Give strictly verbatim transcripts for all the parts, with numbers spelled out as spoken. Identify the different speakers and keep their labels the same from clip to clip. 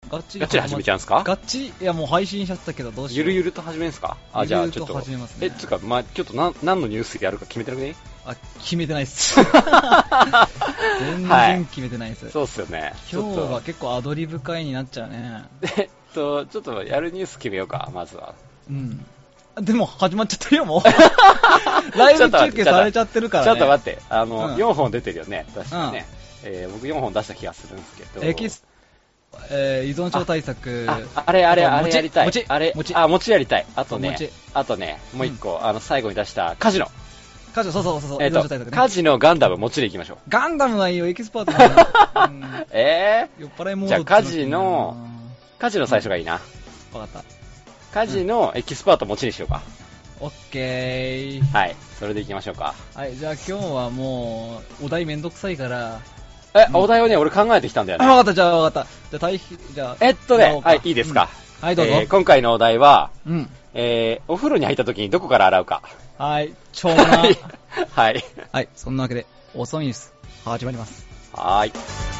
Speaker 1: ガッチリ
Speaker 2: ガッチリ始めちゃうんすか？
Speaker 1: ガッチリ、いやもう配信しちゃったけどどうしよう。
Speaker 2: ゆるゆると始めんすか？あ、じゃあちょっと。
Speaker 1: 始めますね。
Speaker 2: え、つうか、まあちょっとなん何のニュースやるか決めてなくね？
Speaker 1: あ、決めてないっす。全然決めてないっす。はい、
Speaker 2: そうっすよね。
Speaker 1: 今日は結構アドリブ会になっちゃうね。
Speaker 2: えっと、ちょっとやるニュース決めようか、まずは。
Speaker 1: うん。でも始まっちゃってるよ、もう。ライブ中継されちゃってるからね。
Speaker 2: ちょっと待って、あの、うん、よんほん出てるよね、確かにね。うん、えー、僕よんほん出した気がするんですけど。
Speaker 1: エキス、えー、依存症対策。
Speaker 2: あ、あれあれあれやりたい。
Speaker 1: 餅、
Speaker 2: あれ、
Speaker 1: 餅。
Speaker 2: あ、餅やりたい。あとね、あとね、もう一個、うん、あの、最後に出したカジノ。
Speaker 1: カジノ、そうそうそうそう。
Speaker 2: えっ、ー、と、ね、カジノ、ガンダム、餅でいきましょう。
Speaker 1: ガンダムはいいよ、エキスパートだ、うん、
Speaker 2: えー、
Speaker 1: 酔っ払いモード。
Speaker 2: じゃあカジノ、カジノ最初がいいな。わ、
Speaker 1: うん、かった。
Speaker 2: カジノ、エキスパート、餅にしようか。
Speaker 1: オッケー。
Speaker 2: はい、それでいきましょうか。
Speaker 1: はい、じゃあ今日はもう、お題めんどくさいから、
Speaker 2: え、うん、お題をね、俺考えてきたんだよね。
Speaker 1: あ、わかった、じゃあわかった。じゃあ、対比、じゃあ。
Speaker 2: えっとね、はい、いいですか。
Speaker 1: うん、はい、どうぞ、
Speaker 2: えー。今回のお題は、
Speaker 1: うん。
Speaker 2: えー、お風呂に入った時にどこから洗うか。
Speaker 1: はい、超な。はい。
Speaker 2: はい。
Speaker 1: はい、そんなわけで、おそニュース、始まります。
Speaker 2: はーい。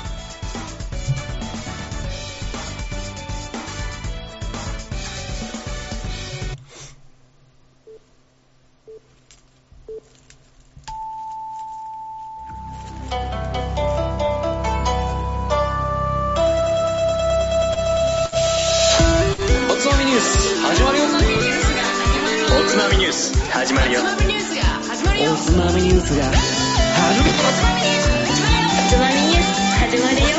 Speaker 3: 始まるよ。おつまみニュースが始まるよ。おつまみニュースが始まるよ。おつまみニュース始まるよ。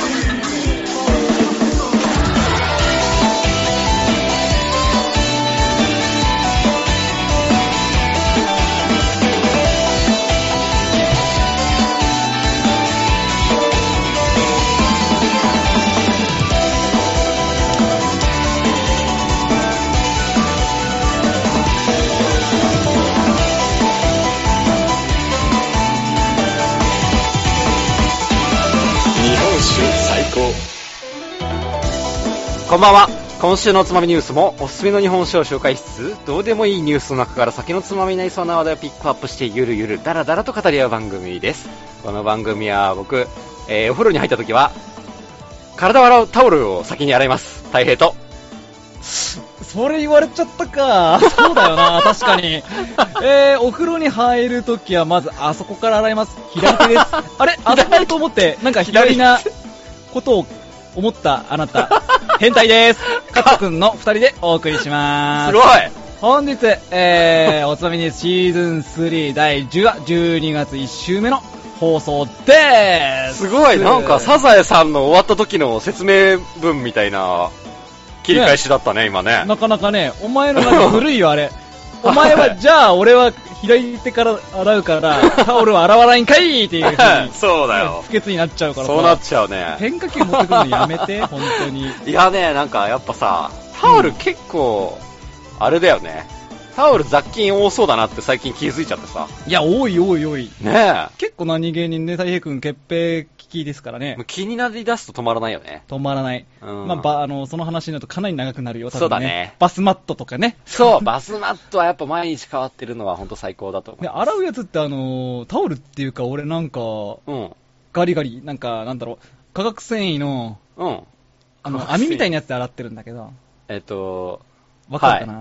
Speaker 2: こんばんは。今週のおつまみニュースもおすすめの日本酒を紹介しつつ、どうでもいいニュースの中から先のつまみになりそうな話題をピックアップしてゆるゆるだらだらと語り合う番組です。この番組は僕、えー、お風呂に入った時は体を洗うタオルを先に洗います。大平と。
Speaker 1: それ言われちゃったか。そうだよな、確かに。えー、お風呂に入るときはまずあそこから洗います。左手です。あれ、あそこだと思ってなんか左なことを思ったあなた、変態です。カットくんのふたりでお送りします。
Speaker 2: すごい。
Speaker 1: 本日、えー、おつまみニュースシーズンスリーだいじゅうわ、じゅうにがついっ週目の放送でーす。
Speaker 2: すごい、なんかサザエさんの終わった時の説明文みたいな切り返しだったね、ね今ね。
Speaker 1: なかなかね、お前のなんか古いよあれ。お前は、じゃあ俺は左手から洗うからタオルは洗わないんかいっていう風に
Speaker 2: そうだよ、
Speaker 1: 不潔になっちゃうからさ。
Speaker 2: そうなっちゃうね。
Speaker 1: 変化球持ってくるのやめて本当に。
Speaker 2: いやね、なんかやっぱさ、タオル結構、うん、あれだよね、タオル雑菌多そうだなって最近気づいちゃってさ。
Speaker 1: いや、多い多い多い
Speaker 2: ねえ、
Speaker 1: 結構何芸人ね、たい平くん潔癖危機ですからね。
Speaker 2: 気になり出すと止まらないよね。
Speaker 1: 止まらない、うん、まあ、ばあのその話になるとかなり長くなるよ、多分ね。
Speaker 2: そうだね。
Speaker 1: バスマットとかね。
Speaker 2: そう、バスマットはやっぱ毎日変わってるのは本当最高だと思う。
Speaker 1: ね、洗うやつってあのタオルっていうか、俺なんか、うん、ガリガリなんかなんだろう、化学繊維の、うん、あの網みたいなやつで洗ってるんだけど。え
Speaker 2: っと
Speaker 1: わかるかな、はい、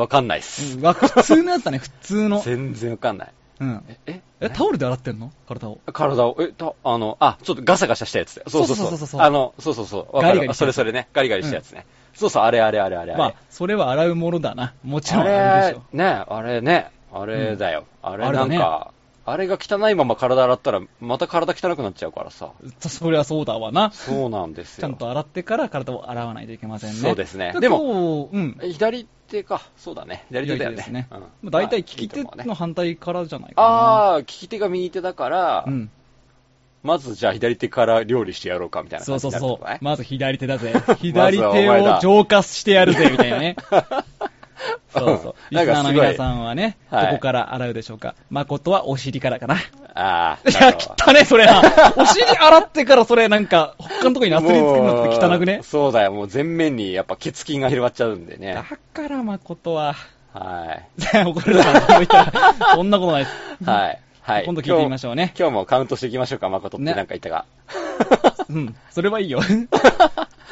Speaker 2: わかんないっす、
Speaker 1: うん、普通のやつだね、普通の。
Speaker 2: 全然わかんない。
Speaker 1: うん。ええタオルで洗ってんの？体を。
Speaker 2: 体を。え、た、あの、あ、ちょっとガサガサしたやつだよ。そうそうそう。そうそうそう。あの、そうそうそう。わかる。ガリガリそれそれね。ガリガリしたやつね。うん、そうそう、あれあれあれあれあれ。
Speaker 1: まあ、それは洗うものだな。もちろんあれでしょ。
Speaker 2: ね、あれね。あれだよ。うん、あれなんか、あれが汚いまま体洗ったら、また体汚くなっちゃうからさ。
Speaker 1: そりゃそうだわな。
Speaker 2: そうなんですよ。
Speaker 1: ちゃんと洗ってから体を洗わないといけませんね。
Speaker 2: そうですね。でも、うん、左手か。そうだね。左手だよね。ですね。
Speaker 1: うん、だいたい利き手の反対からじゃないかな。
Speaker 2: ああ、利き手が右手だから、うん、まずじゃあ左手から料理してやろうかみたいな感じになるとね。
Speaker 1: そうそうそう。まず左手だぜ。左手を浄化してやるぜ、みたいなね。そうそう。リスナーの皆さんはね、どこから洗うでしょうか。誠はお尻からかな。
Speaker 2: ああ。
Speaker 1: いや、汚ね、それな。お尻洗ってからそれなんか、他のとこになすりつけるのって汚くね。
Speaker 2: そうだよ、もう全面にやっぱ血筋が広がっちゃうんでね。
Speaker 1: だから誠は。
Speaker 2: はい。
Speaker 1: じゃあ怒るな、こう言ったら。そんなことないです。
Speaker 2: はい。はい。
Speaker 1: 今度聞いてみましょうね。
Speaker 2: 今日もカウントしていきましょうか、誠ってなんか言ったが。
Speaker 1: うん、それはいいよ。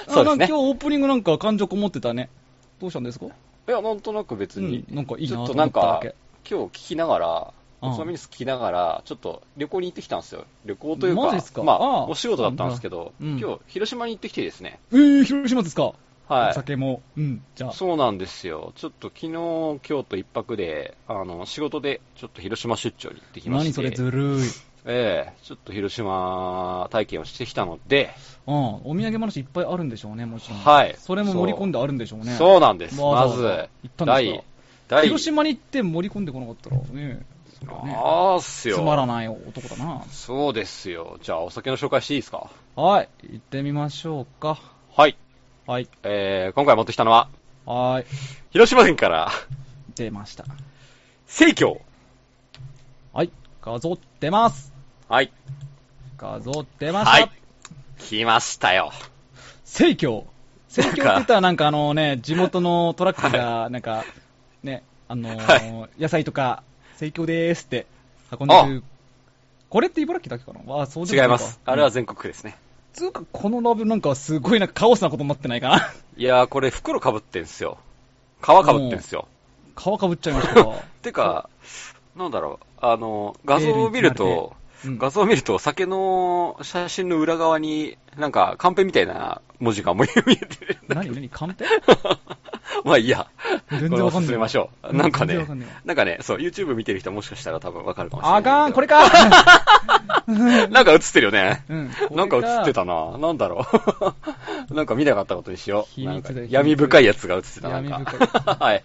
Speaker 2: そうですね。
Speaker 1: あ、なんか今日オープニングなんか感情こもってたね。どうしたんですか？
Speaker 2: いや、なんとなく別に、
Speaker 1: うん、なんかいいな
Speaker 2: ちょっと
Speaker 1: と
Speaker 2: なんか
Speaker 1: 思ったわけ。
Speaker 2: 今日聞きながら、
Speaker 1: うん
Speaker 2: おつまみニュース聞きながら、ちょっと旅行に行ってきたんですよ。旅行というか、
Speaker 1: マジっすか？
Speaker 2: まあ、
Speaker 1: ああ
Speaker 2: お仕事だったんですけど、
Speaker 1: うん
Speaker 2: 今日、広島に行ってきてですね。
Speaker 1: えー、広島ですか？
Speaker 2: はい
Speaker 1: お酒も。うん、じゃあ。
Speaker 2: そうなんですよ。ちょっと昨日、今日と一泊で、あの、仕事でちょっと広島出張に行ってきまして。
Speaker 1: 何それずるい。
Speaker 2: ええちょっと広島体験をしてきたので、
Speaker 1: うん、お土産話いっぱいあるんでしょうね、もちろん。
Speaker 2: はい
Speaker 1: それも盛り込んであるんでしょうね。
Speaker 2: そうなんです。
Speaker 1: わざわざ
Speaker 2: まず、
Speaker 1: 行ったんですか？
Speaker 2: 第、第、
Speaker 1: 広島に行って盛り込んでこなかったらね、それはね
Speaker 2: あーっすよ。
Speaker 1: つまらない男だな。
Speaker 2: そうですよ。じゃあ、お酒の紹介していいですか？
Speaker 1: はい、行ってみましょうか。
Speaker 2: はい。
Speaker 1: はい、
Speaker 2: えー、今回持ってきたのは、
Speaker 1: はい、
Speaker 2: 広島県から、
Speaker 1: 出ました。
Speaker 2: 生協。
Speaker 1: はい、画像出ます。
Speaker 2: はい。
Speaker 1: 画像出ました。
Speaker 2: はい。来ましたよ。
Speaker 1: 生協。生協って言ったらなんかあのね、地元のトラックがなんか、ね、あのー
Speaker 2: は
Speaker 1: 野菜とか、生協でーすって運んでくる。これって茨城だけかな？あ、そうでもないか。
Speaker 2: 違います。あれは全国区ですね。
Speaker 1: つうか、このラブなんかすごいなんかカオスなことになってないかな。
Speaker 2: いやー、これ袋かぶってんすよ。皮かぶってんすよ。
Speaker 1: 皮かぶっちゃいましたか。
Speaker 2: てか、なんだろう、あの、画像を見ると、
Speaker 1: うん、
Speaker 2: 画像を見ると、酒の写真の裏側に、なんか、カンペみたいな文字がもう見えてる。
Speaker 1: 何何カンペ
Speaker 2: まあいいや。
Speaker 1: 全然わかんない。
Speaker 2: 進めましょう。なんかね
Speaker 1: 全然わかんない、
Speaker 2: なんかね、そう、YouTube 見てる人もしかしたら多分わかるかもしれない。
Speaker 1: あかん、これか。
Speaker 2: なんか映ってるよね。
Speaker 1: うん、
Speaker 2: なんか映ってたな。なんだろう。なんか見なかったことにしよう。
Speaker 1: 秘密だよ
Speaker 2: なんか闇深いやつが映ってた。なんか
Speaker 1: 闇深い。
Speaker 2: はい。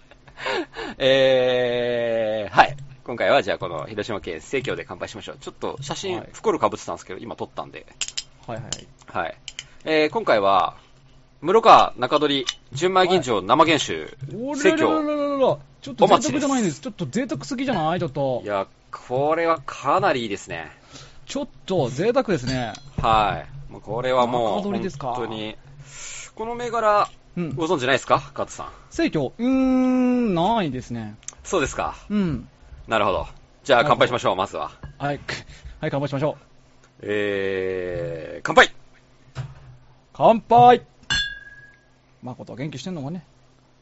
Speaker 2: えー、はい。今回はじゃあこの広島県生協で乾杯しましょう。ちょっと写真、
Speaker 1: はい
Speaker 2: 袋かぶってたんですけど、今撮ったんで。
Speaker 1: はいはいはい。
Speaker 2: はい。えー、今回は、室川中取純米吟醸生原酒、
Speaker 1: お
Speaker 2: 生協。
Speaker 1: ららららららちょっと贅沢じゃないんです。ちょっと贅沢すぎじゃないちょっと
Speaker 2: い。や、これはかなりいいですね。
Speaker 1: ちょっと贅沢ですね。
Speaker 2: はい。もうこれはもう、
Speaker 1: 中取りですか
Speaker 2: 本当に、この銘柄、
Speaker 1: うん。
Speaker 2: ご存知ないですかカツさん。
Speaker 1: 生協うーん、ないですね。
Speaker 2: そうですか。
Speaker 1: うん。
Speaker 2: なるほど。じゃあ乾杯しましょう、まずは。
Speaker 1: はい。はい、乾杯しましょう。
Speaker 2: えー、乾杯
Speaker 1: 乾杯誠は元気してんのかね。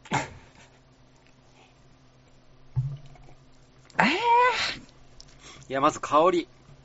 Speaker 2: いや、まず香り。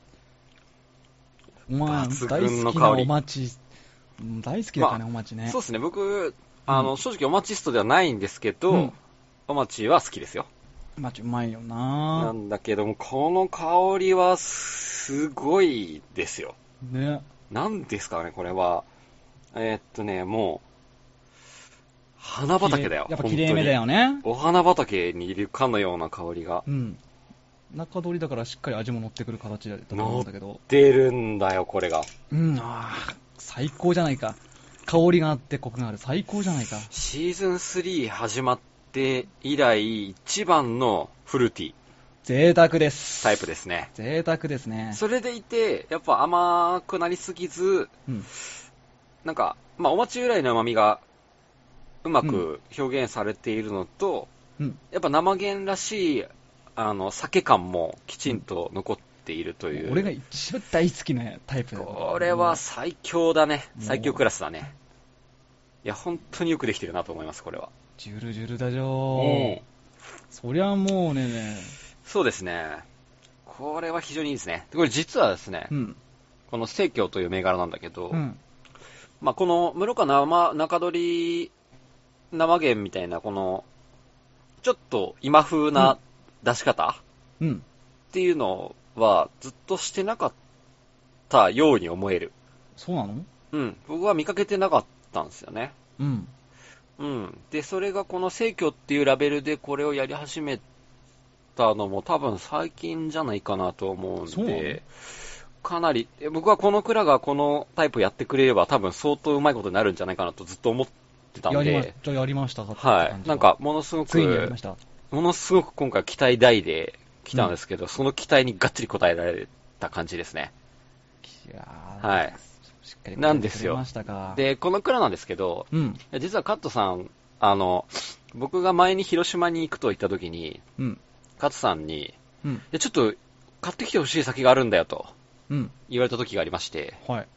Speaker 1: お前、
Speaker 2: 抜
Speaker 1: 大
Speaker 2: 群の香り
Speaker 1: 好きなお待ち。うん大好きだからね、
Speaker 2: まあ
Speaker 1: お待ちね。
Speaker 2: そうですね、僕、あの、
Speaker 1: うん
Speaker 2: 正直お待ちストではないんですけど、
Speaker 1: うん
Speaker 2: お待ちは好きですよ。
Speaker 1: お待ちうまいよ
Speaker 2: な
Speaker 1: な。
Speaker 2: んだけども、この香りはすごいですよ。
Speaker 1: ね。
Speaker 2: なんですかね、これは。えーっとね、もう、花畑だよ。
Speaker 1: やっぱ綺麗めだよ
Speaker 2: ね。
Speaker 1: ね。
Speaker 2: お花畑にいるかのような香りが。
Speaker 1: うん。中取りだからしっかり味も乗ってくる形だと思うんだけど。
Speaker 2: 出るんだよ、これが。
Speaker 1: うん、ああ、最高じゃないか。香りがあってコクがある。最高じゃないか。
Speaker 2: シーズンスリー始まって以来一番のフルーティー
Speaker 1: 贅沢です。
Speaker 2: タイプですね。
Speaker 1: 贅沢ですね。
Speaker 2: それでいて、やっぱ甘くなりすぎず、
Speaker 1: うん。
Speaker 2: なんか、まあ、お餅由来の甘みがうまく表現されているのと、
Speaker 1: うん。
Speaker 2: やっぱ生原らしい、あの、酒感もきちんと残っているという。
Speaker 1: 俺が一番大好きなタイプだよ。
Speaker 2: これは最強だね。
Speaker 1: もう
Speaker 2: 最強クラスだね。いや、本当によくできてるなと思います、これは。
Speaker 1: ジュルジュルだじ
Speaker 2: う
Speaker 1: ょ
Speaker 2: ん。
Speaker 1: そりゃもうねね。
Speaker 2: そうですね。これは非常にいいですね。これ実はですね、
Speaker 1: うん。
Speaker 2: この生協という銘柄なんだけど、
Speaker 1: うん。
Speaker 2: まあ、この室川生中取り生源みたいな、この、ちょっと今風な出し方
Speaker 1: うん。
Speaker 2: っていうのはずっとしてなかったように思える。
Speaker 1: そうなの？
Speaker 2: うん。僕は見かけてなかったんですよね。
Speaker 1: うん。
Speaker 2: うん。で、それがこの生協っていうラベルでこれをやり始めたのも多分最近じゃないかなと思うん
Speaker 1: そうなの？
Speaker 2: で、かなり、え僕はこの蔵がこのタイプやってくれれば多分相当うまいことになるんじゃないかなとずっと思ってたん
Speaker 1: やりま
Speaker 2: で、
Speaker 1: じゃあやりましたかって
Speaker 2: は
Speaker 1: 感じ
Speaker 2: い。なんか、ものすご
Speaker 1: ついにやりま
Speaker 2: く
Speaker 1: し、た。
Speaker 2: ものすごく今回期待大で来たんですけど、その期待にがっちり応えられた感じですね。
Speaker 1: いやー
Speaker 2: はい。
Speaker 1: しっかり
Speaker 2: なんですよ
Speaker 1: 答えてくれましたか。
Speaker 2: で、この蔵なんですけど、
Speaker 1: うん。
Speaker 2: 実はカットさん、あの、僕が前に広島に行くと言った時に、
Speaker 1: うん。
Speaker 2: カットさんに、
Speaker 1: うん。
Speaker 2: いやちょっと買ってきてほしい酒があるんだよと
Speaker 1: うん。
Speaker 2: 言われた時がありまして、
Speaker 1: はい。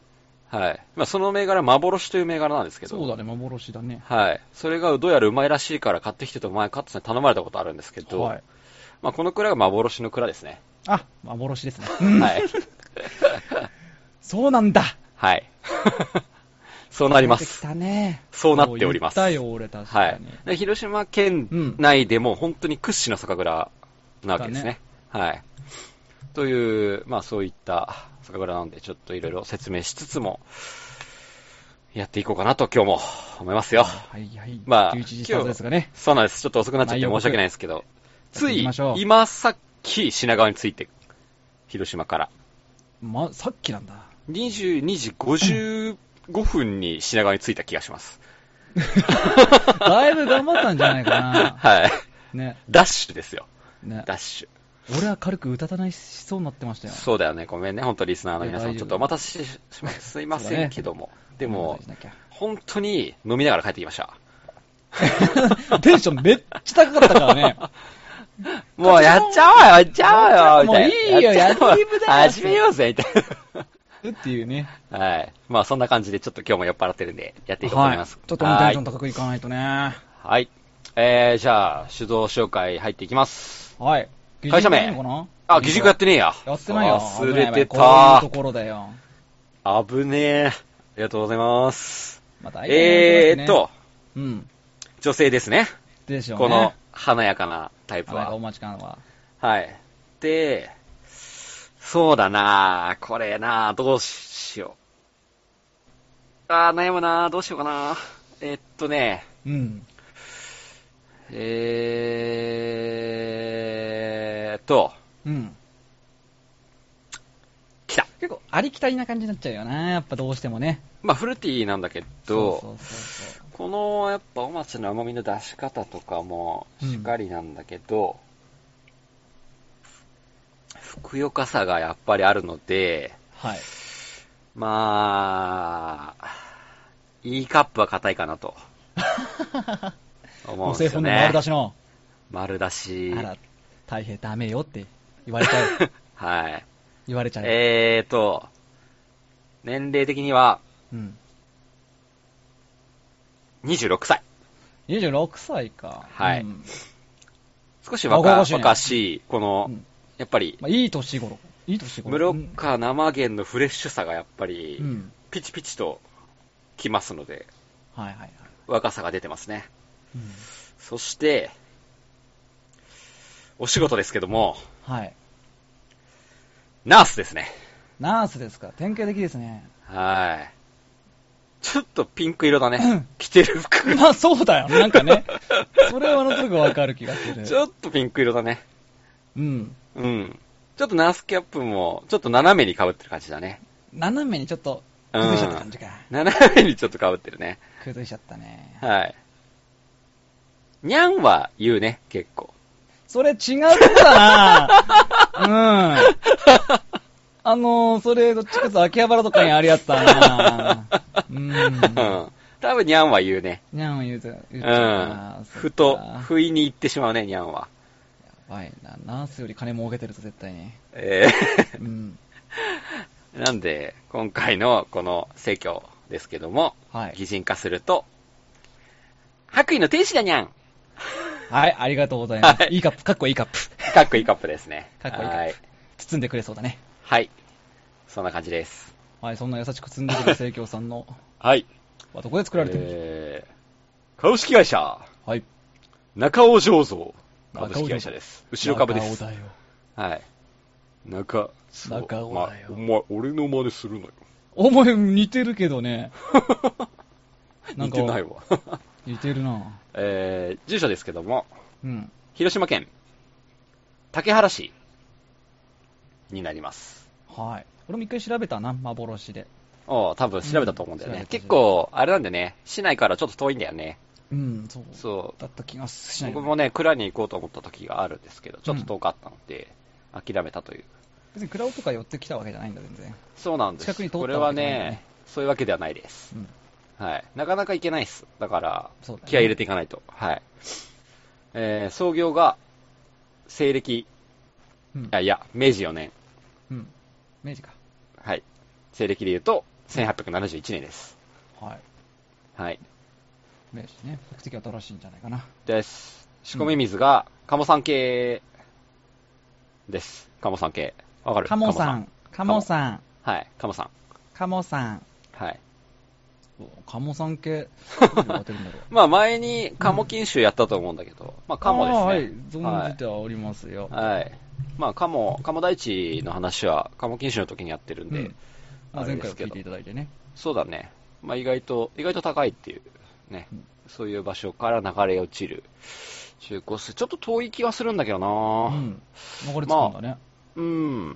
Speaker 2: はい。まあ、その銘柄、幻という銘柄なんですけど。
Speaker 1: そうだね、幻だね。
Speaker 2: はい。それがどうやらうまいらしいから買ってきてと前、カットさんに頼まれたことあるんですけど、はい。まあ、この蔵が幻の蔵ですね。
Speaker 1: あ、幻ですね。
Speaker 2: はい。
Speaker 1: そうなんだ。
Speaker 2: はい。そうなります。
Speaker 1: 来たね。
Speaker 2: そうなっております。
Speaker 1: 言ったよ、俺確かに。
Speaker 2: はい。広島県内でも本当に屈指の酒蔵なわけですね。ねはい。という、まあそういった酒蔵なんで、ちょっといろいろ説明しつつも、やっていこうかなと今日も思いますよ。
Speaker 1: はいはい。
Speaker 2: まあ、
Speaker 1: じゅういちじスタートですがね。
Speaker 2: そうなんです。ちょっと遅くなっちゃって申し訳ないですけど、つい、今さっき品川に着いて、広島から。
Speaker 1: ま、さっきなんだ。
Speaker 2: にじゅうにじごじゅうごふんに品川に着いた気がします。
Speaker 1: だいぶ頑張ったんじゃないかな。
Speaker 2: はい。
Speaker 1: ね。
Speaker 2: ダッシュですよ。
Speaker 1: ね。
Speaker 2: ダッシュ。
Speaker 1: 俺は軽くうたたないしそうになってましたよ。
Speaker 2: そうだよね。ごめんね。本当リスナーの皆さん。ちょっとお待たせします。すいませんけども。ね、でも、本当に飲みながら帰ってきました。
Speaker 1: テンションめっちゃ高かったからね。
Speaker 2: もうやっちゃおうよ、やっちゃおうよ、みたいな。
Speaker 1: もういいよ、やってみぶだよ。
Speaker 2: 始めようぜ、みたいな。
Speaker 1: っていうね。
Speaker 2: はい。まあそんな感じでちょっと今日も酔っ払ってるんで、やっていこうと思います。
Speaker 1: はい、ちょっとテンション高くいかないとね。
Speaker 2: はい。えー、じゃあ、手動紹介入っていきます。
Speaker 1: はい。
Speaker 2: 会社名。あ、議事やってねえや。
Speaker 1: やってないよ。
Speaker 2: 忘れてた。
Speaker 1: こういうところだよ。
Speaker 2: 危ねえ。ありがとうございます。
Speaker 1: また
Speaker 2: えーっと、
Speaker 1: うん。
Speaker 2: 女性ですね。
Speaker 1: でしょうね。
Speaker 2: この華やかなタイプは。
Speaker 1: 華やかお待ち感は。
Speaker 2: はい。で、そうだなこれなどうしよう。あー、悩むなどうしようかなえー、っとね。
Speaker 1: うん。
Speaker 2: えーっと。
Speaker 1: うん。
Speaker 2: 来た。
Speaker 1: 結構ありきたりな感じになっちゃうよな、やっぱどうしてもね。
Speaker 2: まあフルーティーなんだけど、
Speaker 1: そうそうそうそう、
Speaker 2: このやっぱお松の甘みの出し方とかもしっかりなんだけど、うん、ふくよかさがやっぱりあるので、
Speaker 1: はい。
Speaker 2: まあ、いいカップは硬いかなと思うんですよね。お製本の
Speaker 1: 丸出しの。
Speaker 2: 丸出し。
Speaker 1: あら、大変ダメよって言われちゃう。
Speaker 2: はい。
Speaker 1: 言われちゃう。
Speaker 2: えーと、年齢的には、うん、にじゅうろくさい。
Speaker 1: にじゅうろくさいか。
Speaker 2: はい。うん、少し若々しい、若しい、この、うん、やっぱり、
Speaker 1: まあ、いい年頃。いい年頃。
Speaker 2: 室岡生源のフレッシュさがやっぱり、うん、ピチピチときますので、
Speaker 1: はいはいはい。
Speaker 2: 若さが出てますね。うん、そして、お仕事ですけども、
Speaker 1: はい。
Speaker 2: ナースですね。
Speaker 1: ナースですか。典型的ですね。
Speaker 2: はい。ちょっとピンク色だね。着てる服。
Speaker 1: まあそうだよ。なんかね。それはなんとなくわかる気がする。
Speaker 2: ちょっとピンク色だね。
Speaker 1: うん。
Speaker 2: うん。ちょっとナースキャップも、ちょっと斜めに被ってる感じだね。
Speaker 1: 斜めにちょっと、崩しちゃった感じか。
Speaker 2: うん、斜めにちょっと被ってるね。
Speaker 1: 崩しちゃったね。
Speaker 2: はい。にゃんは言うね、結構。
Speaker 1: それ違うとこだなうん。あのー、それ、どっちかというと秋葉原とかにあるやつだなうん。
Speaker 2: 多分にゃんは言うね。
Speaker 1: にゃんは言うと、言っちゃうな、
Speaker 2: うん。ふと、不意に言ってしまうね、にゃんは。
Speaker 1: やばいな。ナースより金儲けてると絶対に。
Speaker 2: ええー。うん。なんで、今回のこの盛況ですけども、はい、擬人化すると、白衣の天使だにゃん。
Speaker 1: はい、ありがとうございます。はい、いいカップ、かっこいいカップ。
Speaker 2: かっこいいカップですね。
Speaker 1: かっこいいカップ。はい、包んでくれそうだね。
Speaker 2: はい。そんな感じです。
Speaker 1: はい、そんな優しく包んでくれる盛況さんの。
Speaker 2: はい。
Speaker 1: はどこで作られてるんですか、
Speaker 2: えー、株式会社。
Speaker 1: はい。
Speaker 2: 中尾醸造。株式会社です。後ろ株です。
Speaker 1: 中尾だよ。
Speaker 2: はい。中、
Speaker 1: 中尾だよ。
Speaker 2: ま、お前、俺の真似するのよ。
Speaker 1: お前、似てるけどね。
Speaker 2: 似てないわ。
Speaker 1: 似てるな。
Speaker 2: えー、住所ですけども、
Speaker 1: うん、
Speaker 2: 広島県竹原市になります。
Speaker 1: はい。俺も一回調べたな、幻で。
Speaker 2: ああ、多分調べたと思うんだよね。うん、結構、あれなんでね、市内からちょっと遠いんだよね。
Speaker 1: うん、そう。
Speaker 2: そう。
Speaker 1: だった気がしない。
Speaker 2: 僕もね、蔵に行こうと思った時があるんですけど、ちょっと遠かったので、うん、諦めたという。
Speaker 1: 別に蔵とか寄ってきたわけじゃないんだ、全然。
Speaker 2: そうなんです。
Speaker 1: 近くに通ったわけ
Speaker 2: これはね、そういうわけではないです。うんはい。なかなか行けないっす。だから、ね、気合い入れていかないと。はい。えー、創業が、西暦、うん、いやいや、めいじよねん。
Speaker 1: うん。明治か。
Speaker 2: はい。西暦で言うと、 せんはっぴゃくななじゅういちねんです。
Speaker 1: はい。
Speaker 2: はい。
Speaker 1: 明治ね。比較的新しいんじゃないかな。
Speaker 2: です。仕込み水が、鴨山系です。鴨山系。わかる？
Speaker 1: 鴨山。鴨山。
Speaker 2: はい、鴨山。
Speaker 1: 鴨山。
Speaker 2: はい。
Speaker 1: 鴨山系。どうやってるんだろう。
Speaker 2: まあ前に鴨金種やったと思うんだけど、うん、まあ鴨ですね。
Speaker 1: はい、存じてはおりますよ。
Speaker 2: はい。はい、まあ鴨、鴨大地の話は鴨金種の時にやってるんで、うん、
Speaker 1: あ前回は聞いていただいてね。
Speaker 2: そうだね。まあ意外と、意外と高いっていうね、うん、そういう場所から流れ落ちる中高生。ちょっと遠い気がするんだけどなぁ。
Speaker 1: うん。流れ着くんだね。まあ、
Speaker 2: うん。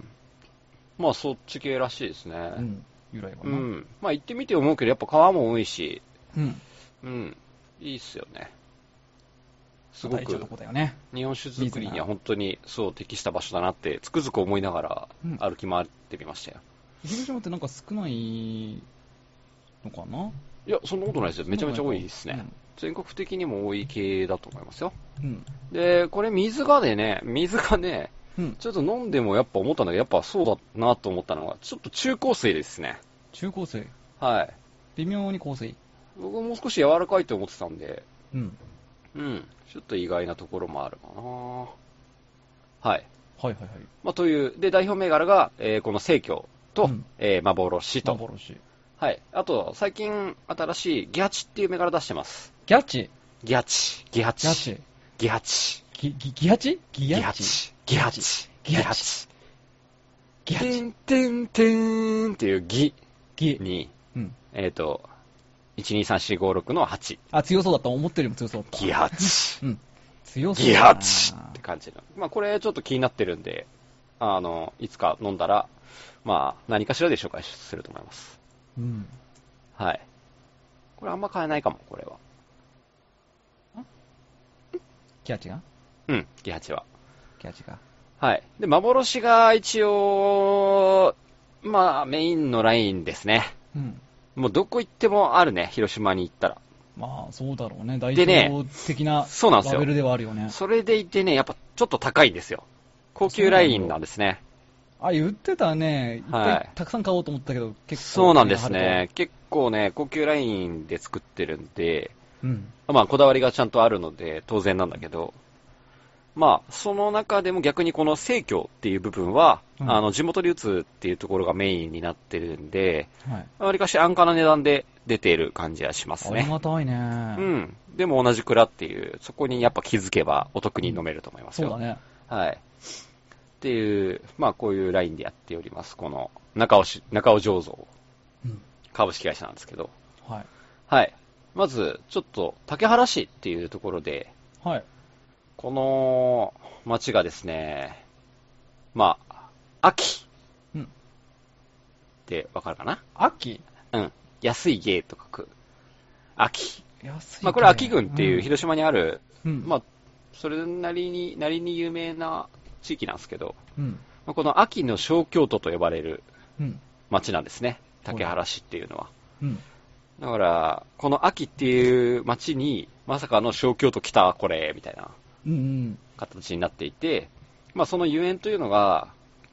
Speaker 2: まあそっち系らしいですね。
Speaker 1: うん。由来は
Speaker 2: な。うん。まあ行ってみて思うけど、やっぱ川も多いし、
Speaker 1: うん。
Speaker 2: うん。いいっすよね。すごく、
Speaker 1: ね、
Speaker 2: 日本酒作りには本当にそう適した場所だなって、つくづく思いながら歩き回ってみましたよ。
Speaker 1: うん、広島ってなんか少ないのかな？
Speaker 2: いや、そんなことないですよ。めちゃめちゃ多いですね。うん、全国的にも多い系だと思いますよ。うん、で、これ水がでね、水がね、うん、ちょっと飲んでもやっぱ思ったんだけど、やっぱそうだなと思ったのが、ちょっと中硬水ですね。
Speaker 1: 中硬水？
Speaker 2: はい。
Speaker 1: 微妙に硬水？
Speaker 2: 僕もう少し柔らかいと思ってたんで、うん。うん。ちょっと意外なところもあるかな。はい。
Speaker 1: はいはいはい。
Speaker 2: まあ、という、で、代表銘柄が、えー、この生協と、うん、えー、幻と。
Speaker 1: 幻。
Speaker 2: はい。あと、最近、新しいギャチっていう銘柄出してます。
Speaker 1: ギャチ？
Speaker 2: ギャチ。ギャチ。
Speaker 1: ギャチ。
Speaker 2: ギャチ。
Speaker 1: ギ、ギ、ギャチ？ギ
Speaker 2: ャチ。ギャチ。
Speaker 1: ギャチ。ギャチ。
Speaker 2: てんてんてんっていうギ。
Speaker 1: ギ。
Speaker 2: に、うん、えっ、ー、と、いちにさんしごろくのはち。
Speaker 1: あ、強そうだった。思ったよりも強そうだった。
Speaker 2: ギハチ。
Speaker 1: うん。強そう
Speaker 2: ギハチって感じの。まあこれちょっと気になってるんで、あの、いつか飲んだら、まあ何かしらで紹介すると思います。
Speaker 1: うん。
Speaker 2: はい。これあんま買えないかも、これは。
Speaker 1: んギハチが
Speaker 2: うん、ギハチは。
Speaker 1: ギハチが。
Speaker 2: はい。で、幻が一応、まあメインのラインですね。うん。もうどこ行ってもあるね、広島に行ったら。
Speaker 1: まあ、そうだろうね。代表的なラベルではあるよね。
Speaker 2: それでいてね、やっぱちょっと高いんですよ。高級ラインなんですね。
Speaker 1: あ、言ってたね。いっぱいたくさん買おうと思ったけど、結構。
Speaker 2: そうなんですね。結構ね、高級ラインで作ってるんで、うん、まあ、こだわりがちゃんとあるので、当然なんだけど、まあ、その中でも逆にこの生協っていう部分は、うん、あの、地元流通っていうところがメインになってるんで、はい、わりかし安価な値段で出ている感じはしますね。
Speaker 1: ありがたいね。
Speaker 2: うん。でも同じ蔵っていう、そこにやっぱ気づけばお得に飲めると思いますよ。
Speaker 1: そうだね。
Speaker 2: はい。っていう、まあこういうラインでやっております。この中尾し、中尾醸造、うん、株式会社なんですけど。
Speaker 1: はい。
Speaker 2: はい。まず、ちょっと竹原市っていうところで、
Speaker 1: はい。
Speaker 2: この町がですね、まあ、秋。うん。ってわかるかな？
Speaker 1: 秋？
Speaker 2: うん。安い芸と書く。秋。
Speaker 1: 安い。
Speaker 2: まあこれ秋郡っていう広島にある、
Speaker 1: うん、
Speaker 2: まあ、それなりに、なりに有名な地域なんですけど、
Speaker 1: うん、
Speaker 2: まあ、この秋の小京都と呼ばれる町なんですね。竹原市っていうのは。
Speaker 1: うん、
Speaker 2: だから、この秋っていう町に、まさかの小京都来た、これ、みたいな形になっていて、まあそのゆえんというのが、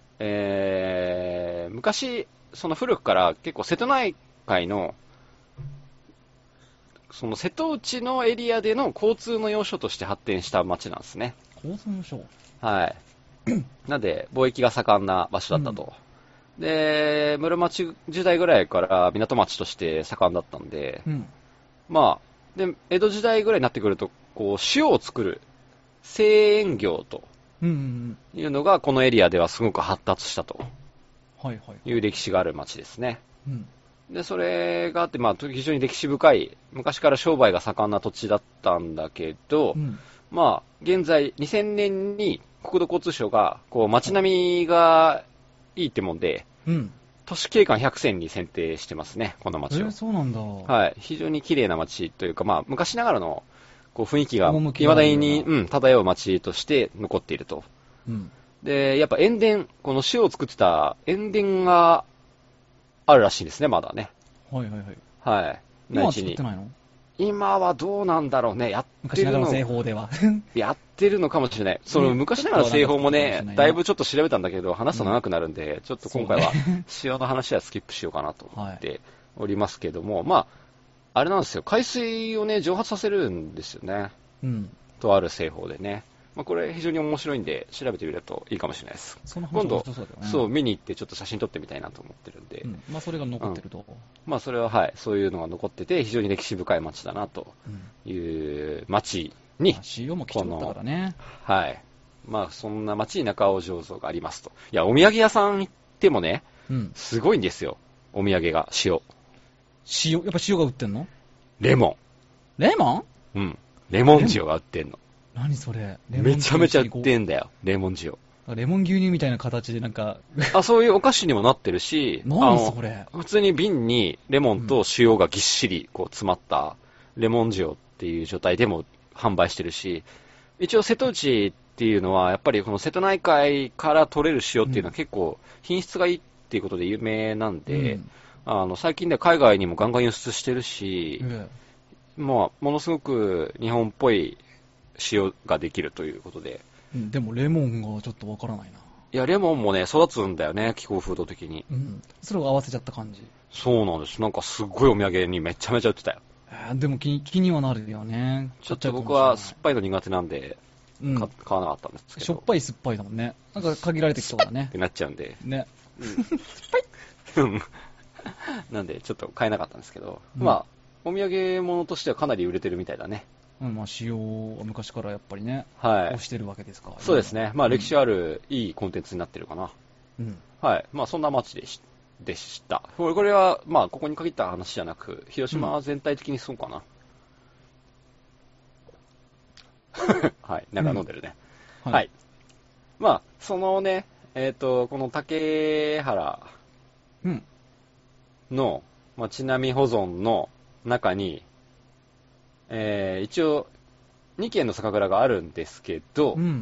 Speaker 2: えー、昔、その古くから結構瀬戸内海の、その瀬戸内のエリアでの交通の要所として発展した町なんですね。
Speaker 1: 交通の要所？
Speaker 2: はい。なんで、貿易が盛んな場所だったと。うん、で、室町時代ぐらいから港町として盛んだったんで、
Speaker 1: うん、
Speaker 2: まあ、で、江戸時代ぐらいになってくると、こう、塩を作る製塩業というのが、このエリアではすごく発達したという歴史がある町ですね。
Speaker 1: うん、
Speaker 2: で、それがあって、まあ、非常に歴史深い、昔から商売が盛んな土地だったんだけど、
Speaker 1: うん、
Speaker 2: まあ、現在、にせんねんに国土交通省が、こう、街並みがいいってもんで、
Speaker 1: うん、
Speaker 2: 都市景観ひゃくせんに選定してますね、この街を。
Speaker 1: えー、そうなんだ。
Speaker 2: はい。非常に綺麗な街というか、まあ、昔ながらの、こう、雰囲気が、未だに、うん、漂う街として残っていると。
Speaker 1: うん、
Speaker 2: で、やっぱ塩田、この塩を作ってた塩田があるらしいですね、まだね。
Speaker 1: はいはいはい。
Speaker 2: はい。
Speaker 1: 今は作ってないの？
Speaker 2: 今はどうなんだろうね。やって
Speaker 1: 昔ながらの
Speaker 2: るの
Speaker 1: 製法では。
Speaker 2: やってるのかもしれない。その昔ながらの製法もね、だいぶちょっと調べたんだけど、話すと長くなるんで、うん、ちょっと今回は塩の話はスキップしようかなと思っておりますけども、はい、まあ、あれなんですよ、海水をね、蒸発させるんですよね。うん。とある製法でね。まあ、これ非常に面白いんで、調べてみるといいかもしれないです。
Speaker 1: その
Speaker 2: 今度、
Speaker 1: そうだよね、
Speaker 2: そう、見に行ってちょっと写真撮ってみたいなと思ってるんで。
Speaker 1: うん、まあ、それが残ってると、うん。
Speaker 2: まあ、それははい、そういうのが残ってて、非常に歴史深い街だなという街に、まあ、
Speaker 1: 塩も貴重だったからね。
Speaker 2: はい。まあ、そんな街に中尾醸造がありますと。いや、お土産屋さん行ってもね、うん、すごいんですよ。お土産が、塩。
Speaker 1: 塩、やっぱ塩が売ってんの？
Speaker 2: レモ
Speaker 1: ン。レモン？
Speaker 2: うん。レモン塩が売ってんの。
Speaker 1: 何それ？
Speaker 2: めちゃめちゃ売ってんだよ、レモン塩。
Speaker 1: レモン牛乳みたいな形でなんか
Speaker 2: あ、そういうお菓子にもなってるし、
Speaker 1: 何それ？
Speaker 2: 普通に瓶にレモンと塩がぎっしりこう詰まったレモン塩っていう状態でも販売してるし、一応瀬戸内っていうのはやっぱりこの瀬戸内海から取れる塩っていうのは結構品質がいいっていうことで有名なんで、うん、あの最近では海外にもガンガン輸出してるし、うん、まあ、ものすごく日本っぽい塩ができるということで、
Speaker 1: うん、でもレモンがちょっとわからないな。
Speaker 2: いや、レモンもね、育つんだよね、気候風土的に。
Speaker 1: うん。それを合わせちゃった感じ。
Speaker 2: そうなんです。なんかすっごいお土産にめちゃめちゃ売ってたよ。
Speaker 1: えー、でも気、気にはなるよね。
Speaker 2: ちょっと僕は酸っぱいの苦手なんで、うん、買わなかったんですけど。
Speaker 1: しょっぱい酸っぱいだもんね。なんか限られてきそうだね。
Speaker 2: ってなっちゃうんで。
Speaker 1: ね。
Speaker 2: うん、酸っぱいなんで、ちょっと買えなかったんですけど、うん、まあ、お土産物としてはかなり売れてるみたいだね。
Speaker 1: うん、まあ、塩は昔からやっぱりね、
Speaker 2: はい。
Speaker 1: 推してるわけですから、ね。
Speaker 2: そうですね。まあ、歴史ある、いいコンテンツになってるかな。うん。はい。まあ、そんな街でしでした。これこれは、まあ、ここに限った話じゃなく、広島は全体的にそうかな。うん、はい。なんか飲んでるね。うん、はい、はい。まあ、そのね、えっ、ー、と、この竹原の街並み保存の中に、えー、一応にけんの酒蔵があるんですけど、うんうん、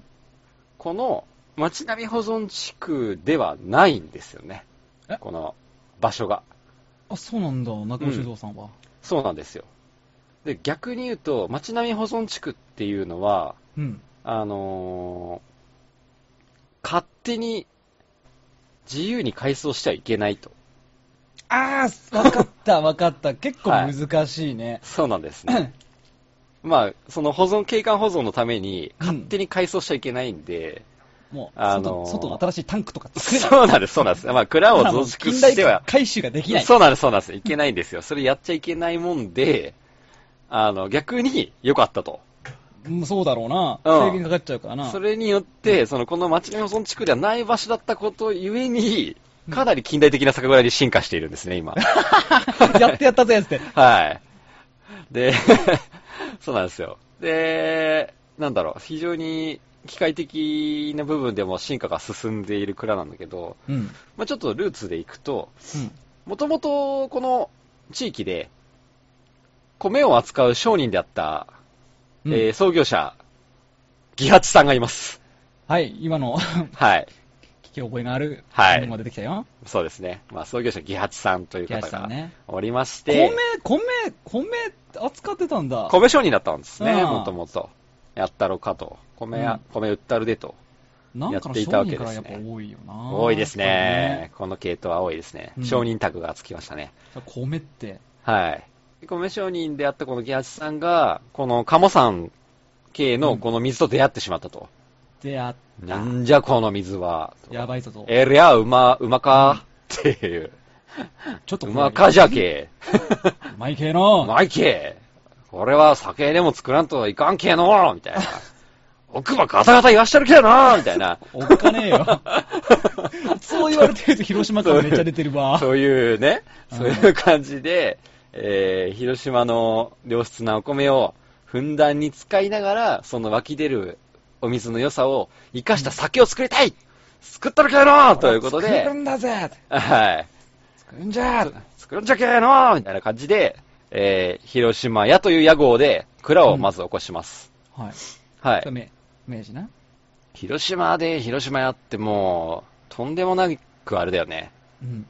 Speaker 2: この街並み保存地区ではないんですよね、この場所が。
Speaker 1: あ、そうなんだ、中尾酒造さんは、うん、
Speaker 2: そうなんですよ。で、逆に言うと街並み保存地区っていうのは、うん、あのー、勝手に自由に改装しちゃいけないと。
Speaker 1: ああ、わかったわかった。結構難しいね。はい、
Speaker 2: そうなんですね。まあ、その保存、景観保存のために勝手に改装しちゃいけないんで、
Speaker 1: うん、もう、あのー、外、外新しいタンクとか作れない。
Speaker 2: そうなんです、そうなんです。まあ、蔵を増築しては。
Speaker 1: 回収ができない。
Speaker 2: そうなんです、そうなんです。いけないんですよ。それやっちゃいけないもんで、あの、逆に良かったと。
Speaker 1: うん、そうだろうな。制限かかっちゃうからな。
Speaker 2: それによって、その、この町の保存地区ではない場所だったことゆえに、かなり近代的な酒蔵に進化しているんですね、今。
Speaker 1: やってやったぜやつって。
Speaker 2: はい。で、そうなんですよ。で、なんだろう、非常に機械的な部分でも進化が進んでいる蔵なんだけど、うん、まあ、ちょっとルーツでいくと、もともとこの地域で米を扱う商人であった、うん、えー、創業者、義八さんがいます。
Speaker 1: はい、今の。はい。聞き覚えがあるものが出てきたよ。
Speaker 2: そうですね。まあ、創業者、義八さんという方がおりまして。
Speaker 1: ね、米、米、米扱ってたんだ。
Speaker 2: 米商人だったんですね、もともと。やったろかと。米や、うん、米売ったるでと。やっていたわけですね。なんかの商人からやっぱ多いよな。多いですね。ね、この系統は多いですね。うん、商人タグがつきましたね。
Speaker 1: 米って。
Speaker 2: はい。米商人であったこの義八さんが、この鴨山系のこの水と出会ってしまったと。
Speaker 1: うん、出会った。
Speaker 2: なんじゃこの水は。
Speaker 1: やばいぞと。
Speaker 2: えりゃ、うま、うまか、うん、っていう。
Speaker 1: ちょっと
Speaker 2: うまかじゃけ。
Speaker 1: うまいけの。
Speaker 2: うまいけ。これは酒でも作らんといかんけのみたいな。奥歯ガタガタ言わしてるけなみたいな。
Speaker 1: おっかねえよ。そう言われてると広島感めっちゃ出てるわ。
Speaker 2: そういうね、そういう感じで、えー、広島の良質なお米をふんだんに使いながら、その湧き出るお水の良さを生かした酒を作りたい、うん、作ったるけのということで。
Speaker 1: 作るんだぜ
Speaker 2: はい。
Speaker 1: 作るんじゃ
Speaker 2: 作るんじゃけのみたいな感じで、えー、広島屋という屋号で蔵をまず起こします。
Speaker 1: うん、はい。
Speaker 2: はい。
Speaker 1: 明治な。
Speaker 2: 広島で広島屋ってもう、とんでもなくあれだよね。うん。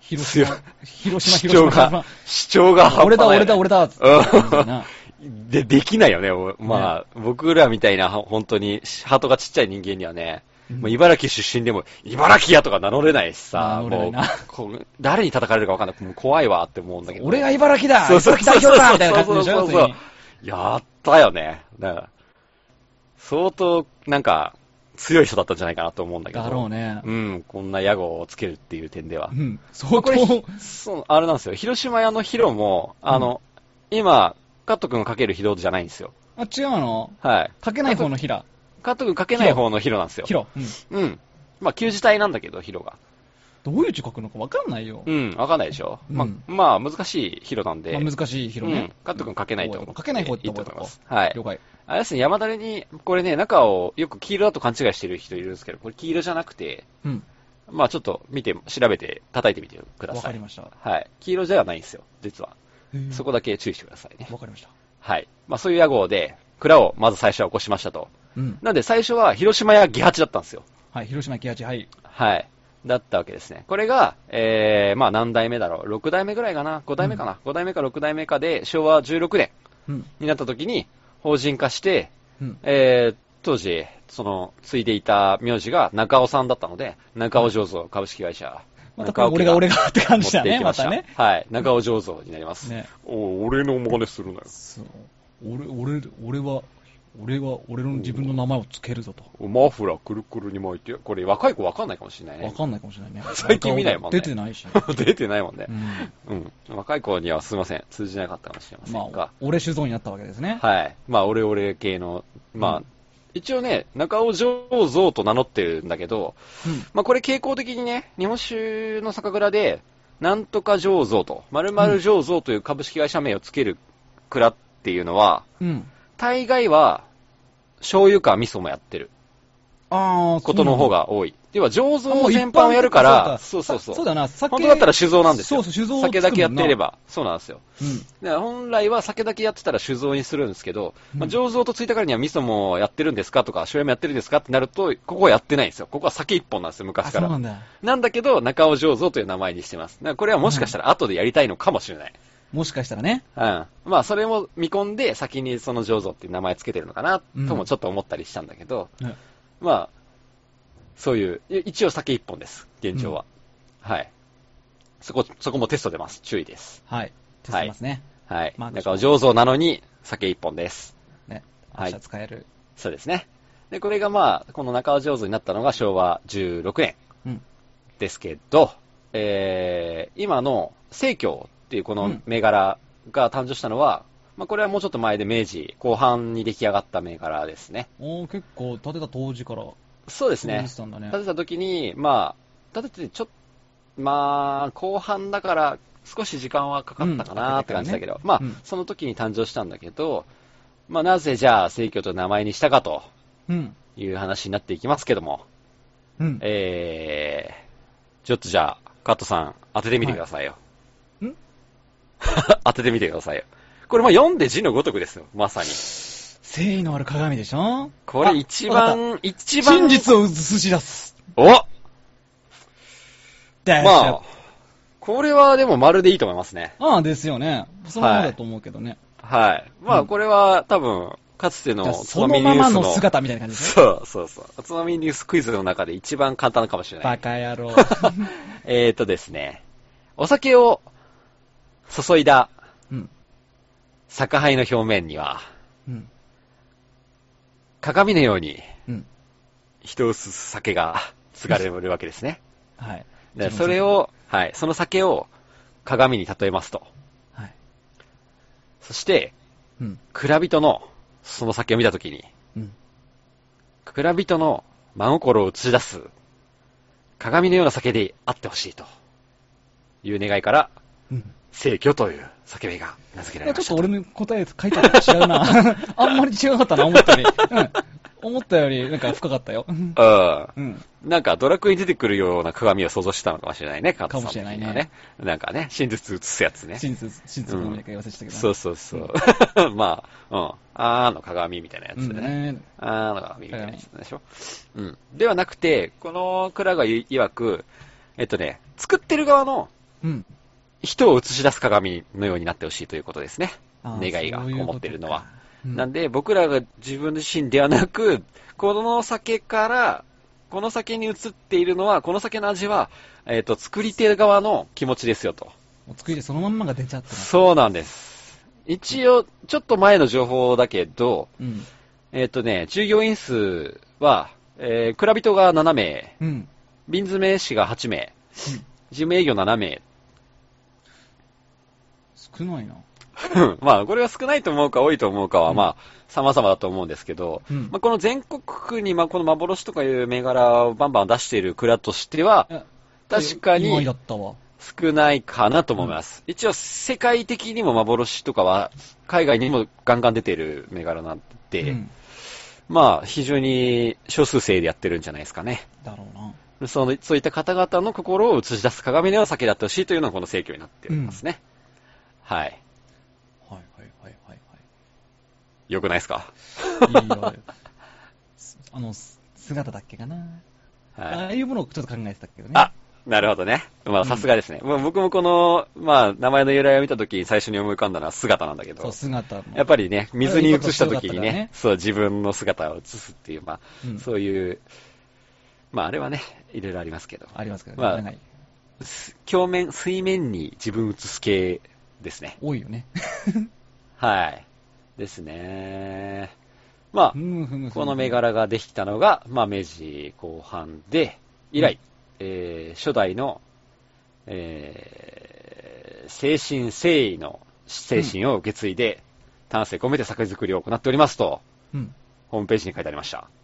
Speaker 1: 広島、広島、
Speaker 2: 主
Speaker 1: 広島、
Speaker 2: 張が、主張が半
Speaker 1: 俺だ、
Speaker 2: 端ない
Speaker 1: 俺だ、俺だ、つって
Speaker 2: うんで、できないよね。おまあ、僕らみたいな、本当に、ハートがちっちゃい人間にはね、
Speaker 1: うん
Speaker 2: もう茨城出身でも、茨城やとか名乗れないしさ、もう
Speaker 1: 名乗れないな
Speaker 2: こう、誰に叩かれるか分かんなくて、もう怖いわって思うんだけど。
Speaker 1: 俺が茨城だ
Speaker 2: そうそう
Speaker 1: 茨城代表だみたいな感じでしょ
Speaker 2: そうそうそうそうやったよね。だから、相当、なんか、強い人だったんじゃないかなと思うんだけど。
Speaker 1: だろうね。
Speaker 2: うん、こんな屋号をつけるっていう点では。
Speaker 1: うん。相
Speaker 2: これ
Speaker 1: 当。、
Speaker 2: そう、あれなんですよ。広島屋のヒロも、あの、今、カット君がかけるヒロじゃないんですよ。
Speaker 1: あ、違うの
Speaker 2: はい。
Speaker 1: かけない方のヒラ。
Speaker 2: カット君かけない方のヒロなんですよ。
Speaker 1: ヒロ。うん。
Speaker 2: うん。まあ、旧字体なんだけど、ヒロが。
Speaker 1: どういう字書くのかわかんないよ。
Speaker 2: うん、わかんないでしょ。
Speaker 1: うん
Speaker 2: まあ、まあ、難しいヒロなんで。
Speaker 1: まあ、難しいヒロね。
Speaker 2: うん。カット君かけないと思う。
Speaker 1: かけない方って
Speaker 2: いい
Speaker 1: 覚えとこ
Speaker 2: と思います。はい。
Speaker 1: 了解。
Speaker 2: あれですね、山だれに、これね、中をよく黄色だと勘違いしてる人いるんですけど、これ黄色じゃなくて、
Speaker 1: うん。
Speaker 2: まあちょっと見て、調べて、叩いてみてください。
Speaker 1: わかりました。
Speaker 2: はい。黄色じゃないんですよ、実は。そこだけ注意してくださいね。
Speaker 1: わかりました。
Speaker 2: はい。まあそういう屋号で、蔵をまず最初は起こしましたと。
Speaker 1: うん。
Speaker 2: なんで最初は広島屋義八だったんですよ。
Speaker 1: はい、広島木八、はい。
Speaker 2: はい。だったわけですね。これが、えー、まあ何代目だろう。ろく代目ぐらいかな。ご代目かな。うん、ご代目かろく代目かで、昭和じゅうろくねんになった時に、法人化して、うん、えー、当時、その、継いでいた名字が中尾さんだったので、中尾醸造株式会社。
Speaker 1: また俺が俺がって感じだね、またね。
Speaker 2: はい。中尾醸造になります。ね、お俺の真似するなよ。
Speaker 1: そう。俺、俺、俺は、俺は、俺の自分の名前をつけるぞと。
Speaker 2: マフラーくるくるに巻いて、これ若い子わかんないかもしれないね。
Speaker 1: わかんないかもしれないね。
Speaker 2: 最近見ないもんね。
Speaker 1: 出てないし、ね。
Speaker 2: 出てないもんね、
Speaker 1: うん。
Speaker 2: うん。若い子にはすいません。通じなかったかもしれませんが。
Speaker 1: まあ、俺酒造になったわけですね。
Speaker 2: はい。まあ、俺俺系の、まあ、うん、一応ね、中尾醸造と名乗ってるんだけど、うん、まあこれ傾向的にね、日本酒の酒蔵で、なんとか醸造と、〇〇醸造という株式会社名をつける蔵っていうのは、うん、大概は、醤油か味噌もやってる。
Speaker 1: ああ、
Speaker 2: ことの方が多い。要は醸造全般をやるから、そうそうそう。
Speaker 1: そうだな、酒。
Speaker 2: 本当だったら酒造なんですよ。
Speaker 1: そうそう、酒造
Speaker 2: 酒だけやっていれば。そうなんですよ。
Speaker 1: うん。
Speaker 2: だから本来は酒だけやってたら酒造にするんですけど、うん、まあ、醸造とついたからには味噌もやってるんですかとか、醤油もやってるんですかってなると、ここはやってないんですよ。ここは酒一本なんですよ、昔から。
Speaker 1: そうなんだ。
Speaker 2: なんだけど、中尾醸造という名前にしてます。だからこれはもしかしたら後でやりたいのかもしれない。
Speaker 1: うん、もしかしたらね。
Speaker 2: うん。まあ、それも見込んで、先にその醸造っていう名前つけてるのかな、ともちょっと思ったりしたんだけど、うん、まあ、そういう、一応酒一本です、現状は。うん、はい。そこ、そこもテスト出ます。注意です。
Speaker 1: はい。テスト出ますね。
Speaker 2: はい。はい。まあ、中尾醸造なのに酒一本です。
Speaker 1: ね。明日使える、はい。
Speaker 2: そうですね。で、これがまあ、この中尾醸造になったのが昭和じゅうろくねん。うん。ですけど、えー、今の清京っていうこの銘柄が誕生したのは、うん、まあこれはもうちょっと前で明治後半に出来上がった銘柄ですね。
Speaker 1: おー、結構建てた当時から。
Speaker 2: そうですね。建てた時に、まあ、建ててちょっと、まあ、後半だから少し時間はかかったかなって感じだけど、うんね、まあ、うん、その時に誕生したんだけど、まあなぜじゃあ清京という名前にしたかという話になっていきますけども、うん、えー、ちょっとじゃあ、カットさん当ててみてくださいよ。
Speaker 1: はい、ん
Speaker 2: 当ててみてくださいよ。これまあ読んで字のごとくですよ、まさに。
Speaker 1: 誠意のある鏡でしょ。
Speaker 2: これ一番、一番。
Speaker 1: 真実を映し出す。
Speaker 2: おまあ、これはでも丸でいいと思いますね。
Speaker 1: ああ、ですよね。そのままだと思うけどね。
Speaker 2: はい。はい、まあ、これは多分、かつての
Speaker 1: つまみニュースの。そのままの姿みたいな感じです
Speaker 2: ね。そうそうそう。つまみニュースクイズの中で一番簡単かもしれない。
Speaker 1: バカ野郎。
Speaker 2: えーとですね。お酒を注いだ、うん、酒杯の表面には、うん鏡のように、人をすす酒が継がれるわけですね。
Speaker 1: はい。
Speaker 2: で、それを、はい、その酒を鏡に例えますと。はい。そして、うん、蔵人のその酒を見たときに、うん、蔵人の真心を映し出す鏡のような酒であってほしいという願いから、うん、清京という酒名が名付けられました。
Speaker 1: ちょっと俺の答え書いてあったら違うな。あんまり違かったな、思ったより。うん。思ったより、なんか深かったよ。うん。
Speaker 2: うん。なんかドラクエに出てくるような鏡を想像したのかもしれないね、カットさん。
Speaker 1: かもしれないね。
Speaker 2: なんかね、真実映すやつね。
Speaker 1: 真実、真実のみだけ言わせてたけど、ね
Speaker 2: うん。そうそうそう。うん、まあ、うん。あーの鏡みたいなやつでね。うん、あーの鏡みたいなやつでしょ。うん。ではなくて、この蔵が曰く、えっとね、作ってる側の
Speaker 1: うん。
Speaker 2: 人を映し出す鏡のようになってほしいということですね。
Speaker 1: あー
Speaker 2: 願いがこ
Speaker 1: そういうことか
Speaker 2: もっているのは。
Speaker 1: うん
Speaker 2: なんで、僕らが自分自身ではなく、この酒から、この酒に映っているのは、この酒の味は、えっと、作り手側の気持ちですよと。
Speaker 1: お作りでそのまんまが出ちゃってます。
Speaker 2: そうなんです。一応、ちょっと前の情報だけど、
Speaker 1: うん。
Speaker 2: えっとね、従業員数は、えー、蔵人がななめい、
Speaker 1: うん。
Speaker 2: 瓶詰め師がはちめい、
Speaker 1: うん
Speaker 2: 事務営業ななめい。
Speaker 1: 少ないな。
Speaker 2: まあ、これは少ないと思うか多いと思うかは、
Speaker 1: うん
Speaker 2: まあ、様々だと思うんですけど、
Speaker 1: うん
Speaker 2: まあ、この全国区に、まあ、この幻とかいう銘柄をバンバン出している蔵としては、
Speaker 1: あ
Speaker 2: 確かに
Speaker 1: 意外だったわ。
Speaker 2: 少ないかなと思います。一応、世界的にも幻とかは、海外にもガンガン出ている銘柄なんで、
Speaker 1: うん。
Speaker 2: まあ、非常に少数生でやってるんじゃないですかね。
Speaker 1: だろうな。
Speaker 2: そのそういった方々の心を映し出す鏡のような酒だってほしいというのがこの盛況になっておりますね。はい。
Speaker 1: はいはいはいはい
Speaker 2: よくないですか？
Speaker 1: はい。いいよ。あの、姿だっけかな。
Speaker 2: はい。
Speaker 1: ああいうものをちょっと考えてたけどね。
Speaker 2: あ、なるほどね。まあ、さすがですね。もう僕もこの、まあ、名前の由来を見たときに最初に思い浮かんだのは姿なんだけど、
Speaker 1: そう、姿も。
Speaker 2: やっぱりね、水に映したときに
Speaker 1: あれいいこと強かったからね
Speaker 2: ね、そう、自分の姿を映すっていう、まあ、
Speaker 1: うん
Speaker 2: そういう、まあ、あれはね、いろいろありますけど、
Speaker 1: ありますけどね。
Speaker 2: まあ
Speaker 1: 長い。
Speaker 2: す鏡面、水面に自分映す系ですね。
Speaker 1: 多いよね。
Speaker 2: はい。ですね。まあ
Speaker 1: ふ、むふむふむ
Speaker 2: この銘柄ができたのが、まあ、明治後半で、以来、えー初代の、えー精神誠意の精神を受け継いで、丹精込めて酒造りを行っておりますと、
Speaker 1: うん。
Speaker 2: ホームページに書いてありました。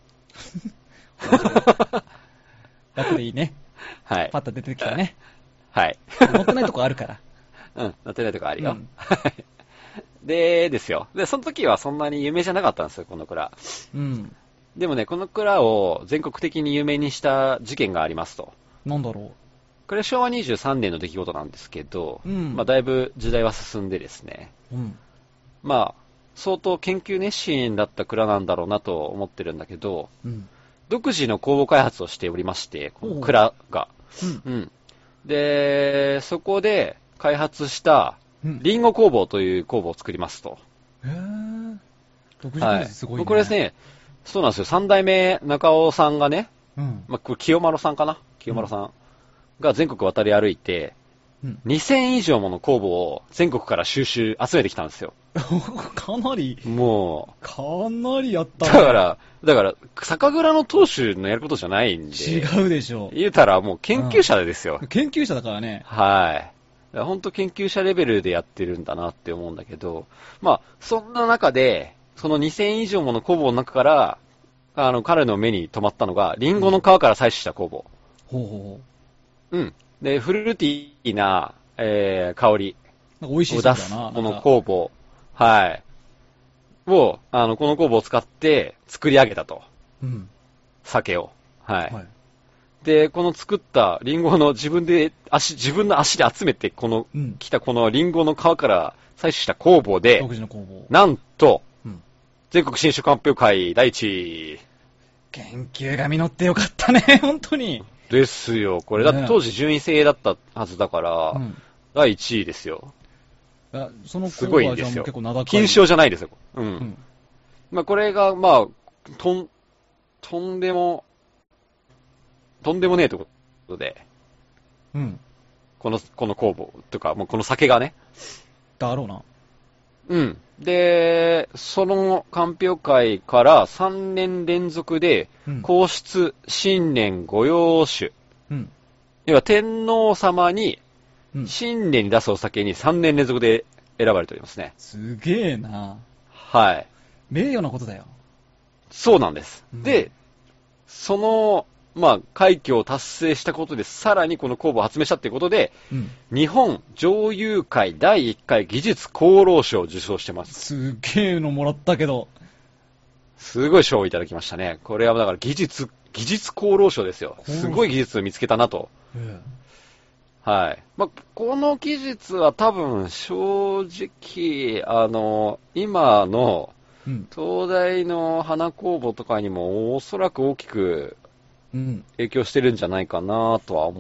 Speaker 1: 楽でいいね。
Speaker 2: はい
Speaker 1: パッ。と出てきたね。
Speaker 2: はい。
Speaker 1: 持ってないとこあるから。
Speaker 2: うん、載ってないとこあるよ。
Speaker 1: うん
Speaker 2: はいで、ですよ。で、その時はそんなに有名じゃなかったんですよ、この蔵。
Speaker 1: うん。
Speaker 2: でもね、この蔵を全国的に有名にした事件がありますと。
Speaker 1: なんだろ
Speaker 2: これはしょうわにじゅうさんねんの出来事なんですけど、
Speaker 1: うん
Speaker 2: まあ、だいぶ時代は進んでですね、
Speaker 1: う。うん。
Speaker 2: まあ、相当研究熱心だった蔵なんだろうなと思ってるんだけど、
Speaker 1: うん。
Speaker 2: 独自の工房開発をしておりまして、この蔵が。うん。で、そこで開発した
Speaker 1: うん。
Speaker 2: リンゴ工房という工房を作りますと。
Speaker 1: へぇー。独自技
Speaker 2: はい。
Speaker 1: 術すごいね。
Speaker 2: これです。ね、そうなんですよ。三代目中尾さんがね、
Speaker 1: うん。
Speaker 2: まあ、これ清丸さんかな清丸さんが全国渡り歩いて、
Speaker 1: うん。
Speaker 2: にせん以上もの工房を全国から収集、集めてきたんですよ。
Speaker 1: かなり、
Speaker 2: も
Speaker 1: かなりやっ
Speaker 2: う、
Speaker 1: たね。
Speaker 2: だから、だから、酒蔵の当主のやることじゃないんで、
Speaker 1: 違うでしょ。
Speaker 2: 言うたらもう研究者ですよ。
Speaker 1: 研究者だからね。
Speaker 2: はい。本当研究者レベルでやってるんだなって思うんだけど、まあ、そんな中で、そのにせん以上もの工房の中から、あの、彼の目に留まったのが、リンゴの皮から採取した工房。
Speaker 1: ほうほうほ
Speaker 2: うん。で、フルーティーな、えー、香り
Speaker 1: う。なんか美味し
Speaker 2: を出
Speaker 1: そうだな。
Speaker 2: すこの
Speaker 1: なんか
Speaker 2: 工房。はい。を、あの、この工房を使って作り上げたと。
Speaker 1: うん。
Speaker 2: 酒を。はい。
Speaker 1: はい。
Speaker 2: で、この作ったリンゴの自分で足、自分の足で集めて、この、
Speaker 1: うん。
Speaker 2: 来たこのリンゴの皮から採取した工房で
Speaker 1: 独、自の工房。
Speaker 2: なんと、
Speaker 1: うん。
Speaker 2: 全国新酒鑑評会第一位
Speaker 1: 研究が実ってよかったね、本当に。
Speaker 2: ですよ。これ、だって当時順位制だったはずだから、
Speaker 1: うん。
Speaker 2: 第一位ですよ。
Speaker 1: あその
Speaker 2: す
Speaker 1: 工房はじゃあもう
Speaker 2: ごいんですよ
Speaker 1: 結構名高い。
Speaker 2: 金賞じゃないですよ。うん。
Speaker 1: うん。
Speaker 2: まあ、これが、まあ、とん、とんでも、とんでもねえということで、
Speaker 1: うん。
Speaker 2: この、この工房とか、もうこの酒がね。
Speaker 1: だろうな。
Speaker 2: うん。で、その鑑評会からさんねん連続で、
Speaker 1: うん。
Speaker 2: 皇室新年御用酒。
Speaker 1: うん。
Speaker 2: 要は天皇様に、
Speaker 1: うん。
Speaker 2: 新年に出すお酒にさんねん連続で選ばれておりますね。
Speaker 1: すげえな。
Speaker 2: はい。
Speaker 1: 名誉なことだよ。
Speaker 2: そうなんです。
Speaker 1: うん
Speaker 2: で、その、まあ、快挙を達成したことで、さらにこの工房を発明したっていうことで、
Speaker 1: うん。
Speaker 2: 日本上遊会だいいっかい技術功労賞を受賞してます。
Speaker 1: すげえのもらったけど。
Speaker 2: すごい賞をいただきましたね。これはだから技術、技術功労賞ですよ。
Speaker 1: 功労賞
Speaker 2: すごい技術を見つけたなと。
Speaker 1: え
Speaker 2: はい。まあ、この技術は多分正直、あの、今の
Speaker 1: え。うん。
Speaker 2: 東大の花工房とかにもおそらく大きく
Speaker 1: うん。
Speaker 2: 影響してるんじゃないかなとは思って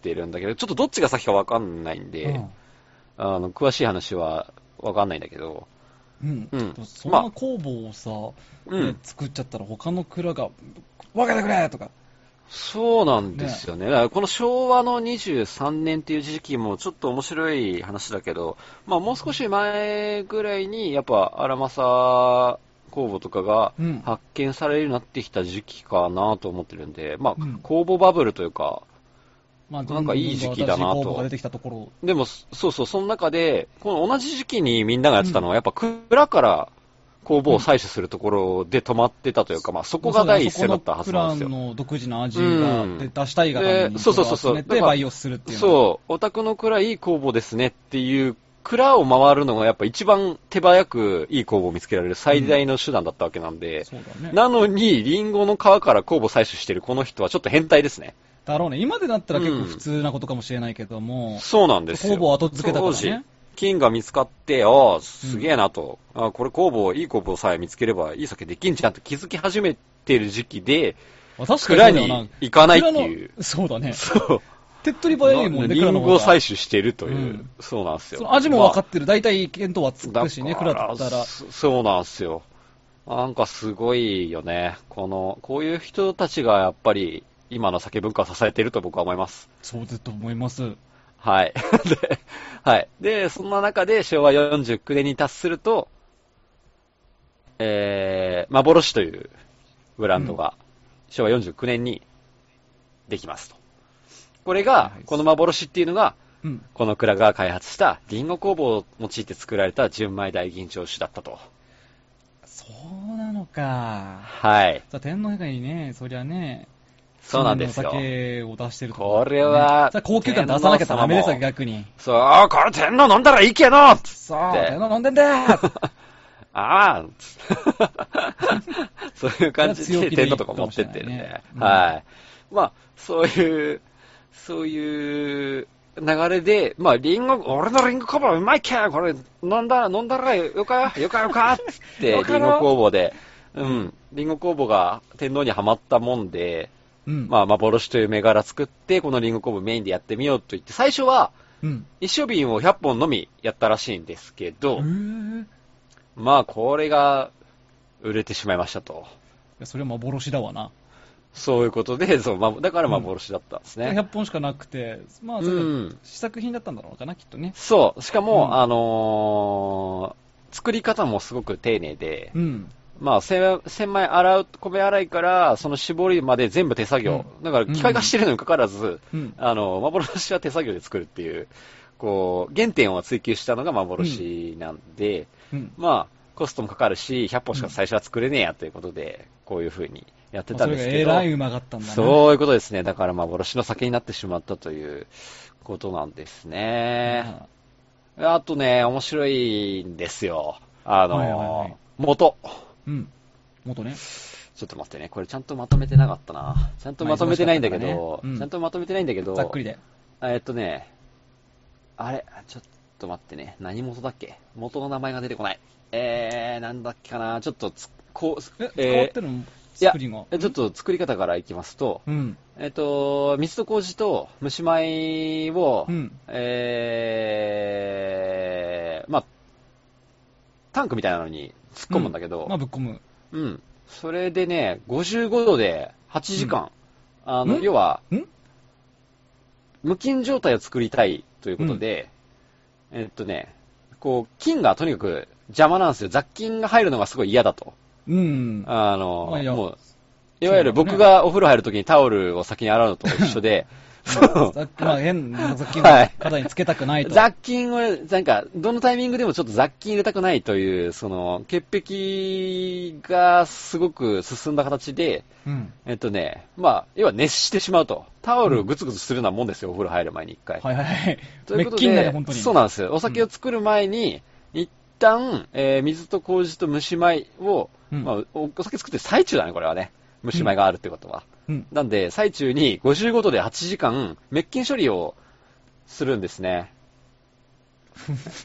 Speaker 2: ってるんだけど、ちょっとどっちが先かわかんないんで、
Speaker 1: うん
Speaker 2: あの、詳しい話はわかんないんだけど、
Speaker 1: うん
Speaker 2: うん
Speaker 1: そんな工房をさ、
Speaker 2: うん
Speaker 1: ね作っちゃったら他の蔵が分けてくれとか。
Speaker 2: そうなんですよね。だからこの昭和のにじゅうさんねんっていう時期もちょっと面白い話だけど、まあもう少し前ぐらいにやっぱ荒政工房とかが
Speaker 1: うん
Speaker 2: 発見されるようになってきた時期かなと思ってるんで、まあ
Speaker 1: うん
Speaker 2: 工房バブルというか、
Speaker 1: まあ、
Speaker 2: なんかいい時期だなと
Speaker 1: どんどんどんどん新しい工房が出てきたところ。
Speaker 2: でもそうそう、その中で、この同じ時期にみんながやってたのはやっぱ蔵から工房を採取するところで止まってたというか、まあそこが第一線だったはずなんですよ。
Speaker 1: そこの蔵の独自の味が
Speaker 2: うん
Speaker 1: 出したいがために
Speaker 2: でそうそうそうそう
Speaker 1: それを集めて培養するっていうの。
Speaker 2: そう、お宅の蔵いい工房ですねっていう蔵を回るのがやっぱ一番手早くいい工房を見つけられる最大の手段だったわけなんで、
Speaker 1: そうだね。
Speaker 2: なのにリンゴの皮から工房採取してるこの人はちょっと変態ですね。
Speaker 1: だろうね。今でなったら結構普通なことかもしれないけども、
Speaker 2: そうなんですよ。
Speaker 1: 工房後付けだからね
Speaker 2: 当時金が見つかって、ああ、すげえなと、うん、あこれ工房、いい工房さえ見つければいい酒できんじゃんと気づき始めてる時期で、
Speaker 1: 確かに
Speaker 2: 蔵に行かないっていう。
Speaker 1: そうだね。
Speaker 2: そう。
Speaker 1: 手っ取り早いもんね、
Speaker 2: リンゴを採取してるという、うん、そうなんですよ。
Speaker 1: その味も分かってる。大体見当はつくしね、蔵だったら。
Speaker 2: そうなんですよ。なんかすごいよね。この、こういう人たちがやっぱり今の酒文化を支えていると僕は思います。
Speaker 1: そうだと思います。
Speaker 2: はい。で、はい。で、そんな中で昭和よんじゅうきゅうねんに達すると、えー、幻というブランドが昭和よんじゅうきゅうねんにできますと。これが、この幻っていうのが、うん、この蔵が開発したリンゴ工房を用いて作られた純米大吟醸酒だったと。
Speaker 1: そうなのか。
Speaker 2: はい。
Speaker 1: さあ天皇陛下にね、そりゃね、
Speaker 2: そうなんですよ。
Speaker 1: お酒を出してると、
Speaker 2: ね。これは、
Speaker 1: さあ高級感出さなきゃダメですよ、逆に。
Speaker 2: そう、これ天皇飲んだらいいけど
Speaker 1: そう、天皇飲んでんだー
Speaker 2: ああそういう感じで天皇とか持ってってるんで、ねうん、はい。まあ、そういう、そういう流れで、まあ、リンゴ、俺のリンゴ工房うまいけんこれ、飲んだら、飲んだらよかよかよかって、リンゴ工房で、うん、リンゴ工房が天皇にはまったもんで、うん、まあ、幻という銘柄作って、このリンゴ工房メインでやってみようと言って、最初は、うん、一升瓶をひゃっぽんのみやったらしいんですけど、まあ、これが売れてしまいましたと。
Speaker 1: いやそれは幻だわな。
Speaker 2: そういうことで、そうま、だから幻だったんですね。
Speaker 1: うん、ひゃっぽんしかなくて、まあ、それが試作品だったんだろうかな、きっとね。
Speaker 2: そう、しかも、うん、あのー、作り方もすごく丁寧で、うん、まあ、千枚洗う、米洗いから、その絞りまで全部手作業。うん、だから、機械化してるのにかかわらず、うん、あの、幻は手作業で作るっていう、こう、原点を追求したのが幻なんで、うん、まあ、コストもかかるし、ひゃっぽんしか最初は作れねえやということで、こういう風にやってたんですけど。
Speaker 1: それがえらいうまかったんだね。
Speaker 2: そういうことですね。だから幻の酒になってしまったということなんですね。うん、あとね、面白いんですよ。あの、はいはいはい、元。
Speaker 1: うん。元ね。
Speaker 2: ちょっと待ってね。これちゃんとまとめてなかったな。ちゃんとまとめてないんだけど、まあねうん、ちゃんとまとめてないんだけど、
Speaker 1: ざっくりで。
Speaker 2: えっとね、あれ、ちょっと待ってね。何元だっけ？元の名前が出てこない。えー、なんだっけかな。ちょっとつ、こう、
Speaker 1: え、変わってるの作りが。
Speaker 2: いや、ちょっと作り方からいきますと、うん、えっと、水と麹と蒸し米を、うん、えー、まあ、タンクみたいなのに突っ込むんだけど、
Speaker 1: うん、まあ、ぶっ込む。
Speaker 2: うん。それでね、ごじゅうごどではちじかん、うん、あの、要は、無菌状態を作りたいということで、うん、えっとね、こう、菌がとにかく邪魔なんですよ。雑菌が入るのがすごい嫌だと。うん。あの、まあ、もう、いわゆる僕がお風呂入るときにタオルを先に洗うのと一緒で、
Speaker 1: そう。まあ、変な雑菌を肩につけたくないと。
Speaker 2: はい、雑菌を、なんか、どのタイミングでもちょっと雑菌入れたくないという、その、潔癖がすごく進んだ形で、うん、えっとね、まあ、要は熱してしまうと。タオルをグツグツするようなもんですよ、お風呂入る前に一回。
Speaker 1: はいはいはい。
Speaker 2: ということで、ね、本当にそうなんですよ。お酒を作る前に、うん、一旦、えー、水と麹と蒸し米を、うん、まあお、お酒作ってる最中だね、これはね。蒸し米があるってことは。うん、なんで、最中にごじゅうごどではちじかん、滅菌処理をするんですね。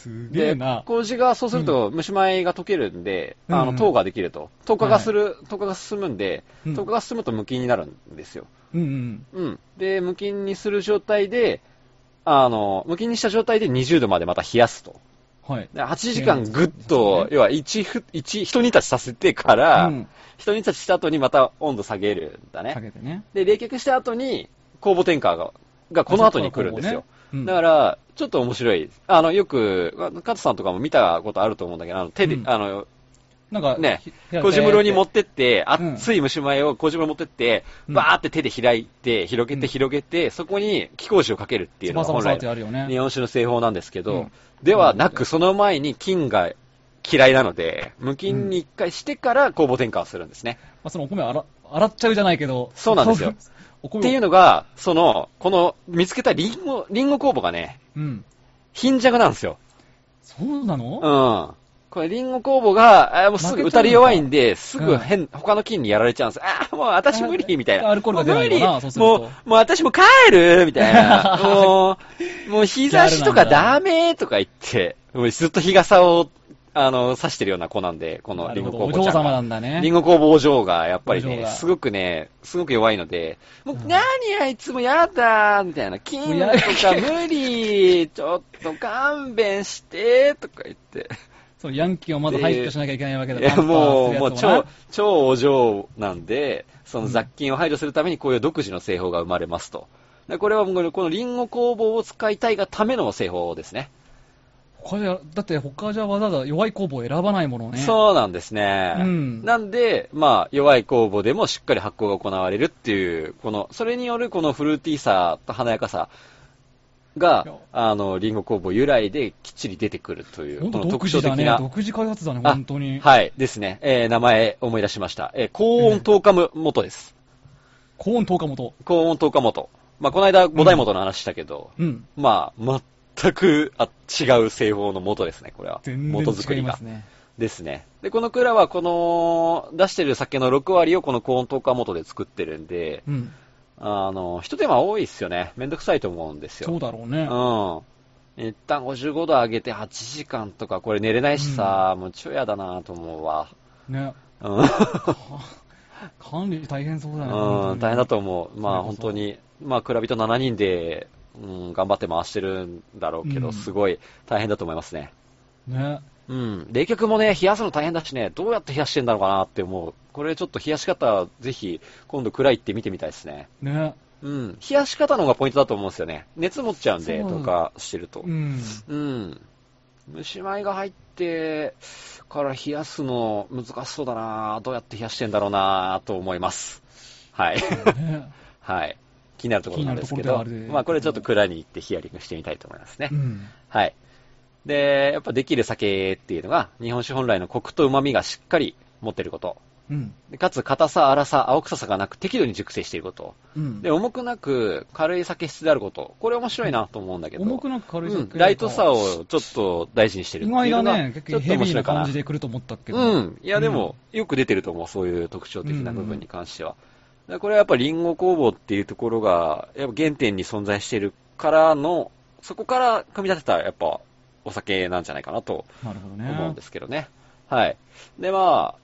Speaker 1: すげえ
Speaker 2: で、
Speaker 1: な。
Speaker 2: 麹がそうすると蒸し米が溶けるんで、
Speaker 1: うん
Speaker 2: あの、糖ができると。糖化がする、糖化が進むんで、
Speaker 1: うん
Speaker 2: 糖化が進むと無菌になるんですよ。
Speaker 1: うんうん。
Speaker 2: うん。で、無菌にする状態で、あの、無菌にした状態でにじゅうどまでまた冷やすと。
Speaker 1: はい。
Speaker 2: ではちじかんぐっと、要は1ふ、一、一煮立ちさせてから、
Speaker 1: うん
Speaker 2: 一煮立ちした後にまた温度下げるんだね。
Speaker 1: かけてね。
Speaker 2: で、冷却した後に、酵母添加が、がこの後に来るんですよ。
Speaker 1: うん
Speaker 2: だから、ちょっと面白い。あの、よく、カツさんとかも見たことあると思うんだけど、あの手で、
Speaker 1: うん
Speaker 2: あの、
Speaker 1: なんか、
Speaker 2: ね
Speaker 1: ひ、
Speaker 2: 小じ室に持
Speaker 1: っ
Speaker 2: ってって、
Speaker 1: うん
Speaker 2: 熱い蒸し米を小じ室に持ってって、
Speaker 1: うん
Speaker 2: バーって手で開いて、広げて
Speaker 1: うん
Speaker 2: 広げて、そこに木麹をかけるっていうのが本来
Speaker 1: バサバサってやるよ
Speaker 2: の
Speaker 1: ね。
Speaker 2: 日本酒の製法なんですけど、
Speaker 1: うん
Speaker 2: ではなく、その前に菌が嫌いなので、無菌に一回してから酵母添加をするんですね。
Speaker 1: まあ、そのお米洗洗っちゃうじゃないけど。
Speaker 2: そうなんですよ。
Speaker 1: お米を
Speaker 2: っていうのが、その、この見つけたリンゴ、リンゴ酵母がね、
Speaker 1: うん。
Speaker 2: 貧弱なんですよ。
Speaker 1: そうなの
Speaker 2: うん。これ、リンゴ酵母が、あもうすぐ打たれ弱いんで、すぐ
Speaker 1: うん
Speaker 2: 変、他の菌にやられちゃうんです。ああ、もう私無理みたいな。
Speaker 1: アルコールが出ないのかな
Speaker 2: もう無理
Speaker 1: そうすると
Speaker 2: もう、もう私も帰るみたいな。もう、もう日差しとかダメとか言って、もうずっと日傘を、あの、差してるような子なんで、このリンゴ酵母ちゃんが。
Speaker 1: お嬢様なんだね。
Speaker 2: リンゴ酵母お嬢が、やっぱりね、
Speaker 1: お嬢が
Speaker 2: すごくね、すごく弱いので、もう、
Speaker 1: うん
Speaker 2: 何あいつもやだみたいな、菌とか無理ちょっと勘弁してとか言って。
Speaker 1: そう、ヤンキーをまず排除しなきゃいけないわけだ
Speaker 2: いや、もう、もう、
Speaker 1: 超
Speaker 2: 超、超お嬢なんで、その雑菌を排除するためにこういう独自の製法が生まれますと。でこれはもう、このリンゴ酵母を使いたいがための製法ですね。
Speaker 1: 他じゃ、だって他じゃわざわざ弱い酵母を選ばないものね。
Speaker 2: そうなんですね。
Speaker 1: うん
Speaker 2: なんで、まあ、弱い酵母でもしっかり発酵が行われるっていう、この、それによるこのフルーティーさと華やかさが
Speaker 1: いや、
Speaker 2: あの、リンゴ酵母由来できっちり出てくるという、
Speaker 1: 本当独
Speaker 2: この特
Speaker 1: 自だね。
Speaker 2: 徴的な、
Speaker 1: 独自開発だね、
Speaker 2: あ
Speaker 1: 本当に。
Speaker 2: はい、ですね。えー名前思い出しました。えー高温糖化元です。
Speaker 1: 高温糖化元。
Speaker 2: 高温糖化元。まあ、この間、五代元の話したけど、
Speaker 1: うん。
Speaker 2: まあ、全くあ違う製法の元ですね、これは。
Speaker 1: 全
Speaker 2: 元作りが
Speaker 1: 然違います。ね。
Speaker 2: ですね。で、この蔵は、この、出してる酒のろく割をこの高温糖化元で作ってるんで、
Speaker 1: うん。
Speaker 2: あの、一手間多いっすよね。めんどくさいと思うんですよ。
Speaker 1: そうだろうね。
Speaker 2: うん。一旦ごじゅうごど上げてはちじかんとか、これ寝れないしさ、もう超嫌だなと思うわ。
Speaker 1: ね。
Speaker 2: うん。
Speaker 1: 管理大変そうだね。
Speaker 2: うん、大変だと
Speaker 1: 思
Speaker 2: 思う。まあ
Speaker 1: それこそ
Speaker 2: 本当に、まあ蔵人しちにんで、うん、頑張って回してるんだろうけど、
Speaker 1: うん
Speaker 2: すごい大変だと思いますね。
Speaker 1: う。ね。
Speaker 2: うん。冷却もね、冷やすの大変だしね、どうやって冷やしてんだろうかなって思う。これちょっと冷やし方、ぜひ、今度蔵行って見てみたいですね。
Speaker 1: ね。
Speaker 2: うん。冷やし方の方がポイントだと思うんですよね。熱持っちゃうんで、
Speaker 1: そう
Speaker 2: とかしてると。
Speaker 1: うん。
Speaker 2: うん。蒸し米が入ってから冷やすの難しそうだな、どうやって冷やしてんだろうなと思います。はい。
Speaker 1: ね。
Speaker 2: はい。気になるところなんですけど
Speaker 1: 気になるところではあ、る
Speaker 2: まあこれちょっと蔵に行ってヒアリングしてみたいと思いますね。
Speaker 1: うん。
Speaker 2: はい。で、やっぱできる酒っていうのが、日本酒本来のコクと旨味がしっかり持っていること。
Speaker 1: うん。
Speaker 2: でかつ、硬さ、粗さ、青臭さがなく適度に熟成していること。
Speaker 1: うん。
Speaker 2: で、重くなく軽い酒質であること。これ面白いなと思うんだけど。
Speaker 1: 重くなく軽い
Speaker 2: うん
Speaker 1: 酒
Speaker 2: ライトさをちょっと大事にしてるっ
Speaker 1: 意
Speaker 2: ていうのが、
Speaker 1: 外だね。結構
Speaker 2: ちょっと
Speaker 1: ヘビーない
Speaker 2: 面白かな
Speaker 1: 感じ。で来ると思ったけど。
Speaker 2: うん。いや、でも、よく出てると思う。そういう特徴的な部分に関しては。でこれはやっぱりリンゴ工房っていうところが、やっぱ原点に存在しているからの、そこから組み立てた、やっぱ、お酒なんじゃないかなと
Speaker 1: なるほどね。
Speaker 2: 思うんですけどね。はい。で、まあ、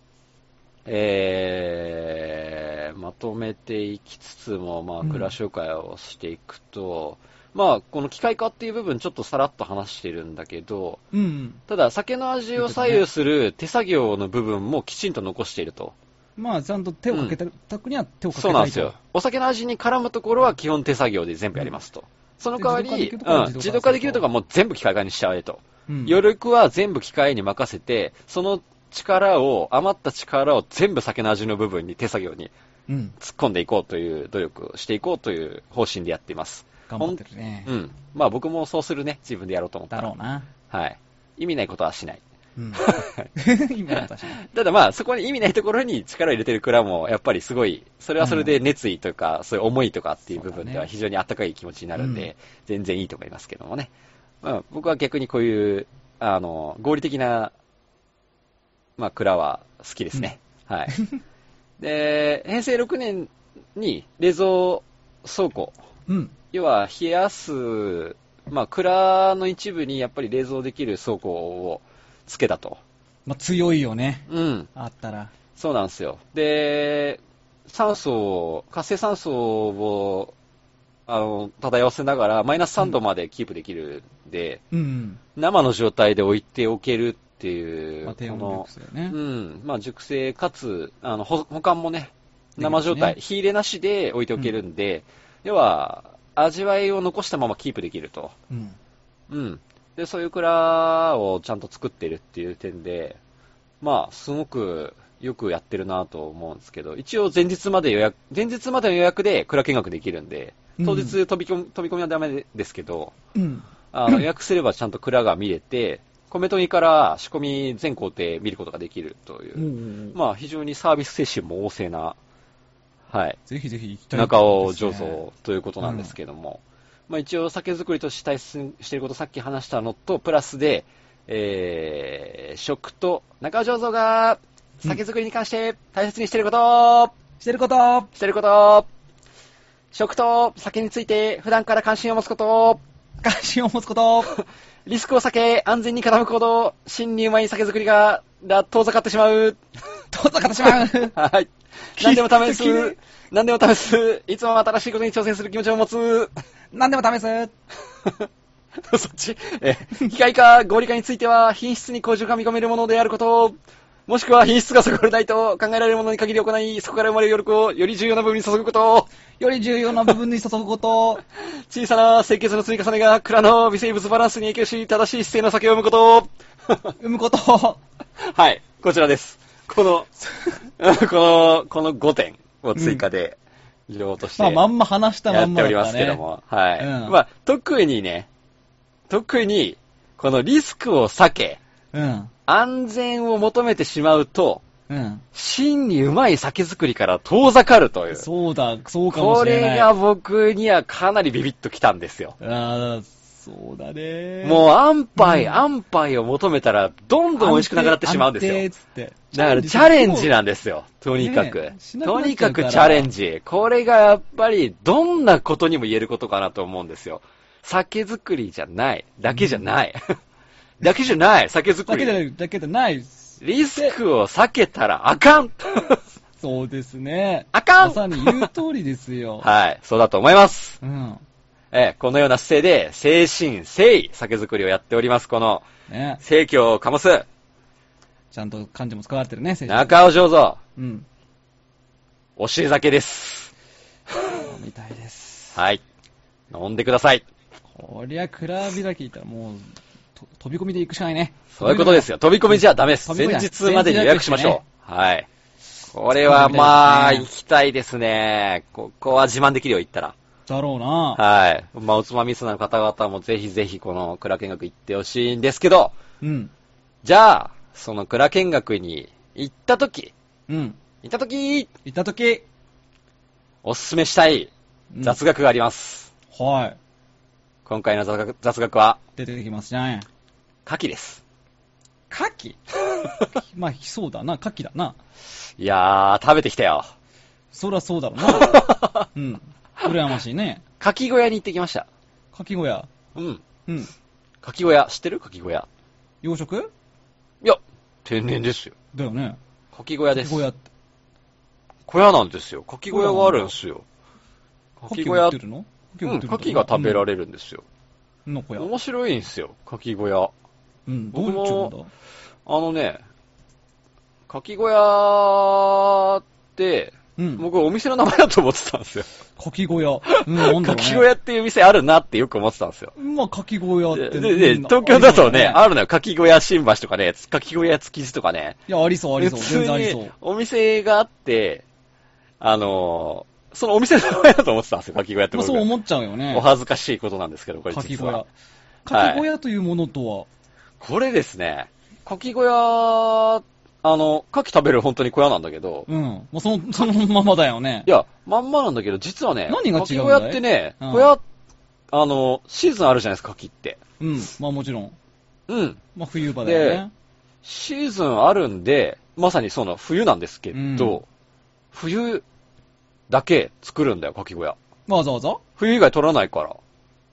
Speaker 2: えー、まとめていきつつも、まあ、
Speaker 1: うん
Speaker 2: 蔵紹介をしていくと、まあ、この機械化っていう部分ちょっとさらっと話してるんだけど、
Speaker 1: うんうん。
Speaker 2: ただ、酒の味を左右する手作業の部分もきちんと残していると。
Speaker 1: まあ、ちゃんと手をかけたたくには手をかけたいと。
Speaker 2: そうなんですよ。お酒の味に絡むところは基本手作業で全部やりますと。その代わり、
Speaker 1: で自動化できるところは
Speaker 2: うん、自動化できるとかもう全部機械化にしちゃえと。
Speaker 1: うん。
Speaker 2: 余力は全部機械に任せて、その力を、余った力を全部酒の味の部分に手作業に
Speaker 1: うん。
Speaker 2: 突っ込んでいこうという努力をしていこうという方針でやっています。
Speaker 1: 頑張ってるね。
Speaker 2: うん。まあ僕もそうするね、自分でやろうと思ったら。
Speaker 1: だろうな。
Speaker 2: はい。意味ないことはしない。
Speaker 1: うん。今の私。
Speaker 2: ただまあ、そこに意味ないところに力を入れてる蔵も、やっぱりすごい、それはそれで熱意とか、そういう思いとかっていう部分では非常に温かい気持ちになるんで、
Speaker 1: うん
Speaker 2: 全然いいと思いますけどもね。まあ、僕は逆にこういう、あの、合理的な、まあ、蔵は好きですね。はい。で、へいせいろくねんに冷蔵倉庫、
Speaker 1: うん。
Speaker 2: 要は冷やすまあ、蔵の一部にやっぱり冷蔵できる倉庫をつけたと。
Speaker 1: まあ、強いよね。
Speaker 2: うん。
Speaker 1: あったら。
Speaker 2: そうなんですよ。で、酸素を、活性酸素を、あの、漂わせながら、マイナスさんどまでキープできるんで、
Speaker 1: うん。
Speaker 2: 生の状態で置いておけるっていう、
Speaker 1: まあ、低温
Speaker 2: この
Speaker 1: 熟成ね。
Speaker 2: うん、まあ、熟成かつ、あの、ほ保管もね、生状態、
Speaker 1: できますね
Speaker 2: 火入れなしで置いておけるんで、要は、味わいを残したままキープできると。
Speaker 1: うん。
Speaker 2: うん。で、そういう蔵をちゃんと作ってるっていう点で、まあ、すごくよくやってるなと思うんですけど、一応前日まで予約、前日までの予約で蔵見学できるんで、当日飛び込み、飛び込みはダメですけど、
Speaker 1: うん。
Speaker 2: あの予約すればちゃんと蔵が見れて、米研ぎから仕込み全工程見ることができるという、
Speaker 1: うんうんうん、
Speaker 2: まあ非常にサービス精神も旺盛な、はい。
Speaker 1: ぜひぜひ行きたい、
Speaker 2: 中尾醸造ということなんですけども、うん、まあ一応酒造りとして大切にしていることさっき話したのと、プラスで、えー、食と中尾醸造が酒造りに関して大切にしていること、うん、
Speaker 1: してること
Speaker 2: していること食と酒について普段から関心を持つこと、
Speaker 1: 関心を持つこと
Speaker 2: リスクを避け、安全に傾くほど、真にうまい酒造りが、遠ざかってしまう。
Speaker 1: 遠ざかってしまう
Speaker 2: はい。何でも試す。何でも試す。いつも新しいことに挑戦する気持ちを持つ。
Speaker 1: 何でも試す。
Speaker 2: そっちえ、機械化、合理化については、品質に向上が見込めるものであること。もしくは品質が損なないと考えられるものに限り行い、そこから生まれる余力をより重要な部分に注ぐこと。
Speaker 1: より重要な部分に注ぐこと。
Speaker 2: 小さな清潔の積み重ねが蔵の微生物バランスに影響し、正しい姿勢の酒を生むこと。
Speaker 1: 生むこと。
Speaker 2: はい、こちらです。この、この、このごてんを追加で、入れようとして、
Speaker 1: まあ、まんま話したまんまだったね。
Speaker 2: やっておりますけども、はい。
Speaker 1: うん、
Speaker 2: まあ、特にね、特に、このリスクを避け、
Speaker 1: うん、
Speaker 2: 安全を求めてしまうと、
Speaker 1: うん、
Speaker 2: 真にうまい酒造りから遠ざかるという。
Speaker 1: そうだ、そうかもしれない。
Speaker 2: これが僕にはかなりビビッときたんですよ。
Speaker 1: ああ、そうだね。
Speaker 2: もう安牌、
Speaker 1: うん、
Speaker 2: 安牌を求めたら、どんどん美味しくなくなってしまうんですよ。
Speaker 1: 安定つって。
Speaker 2: だからチャレンジなんですよ。とにかく。ね、とにかくチャレンジ。これがやっぱりどんなことにも言えることかなと思うんですよ。酒造りじゃない。だけじゃない。うん、だけじゃない。酒造り。
Speaker 1: だけじゃない。だけじゃない。
Speaker 2: リスクを避けたらあかん。
Speaker 1: そうですね。
Speaker 2: あかん。
Speaker 1: まさに言う通りですよ。
Speaker 2: はい。そうだと思います。
Speaker 1: うん。
Speaker 2: えー、このような姿勢で、誠心誠意酒造りをやっております。この、ね、盛況を醸す。
Speaker 1: ちゃんと漢字も使われてるね、
Speaker 2: 中尾醸造。
Speaker 1: うん。
Speaker 2: おし酒です。
Speaker 1: みたいです。
Speaker 2: はい。飲んでください。
Speaker 1: こりゃ、蔵開きいたらもう、飛び込みで行くしかないね。
Speaker 2: そういうことですよ。飛び込みじゃダメです。前日までに予約しましょう。ね、はい。これはまあ、行きたいですね。ここは自慢できるよ、行ったら。
Speaker 1: だろうな。
Speaker 2: はい。まあ、おつまみスナーの方々もぜひぜひこの蔵見学行ってほしいんですけど、
Speaker 1: うん。
Speaker 2: じゃあ、その蔵見学に行ったとき、
Speaker 1: うん。
Speaker 2: 行ったとき、
Speaker 1: 行ったとき、
Speaker 2: おすすめしたい雑学があります。
Speaker 1: うん、はい。
Speaker 2: 今回の雑学、雑学は、
Speaker 1: 出てきますじゃん。
Speaker 2: 牡蠣です。
Speaker 1: 牡蠣まあ、そうだな、牡蠣だな。
Speaker 2: いやー、食べてきたよ。
Speaker 1: そりゃそうだろうな。うん。羨ましいね。
Speaker 2: 牡蠣小屋に行ってきました。
Speaker 1: 牡蠣小屋。
Speaker 2: うん。
Speaker 1: うん。
Speaker 2: 牡蠣小屋、知ってる牡蠣小屋。
Speaker 1: 養殖？
Speaker 2: いや、天然ですよ。
Speaker 1: だよね。
Speaker 2: 牡蠣小屋です。
Speaker 1: 牡蠣小屋って。
Speaker 2: 小屋なんですよ。牡蠣小屋があるんですよ。
Speaker 1: 牡蠣小屋。牡蠣売ってるの？
Speaker 2: うん、牡蠣が食べられるんですよ。
Speaker 1: うん、の小屋。
Speaker 2: 面白いんですよ、牡蠣小屋。
Speaker 1: うん、どういうちゅうんだ？
Speaker 2: あのね、牡蠣小屋って、うん、僕お店の名前だと思ってたんですよ。
Speaker 1: 牡蠣小屋。うん、なんだろうね。
Speaker 2: 牡蠣小屋っていう店あるなってよく思ってたんですよ。
Speaker 1: まあ、牡蠣小屋って。
Speaker 2: で、で、東京だとね、あるのよ。牡蠣小屋新橋とかね、牡蠣小屋築地とかね。
Speaker 1: いや、ありそう、ありそう。全然ありそう。
Speaker 2: お店があって、あのー、そのお店の名前だと思ってたんですよ、牡蠣小屋って僕。
Speaker 1: まあ、そう思っちゃうよね。
Speaker 2: お恥ずかしいことなんですけど、これ実は。
Speaker 1: 牡蠣小屋。牡蠣小屋というものとは、はい、
Speaker 2: これですね、牡蠣小屋、あの、牡蠣食べる本当に小屋なんだけど。
Speaker 1: うん。もうその、そのままだよね。
Speaker 2: いや、まんまなんだけど、実はね、
Speaker 1: 何が違うんだい？
Speaker 2: 牡蠣小屋ってね、うん、小屋、あの、シーズンあるじゃないですか、牡蠣って。
Speaker 1: うん。まあもちろん。
Speaker 2: うん。
Speaker 1: まあ冬場だよね。
Speaker 2: シーズンあるんで、まさにその冬なんですけど、うん、冬だけ作るんだよ、牡蠣小屋。
Speaker 1: わざわざ？
Speaker 2: 冬以外取らないから。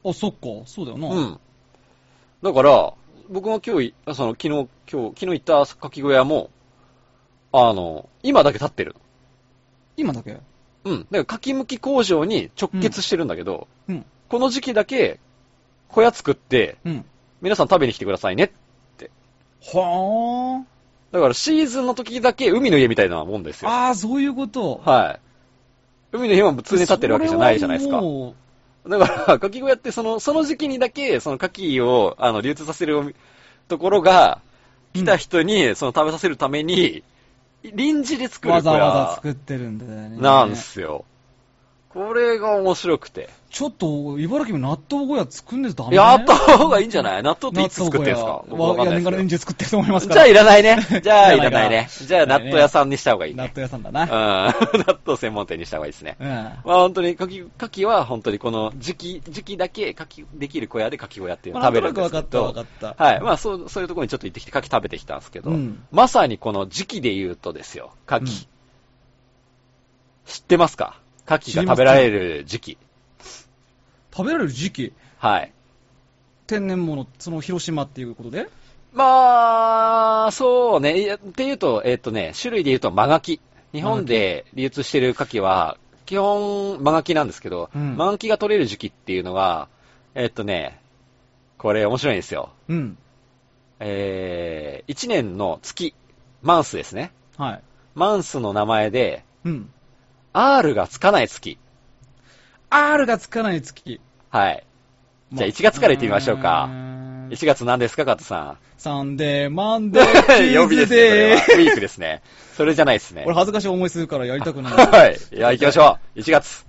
Speaker 1: あ、そっか。そうだよな。
Speaker 2: うん。だから、僕も今日、その、昨日、今日、昨日行った牡蠣小屋も、あの、今だけ立ってる。
Speaker 1: 今だけ
Speaker 2: うん。だから、牡蠣むき工場に直結してるんだけど、
Speaker 1: うん。
Speaker 2: この時期だけ、小屋作って、
Speaker 1: うん。
Speaker 2: 皆さん食べに来てくださいね。
Speaker 1: は
Speaker 2: だから、シーズンの時だけ海の家みたいなもんです
Speaker 1: あ。
Speaker 2: よ。
Speaker 1: ああ、そういうこと。
Speaker 2: はい。海の家も普通に立ってるわけじゃないじゃないですか。だから、牡蠣小屋ってその、その時期にだけ、その牡蠣を、あの、流通させるところが、来た人に、その食べさせるために、臨時で作る
Speaker 1: わざ
Speaker 2: 小屋
Speaker 1: わざ作ってるんだよね。
Speaker 2: なんですよ。これが面白くて。
Speaker 1: ちょっと、茨城も納豆小屋作んねえとダメね。
Speaker 2: やった方がいいんじゃない？納豆っていつ作ってんすか？僕わかんないですけど。
Speaker 1: いや、年がら年中作ってると思いますか
Speaker 2: じゃ
Speaker 1: ら。
Speaker 2: あいらないね。じゃあいらないね。じゃあ納豆屋さんにした方がいいね。
Speaker 1: 納豆屋さんだな。
Speaker 2: うん。納豆専門店にした方がいいですね。
Speaker 1: うん。
Speaker 2: まあ本当に、牡蠣、牡蠣は本当にこの時期、時期だけ牡蠣できる小屋で牡蠣小屋っていうのを食べるんですけど。
Speaker 1: なんとなく分かった分かった。
Speaker 2: はい。まあそう、そういうところにちょっと行ってきて牡蠣食べてきたんですけど、
Speaker 1: うん、
Speaker 2: まさにこの時期で言うとですよ、牡蠣。うん、知ってますか？牡蠣が食べられる時期。
Speaker 1: 食べられる時期？
Speaker 2: はい。
Speaker 1: 天然物、その広島っていうことで？
Speaker 2: まあ、そうね。っていうと、えっとね、種類で言うと真牡蠣。日本で流通してる牡蠣は、基本真牡蠣なんですけど、うん、真牡蠣が取れる時期っていうのは、えっとね、これ面白いんですよ。
Speaker 1: うん。
Speaker 2: えー、いちねんの月、マンスですね。
Speaker 1: はい。
Speaker 2: マンスの名前で、
Speaker 1: うん。
Speaker 2: R がつかない月。
Speaker 1: R がつかない月。
Speaker 2: はい。じゃあいちがつから言ってみましょうか。いちがつ何ですか、カットさん。
Speaker 1: サンデー、マンデー、チ
Speaker 2: 曜日
Speaker 1: ューズ
Speaker 2: ですね。
Speaker 1: デー。
Speaker 2: ウィークですね。それじゃないですね。
Speaker 1: 俺恥ずかしい思いするからやりたくない。
Speaker 2: はい。いや、行きましょう。いちがつ。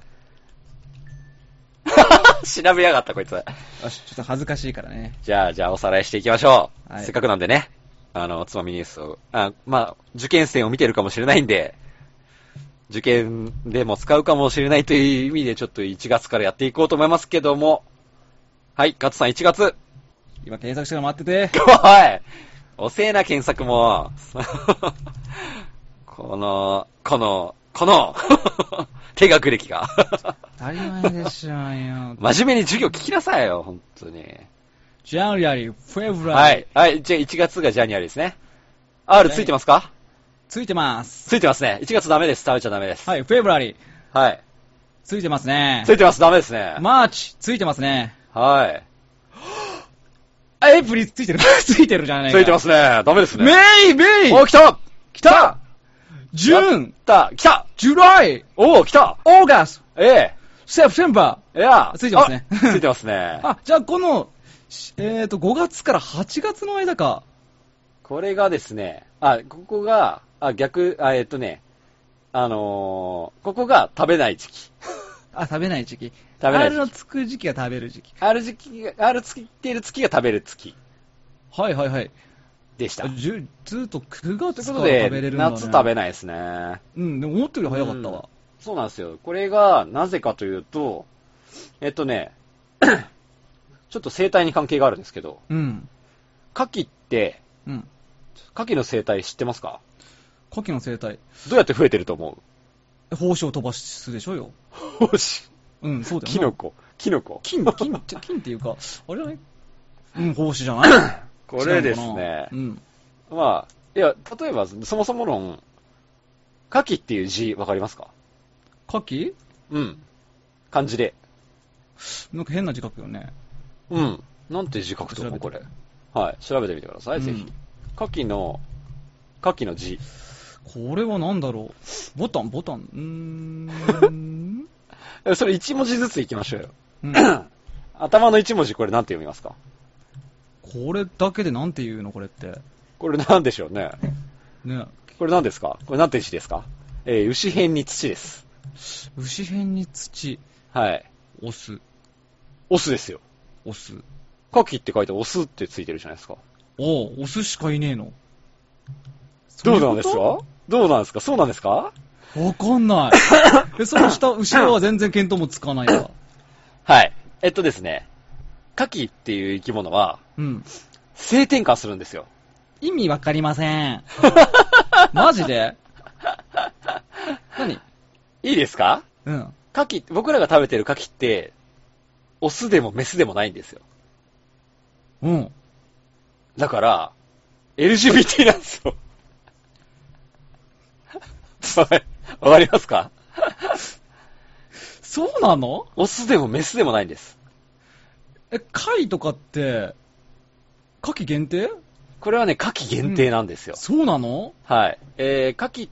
Speaker 2: 調べやがった、こいつ。よ
Speaker 1: し、ちょっと恥ずかしいからね。
Speaker 2: じゃあ、じゃあおさらいしていきましょう。
Speaker 1: はい、
Speaker 2: せっかくなんでね。あの、つまみニュースを。あ、まあ、受験生を見てるかもしれないんで、受験でも使うかもしれないという意味でちょっといちがつからやっていこうと思いますけども。はい、ガッツさんいちがつ。
Speaker 1: 今検索してから待ってて。
Speaker 2: おい遅えな、検索も。この、この、この、低学歴が。
Speaker 1: 当たり前でしょうよ。
Speaker 2: 真面目に授業聞きなさいよ、本当に。
Speaker 1: ジャニアリー、フェブラリー。
Speaker 2: はい、はい、じゃあいちがつがジャニアリーですね。R ついてますか？
Speaker 1: ついてます。
Speaker 2: ついてますね。いちがつダメです。食べちゃダメです。
Speaker 1: はい、フェブラリー。
Speaker 2: はい。
Speaker 1: ついてますね。
Speaker 2: ついてます。ダメですね。
Speaker 1: マーチ、ついてますね。
Speaker 2: はい。
Speaker 1: あ、エイプリルついてる。ついてるじゃないか。
Speaker 2: ついてますね。ダメですね。
Speaker 1: メイメイ
Speaker 2: お、来た
Speaker 1: 来たジューン
Speaker 2: 来た来た
Speaker 1: ジュライ
Speaker 2: おー、来た
Speaker 1: オーガス
Speaker 2: ええ
Speaker 1: セプテンバ
Speaker 2: ーいや
Speaker 1: ついてますね。
Speaker 2: ついてますね。
Speaker 1: あ、じゃあこの、えーと、ごがつからはちがつの間か。
Speaker 2: これがですね、あ、ここが、あ、逆、あ、えっとね、あのー、ここが食べない時期。
Speaker 1: あ、食べない時期。
Speaker 2: 食べない時期。
Speaker 1: R のつく時期が食べる時期。
Speaker 2: R 時期が、R ついている月が食べる月。
Speaker 1: はいはいはい。
Speaker 2: でした。
Speaker 1: ずずっとくがつから食
Speaker 2: べ
Speaker 1: べれるんだね。
Speaker 2: 夏食べないですね。
Speaker 1: うん、でも思ったより早かったわ、
Speaker 2: うん。そうなんですよ。これが、なぜかというと、えっとね、ちょっと生態に関係があるんですけど、
Speaker 1: うん。
Speaker 2: 牡蠣って、
Speaker 1: うん。
Speaker 2: 牡蠣の生態知ってますか？
Speaker 1: 牡蠣の生態。
Speaker 2: どうやって増えてると思
Speaker 1: う？胞子を飛ばすでしょよ。
Speaker 2: 胞子
Speaker 1: うん、そうだよ
Speaker 2: キノコ。キノコ。
Speaker 1: 金、金、金っていうか、あれじゃないうん、胞子じゃない
Speaker 2: これですね。
Speaker 1: うん。
Speaker 2: まあ、いや、例えば、そもそも論、牡蠣っていう字わかりますか？
Speaker 1: 牡蠣？
Speaker 2: うん。漢字で。
Speaker 1: なんか変な字書くよね。
Speaker 2: うん。なんて字書くと思うこれ。はい。調べてみてください、うん、ぜひ。牡蠣の、牡蠣の字。
Speaker 1: これはなんだろう。ボタン、ボタン。うーん。
Speaker 2: それ一文字ずついきましょうよ。
Speaker 1: うん、
Speaker 2: 頭の一文字これなんて読みますか？
Speaker 1: これだけでなんて言うのこれって。
Speaker 2: これなんでしょうね。
Speaker 1: ね。
Speaker 2: これ何ですか？これなんて字ですか？えー、牛辺に土です。
Speaker 1: 牛辺に土。
Speaker 2: はい。
Speaker 1: オス。
Speaker 2: オスですよ。
Speaker 1: オス。
Speaker 2: 牡蠣って書いてオスってついてるじゃないですか。
Speaker 1: おう、オスしかいねえの。
Speaker 2: どうなんですか？どうなんですか？そうなんですか？
Speaker 1: わかんない。え、その下、後ろは全然見当もつかないわ。
Speaker 2: はい。えっとですね、牡蠣っていう生き物は、
Speaker 1: うん。
Speaker 2: 性転換するんですよ。
Speaker 1: 意味わかりません。マジで？何？
Speaker 2: いいですか？
Speaker 1: うん。
Speaker 2: 牡蠣、僕らが食べてる牡蠣って、 オスでもメスでもないんですよ。
Speaker 1: うん。
Speaker 2: だから、エルジービーティー なんですよ。わかりますか？
Speaker 1: そうなの？
Speaker 2: オスでもメスでもないんです。
Speaker 1: え、貝とかって、夏季限定？
Speaker 2: これはね、夏季限定なんですよ。
Speaker 1: うん、そうなの？
Speaker 2: はい。えー、夏季って、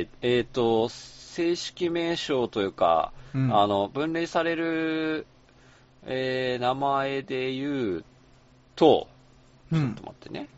Speaker 2: えっと、正式名称というか、うん、あの、分類される、えー、名前で言うと、ちょっと待ってね。うん、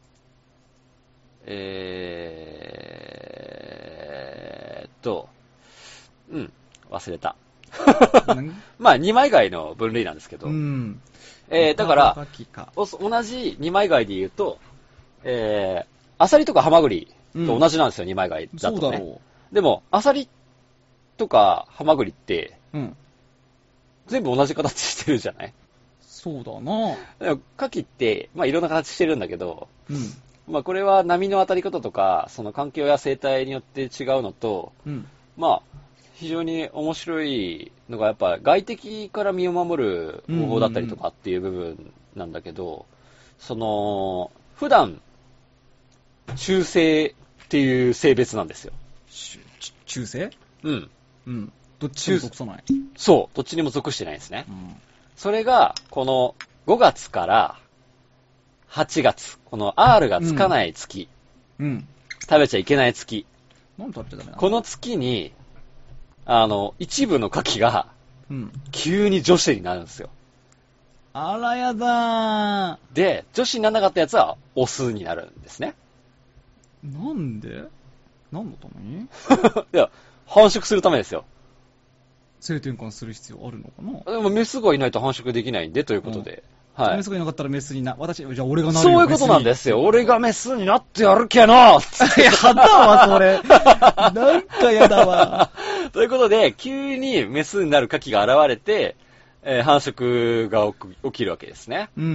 Speaker 2: えーっと、うん、忘れた。まあ、二枚貝の分類なんですけど、うん、えー、だから、同じ二枚貝で言うと、えー、アサリとかハマグリと同じなんですよ、うん、二枚貝だとね。そうだろう。でも、アサリとかハマグリって、うん、全部同じ形してるじゃない？
Speaker 1: そうだな。
Speaker 2: でも、カキって、まあ、いろんな形してるんだけど、うん、まあ、これは波の当たり方とか、その環境や生態によって違うのと、うん、まあ、非常に面白いのが、やっぱ外敵から身を守る方法だったりとかっていう部分なんだけど、その、普段、中性っていう性別なんですよ。
Speaker 1: 中性？
Speaker 2: うん。
Speaker 1: うん。どっちにも属さない。
Speaker 2: そう、どっちにも属してないんですね。うん、それが、このごがつからはちがつ、この R がつかない月、うんうん、食べちゃいけない月、
Speaker 1: なんで食べちゃダメなの？
Speaker 2: この月に、あの、一部の牡蠣が、急に女子になるんですよ。
Speaker 1: あらやだー。
Speaker 2: で、女子にならなかったやつは、オスになるんですね。
Speaker 1: なんで？何のために？
Speaker 2: いや、繁殖するためですよ。
Speaker 1: 性転換する必要あるのかな？
Speaker 2: でも、メスがいないと繁殖できないんで、ということで。
Speaker 1: うん、はい。メスがいなかったらメスにな、私、じゃあ俺がなる
Speaker 2: よ。そういうことなんですよ。俺がメスになってやるけな。や
Speaker 1: だわ、それ。なんかやだわ。
Speaker 2: ということで、急にメスになる牡蠣が現れて、えー、繁殖が起きるわけですね。うん。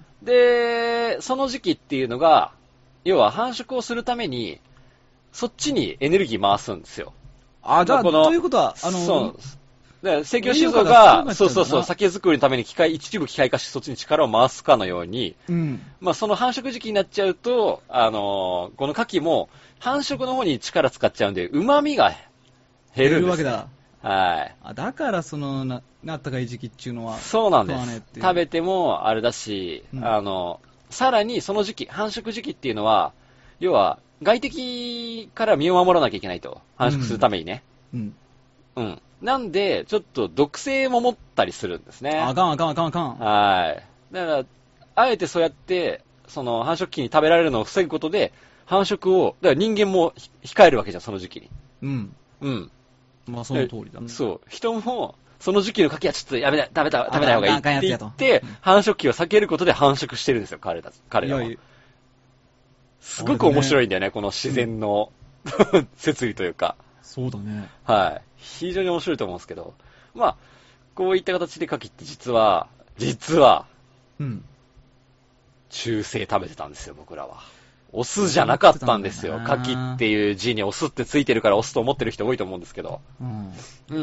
Speaker 2: で、その時期っていうのが、要は繁殖をするために、そっちにエネルギー回すんですよ。
Speaker 1: あ、じゃあ、このということは、あの、
Speaker 2: そうで制御酒造が、そうそうそう、酒造りのために機械、一部機械化してそっちに力を回すかのように、うん、まあその繁殖時期になっちゃうと、あのー、この牡蠣も繁殖の方に力使っちゃうんで、旨味が減るんです、ね。減るわけだ。はい。
Speaker 1: あ、だからその、な、なったかい時期っていうのは。
Speaker 2: そうなんです。食べてもあれだし、うん、あの、さらにその時期、繁殖時期っていうのは、要は、外敵から身を守らなきゃいけないと。繁殖するためにね。うん。うん。うんなんで、ちょっと毒性も持ったりするんですね。
Speaker 1: あかんあかんあかんあかん。
Speaker 2: はい。だから、あえてそうやって、その繁殖期に食べられるのを防ぐことで、繁殖を、だから人間も控えるわけじゃん、その時期に。うん。うん。
Speaker 1: まあその通りだね。
Speaker 2: そう。人も、その時期の牡蠣はちょっとやめた、食べた、食べない方がいいって言って、繁殖期を避けることで繁殖してるんですよ、彼ら、彼らは。すごく面白いんだよね、この自然の、うん、摂理というか。
Speaker 1: そうだね。
Speaker 2: はい。非常に面白いと思うんですけど、まあ、こういった形で牡蠣って実は、実は、うん。中性食べてたんですよ、僕らは。オスじゃなかったんですよ。牡蠣っていう字にオスってついてるからオスと思ってる人多いと思うんですけど。うん。うん。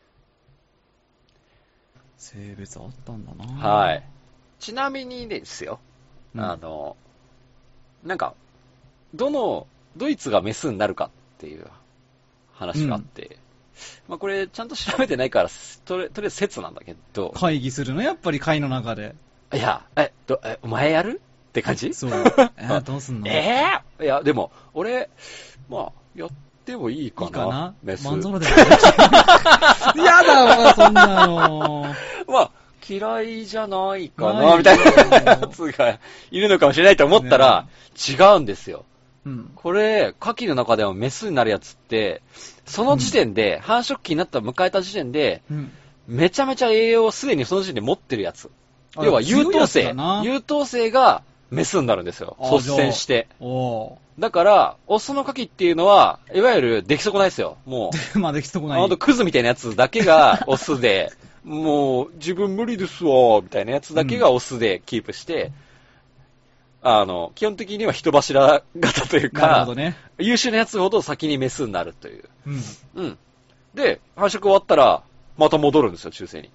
Speaker 1: 性別あったんだな。
Speaker 2: はい。ちなみにですよ、うん、あの、なんか、どの、ドイツがメスになるかっていう話があって、うん、まあこれちゃんと調べてないからとり、とりあえず説なんだけど。
Speaker 1: 会議するのやっぱり会の中で。
Speaker 2: いや、え、どえお前やるって感じ？
Speaker 1: そう。えー、どうすんの？
Speaker 2: えー、いや、でも、俺、まあ、やってもいいかな。いいかなメス。
Speaker 1: まんざらでもやだわ、そんなの。
Speaker 2: まあ、嫌いじゃないかな、みたいなやつがいるのかもしれないと思ったら、ね、違うんですよ。うん、これ、牡蠣の中でもメスになるやつって、その時点で、うん、繁殖期になった迎えた時点で、うん、めちゃめちゃ栄養をすでにその時点で持ってるやつ。要は優等生。優等生がメスになるんですよ。率先して。だから、オスの牡蠣っていうのは、いわゆる出来損ないですよ。も
Speaker 1: う。まあ出来損ない。
Speaker 2: ほんとクズみたいなやつだけがオスで、もう自分無理ですわ、みたいなやつだけがオスでキープして、うん、あの、基本的には人柱型というか、なるほどね、優秀なやつほど先にメスになるという。うん。うん。で、繁殖終わったら、また戻るんですよ、中性に。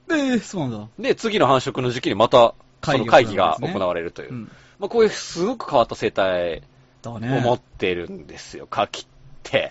Speaker 1: えー、そうなんだ。
Speaker 2: で、次の繁殖の時期にまた、その会議が行われるという。
Speaker 1: うん、
Speaker 2: まあ、こういうすごく変わった生態
Speaker 1: だ
Speaker 2: を持
Speaker 1: ね。
Speaker 2: ってるんですよ、牡蠣って。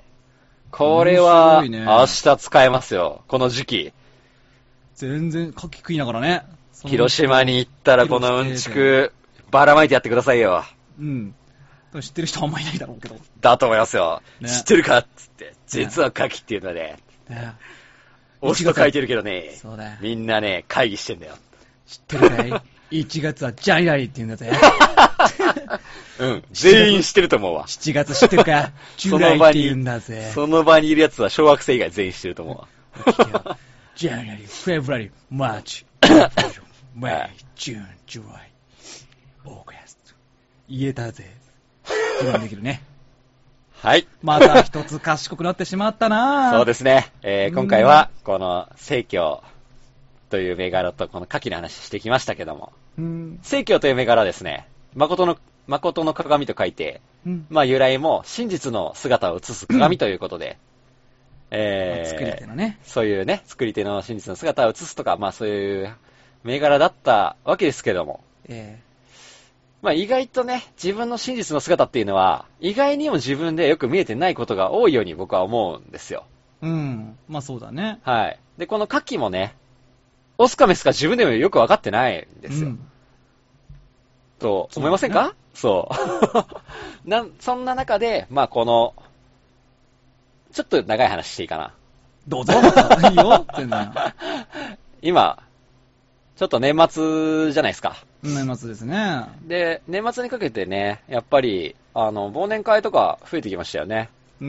Speaker 2: これは、
Speaker 1: 面白いね
Speaker 2: 明日使えますよ、この時期。
Speaker 1: 全然、牡蠣食いながらね。その
Speaker 2: 広島に行ったらこのうんちく、ばらまいてやってくださいよ。
Speaker 1: うん。知ってる人はあんまいないだろうけど。
Speaker 2: だと思いますよ。
Speaker 1: ね
Speaker 2: 知ってるかっつって。実は牡蠣っていうのはね、
Speaker 1: ね、
Speaker 2: 押すと書いてるけどね、
Speaker 1: そうだよ。
Speaker 2: みんなね、会議してんだよ。
Speaker 1: 知ってるかい ?いち 月はジャリラリって言うんだぜ。
Speaker 2: うん。全員知ってると思うわ。
Speaker 1: しちがつ知ってるかジュライって言うんだぜ。
Speaker 2: その場にいるやつは小学生以外全員知ってると思うわ。
Speaker 1: ジャニュアリー、フェブラリー、マーチ、メイ、ジューン、ジュライ、オーガスト。言えたぜ。今できるね。
Speaker 2: はい。
Speaker 1: また一つ賢くなってしまったな。
Speaker 2: そうですね。えー、今回は、この、聖教という銘柄と、この牡蠣の話してきましたけども、
Speaker 1: うん、
Speaker 2: 聖教という銘柄はですね、誠の、誠の鏡と書いて、うん、まあ由来も真実の姿を映す鏡ということで、うん、えー、
Speaker 1: 作り手のね。
Speaker 2: そういうね、作り手の真実の姿を映すとか、まあそういう銘柄だったわけですけども、えーまあ意外とね、自分の真実の姿っていうのは、意外にも自分でよく見えてないことが多いように僕は思うんですよ。
Speaker 1: うん。まあそうだね。
Speaker 2: はい。で、この牡蠣もね、オスかメスか自分でもよくわかってないんですよ。うん、と思いませんか？そう。な、そんな中で、まあこの、ちょっと長い話していいかな。
Speaker 1: どうぞ。いいよ。全然。
Speaker 2: 今、ちょっと年末じゃないですか。
Speaker 1: 年末ですね。
Speaker 2: で、年末にかけてね、やっぱり、あの、忘年会とか増えてきましたよね。
Speaker 1: うん。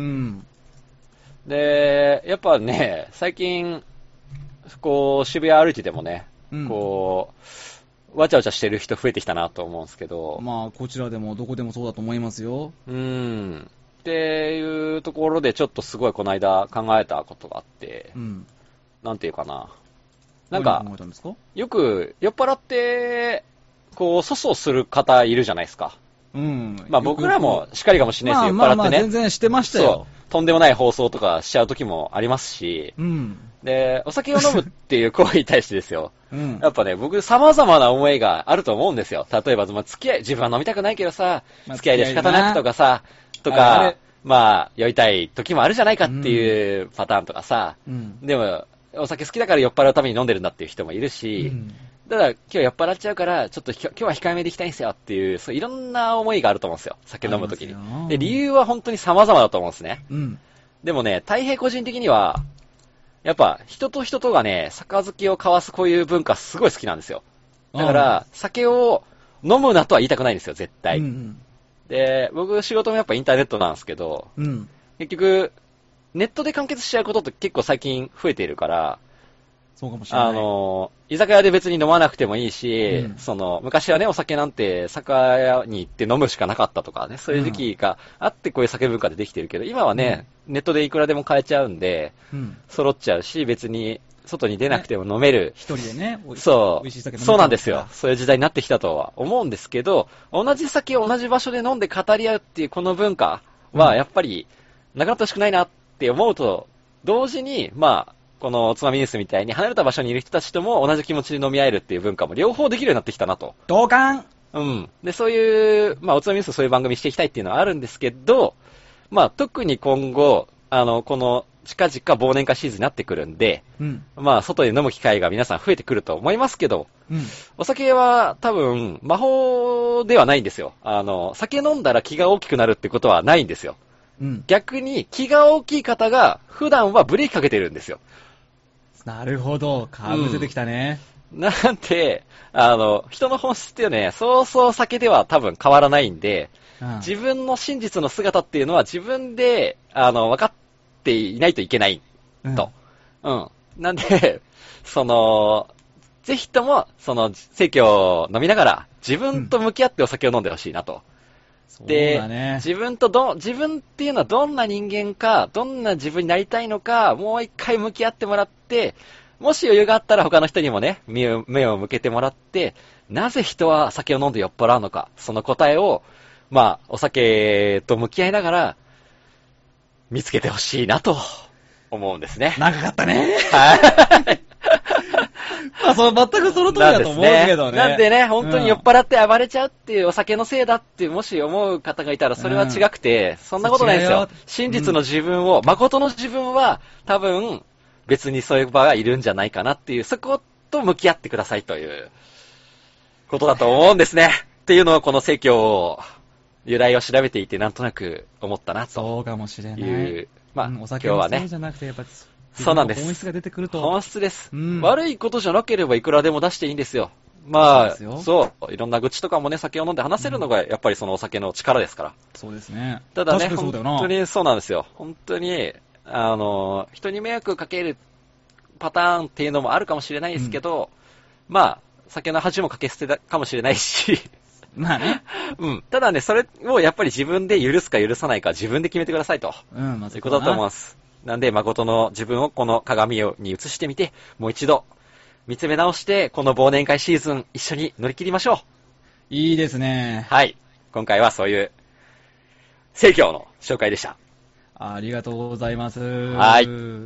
Speaker 2: で、やっぱね、最近、こう、渋谷歩いててもね、うん、こう、わちゃわちゃしてる人増えてきたなと思うんですけど。
Speaker 1: まあ、こちらでもどこでもそうだと思いますよ。
Speaker 2: うん。っていうところで、ちょっとすごいこの間考えたことがあって、うん、なんていうかな。なんか、よく酔っ払って、こう、粗相する方いるじゃないですか。うん。まあ僕らもしっかりかもしれないですよ、
Speaker 1: まあ、
Speaker 2: 酔っ払ってね。
Speaker 1: まあまあ全然してましたよ。
Speaker 2: そう。とんでもない放送とかしちゃう時もありますし、うん。で、お酒を飲むっていう行為に対してですよ。うん。やっぱね、僕様々な思いがあると思うんですよ。例えば、まあ、付き合い、自分は飲みたくないけどさ、まあ、付き合いで仕方なくとかさ、とか、まあ、酔いたい時もあるじゃないかっていうパターンとかさ、うん。でも、お酒好きだから酔っ払うために飲んでるんだっていう人もいるし、うん、ただ今日酔っ払っちゃうから、ちょっと今日は控えめでいきたいんですよっていう、そういろんな思いがあると思うんですよ。酒飲むときに。で、理由は本当に様々だと思うんですね。うん、でもね、大平個人的には、やっぱ人と人とがね、杯を交わすこういう文化すごい好きなんですよ。だから、酒を飲むなとは言いたくないんですよ、絶対。うんうん、で、僕仕事もやっぱインターネットなんですけど、うん、結局、ネットで完結しちゃうことって結構最近増えているから、
Speaker 1: そうかもしれない。
Speaker 2: あの、居酒屋で別に飲まなくてもいいし、うん、その、昔はね、お酒なんて酒屋に行って飲むしかなかったとかね、そういう時期があってこういう酒文化でできてるけど、今はね、うん、ネットでいくらでも買えちゃうんで、うん、揃っちゃうし、別に外に出なくても飲める。
Speaker 1: 一、ね、人でね、
Speaker 2: そう、
Speaker 1: 美味しい酒飲め
Speaker 2: そうなんですよ。そういう時代になってきたとは思うんですけど、同じ酒を同じ場所で飲んで語り合うっていうこの文化は、やっぱり、なくなってほしくないなって思うと、同時に、まあ、このおつまみニュースみたいに離れた場所にいる人たちとも同じ気持ちで飲み合えるっていう文化も両方できるようになってきたなと。
Speaker 1: 同感。
Speaker 2: うん。で、そういう、まあ、おつまみニュースそういう番組していきたいっていうのはあるんですけど、まあ、特に今後、あの、この、近々忘年会シーズンになってくるんで、うん、まあ、外で飲む機会が皆さん増えてくると思いますけど、うん、お酒は多分、魔法ではないんですよ。あの、酒飲んだら気が大きくなるってことはないんですよ。うん、逆に気が大きい方が普段はブレーキかけてるんですよ。
Speaker 1: なるほど。カーブ出てきたね。
Speaker 2: うん、なんて、あの、人の本質ってね、そうそう酒では多分変わらないんで、うん、自分の真実の姿っていうのは自分で、あの、分かっていないといけないと。うん。うん、なんで、その、ぜひとも、その、聖教を飲みながら、自分と向き合ってお酒を飲んでほしいなと。うん、で、そうだね、自分とど、自分っていうのはどんな人間か、どんな自分になりたいのか、もう一回向き合ってもらって、もし余裕があったら他の人にもね、目を、目を向けてもらって、なぜ人は酒を飲んで酔っ払うのか、その答えを、まあ、お酒と向き合いながら、見つけてほしいなと思うんですね。
Speaker 1: 長かったね。
Speaker 2: はい。
Speaker 1: あ、そう、全くその通りだと思うけどね。
Speaker 2: なんでね、本当に酔っ払って暴れちゃうっていうお酒のせいだってもし思う方がいたらそれは違くて、うん、そんなことないですよ。真実の自分を、うん、誠の自分は多分別にそういう場がいるんじゃないかなっていう、そこと向き合ってくださいということだと思うんですね。っていうのをこの説教を、由来を調べていてなんとなく思ったなという。
Speaker 1: そうかもしれない。
Speaker 2: まあ、
Speaker 1: うん、お酒のせいじゃなくてやっぱ
Speaker 2: そうなんです。
Speaker 1: 本質が出てくると。
Speaker 2: 本質です、
Speaker 1: うん。
Speaker 2: 悪いことじゃなければいくらでも出していいんですよ。まあ、そう、そう、いろんな愚痴とかもね、酒を飲んで話せるのがやっぱりそのお酒の力ですから。
Speaker 1: そうですね。
Speaker 2: ただね、
Speaker 1: 本
Speaker 2: 当にそうなんですよ。本当に、あの、人に迷惑かけるパターンっていうのもあるかもしれないですけど、うん、まあ、酒の恥もかけ捨てたかもしれないし、
Speaker 1: まあね。
Speaker 2: うん。ただね、それをやっぱり自分で許すか許さないか自分で決めてくださいと。
Speaker 1: うん、まあ、
Speaker 2: そういうことだと思います。なんで、誠の自分をこの鏡に映してみて、もう一度見つめ直して、この忘年会シーズン一緒に乗り切りましょ
Speaker 1: う。いいですね。
Speaker 2: はい。今回はそういう、聖教の紹介でした。
Speaker 1: ありがとうございます。
Speaker 2: はい。い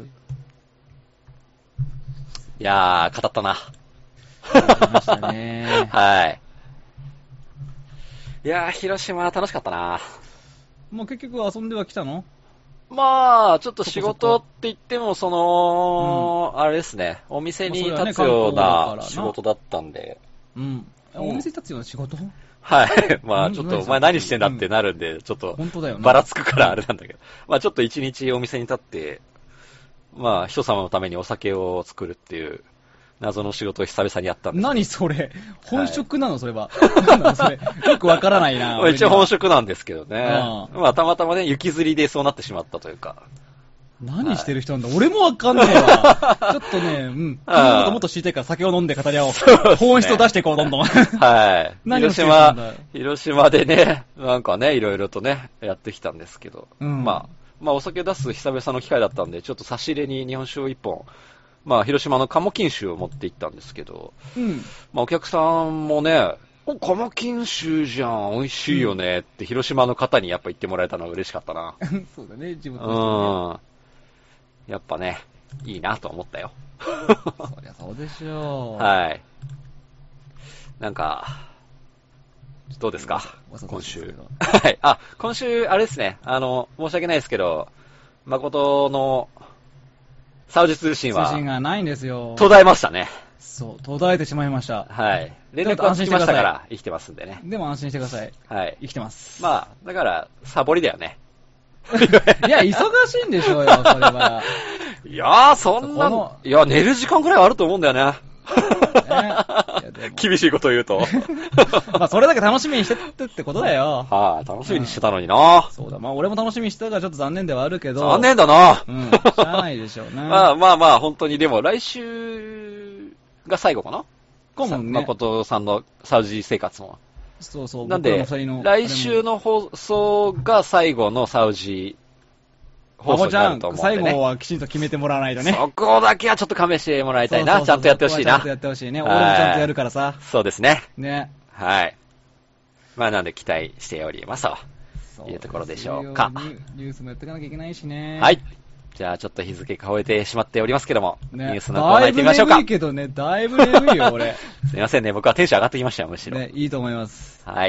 Speaker 2: やー、語ったな。
Speaker 1: 語りましたね。
Speaker 2: はい。いやー、広島楽しかったな。
Speaker 1: もう結局遊んでは来たの？
Speaker 2: まあ、ちょっと仕事って言っても、その、うん、あれですね、お店に立つような仕事だったんで。
Speaker 1: うん。お店に立つような仕事？
Speaker 2: はい。まあ、ちょっと、お前何してんだってなるんで、ちょっと、ばらつくからあれなんだけど。まあ、ちょっと一日お店に立って、まあ、人様のためにお酒を作るっていう、謎の仕事を久々にやったんです。
Speaker 1: 何それ？本職なの、はい、それは。何なのそれ。よくわからないな。
Speaker 2: まあ、一応本職なんですけどね。ああまあたまたまね、雪吊りでそうなってしまったというか。
Speaker 1: 何してる人なんだ、はい、俺もわかんねえわ。ちょっとね、うん。君のこともっと知りたいから酒を飲んで語り合おう。う本質を出していこう、どんどん。
Speaker 2: はい。何をしてるんだ広島、広島でね、なんかね、いろいろとね、やってきたんですけど。うん、まあ、まあお酒出す久々の機会だったんで、ちょっと差し入れに日本酒を一本、まあ、広島の鴨金酒を持って行ったんですけど、うん、まあ、お客さんもね、お、鴨金酒じゃん、美味しいよねって、広島の方にやっぱ言ってもらえたのは嬉しかったな。
Speaker 1: そうだね、自分の、
Speaker 2: ね。うん。やっぱね、いいなと思ったよ。
Speaker 1: そりゃそうでしょう。
Speaker 2: はい。なんか、どうですか、今週。はい。あ、今週、あれですね、あの、申し訳ないですけど、誠の、サウジ通信は、
Speaker 1: 通信がないんですよ。
Speaker 2: 途絶えましたね。
Speaker 1: そう、途絶えてしまいました。
Speaker 2: はい。連絡はつきましたから生きてますんでね。
Speaker 1: でも安心してください。
Speaker 2: はい。
Speaker 1: 生きてます。
Speaker 2: まあ、だから、サボりだよね。
Speaker 1: いや、忙しいんでしょうよ、それは。
Speaker 2: いやー、そんなの、いや、寝る時間くらいはあると思うんだよね。ね、厳しいこと言うと。
Speaker 1: まあ、それだけ楽しみにしてってってことだよ。
Speaker 2: はい、楽しみにしてたのにな、
Speaker 1: うん、そうだ、まあ、俺も楽しみにしてたからちょっと残念ではあるけど。
Speaker 2: 残念だな
Speaker 1: うん、しゃあないでしょうね。
Speaker 2: まあまあまあ、本当に、でも来週が最後かな
Speaker 1: かもね。
Speaker 2: 誠さんのサウジ生活も。
Speaker 1: そうそう、
Speaker 2: なんで、来週の放送が最後のサウジ放送になると思うんで、ね、
Speaker 1: 最後はきちんと決めてもらわないとね。
Speaker 2: そこだけはちょっと勘弁してもらいたいな。そうそうそう、ちゃんとやってほしいな。
Speaker 1: ちゃんとやってほしいね。俺もちゃんとやるからさ。
Speaker 2: そうですね。
Speaker 1: ね。
Speaker 2: はい。まあなんで期待しておりますというところでしょうか。
Speaker 1: ニュースもやっていかなきゃいけないしね。
Speaker 2: はい。じゃあちょっと日付変えてしまっておりますけども、ね、ニュースのコーナー行ってみましょうか。
Speaker 1: だいぶ眠いけどね、だいぶ眠いよ、俺。
Speaker 2: すいませんね、僕はテンション上がってきましたよ、むしろ。
Speaker 1: ね、いいと思います。
Speaker 2: はい。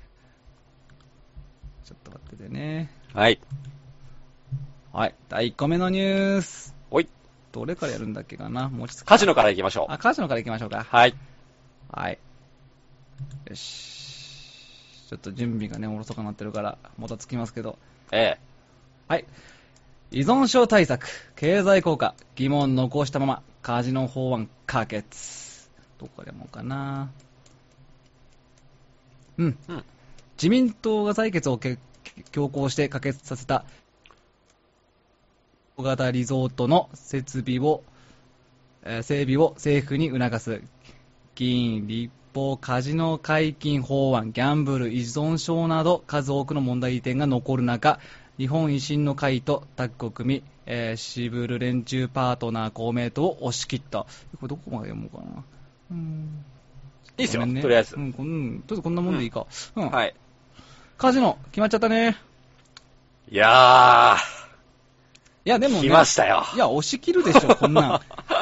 Speaker 1: ちょっと待っててね。
Speaker 2: はい。
Speaker 1: はい。だいいっこめのニュース。
Speaker 2: おい。
Speaker 1: どれからやるんだっけかな、もうちょっと。
Speaker 2: カジノから行きましょう。
Speaker 1: あ、カジノから行きましょうか。
Speaker 2: はい。
Speaker 1: はい。よし。ちょっと準備がね、おろそかになってるから、もたつきますけど。
Speaker 2: ええ。
Speaker 1: はい。依存症対策、経済効果、疑問残したまま、カジノ法案可決。どこでもかな。うん。うん、自民党が採決を強行して可決させた大型リゾートの設備を、えー、整備を政府に促す議員立法カジノ解禁法案、ギャンブル依存症など数多くの問題点が残る中、日本維新の会とタッグを組み、えー、渋る連中パートナー公明党を押し切った。これどこまで読もうかな。うーん、
Speaker 2: いいっすよ、ね、とりあえず。
Speaker 1: うん、こん、とりあえずこんなもんでいいか。うん。うん、
Speaker 2: はい。
Speaker 1: カジノ、決まっちゃったね。
Speaker 2: いやー。
Speaker 1: いや、でもね。
Speaker 2: 来ましたよ。
Speaker 1: いや、押し切るでしょ、こんなん。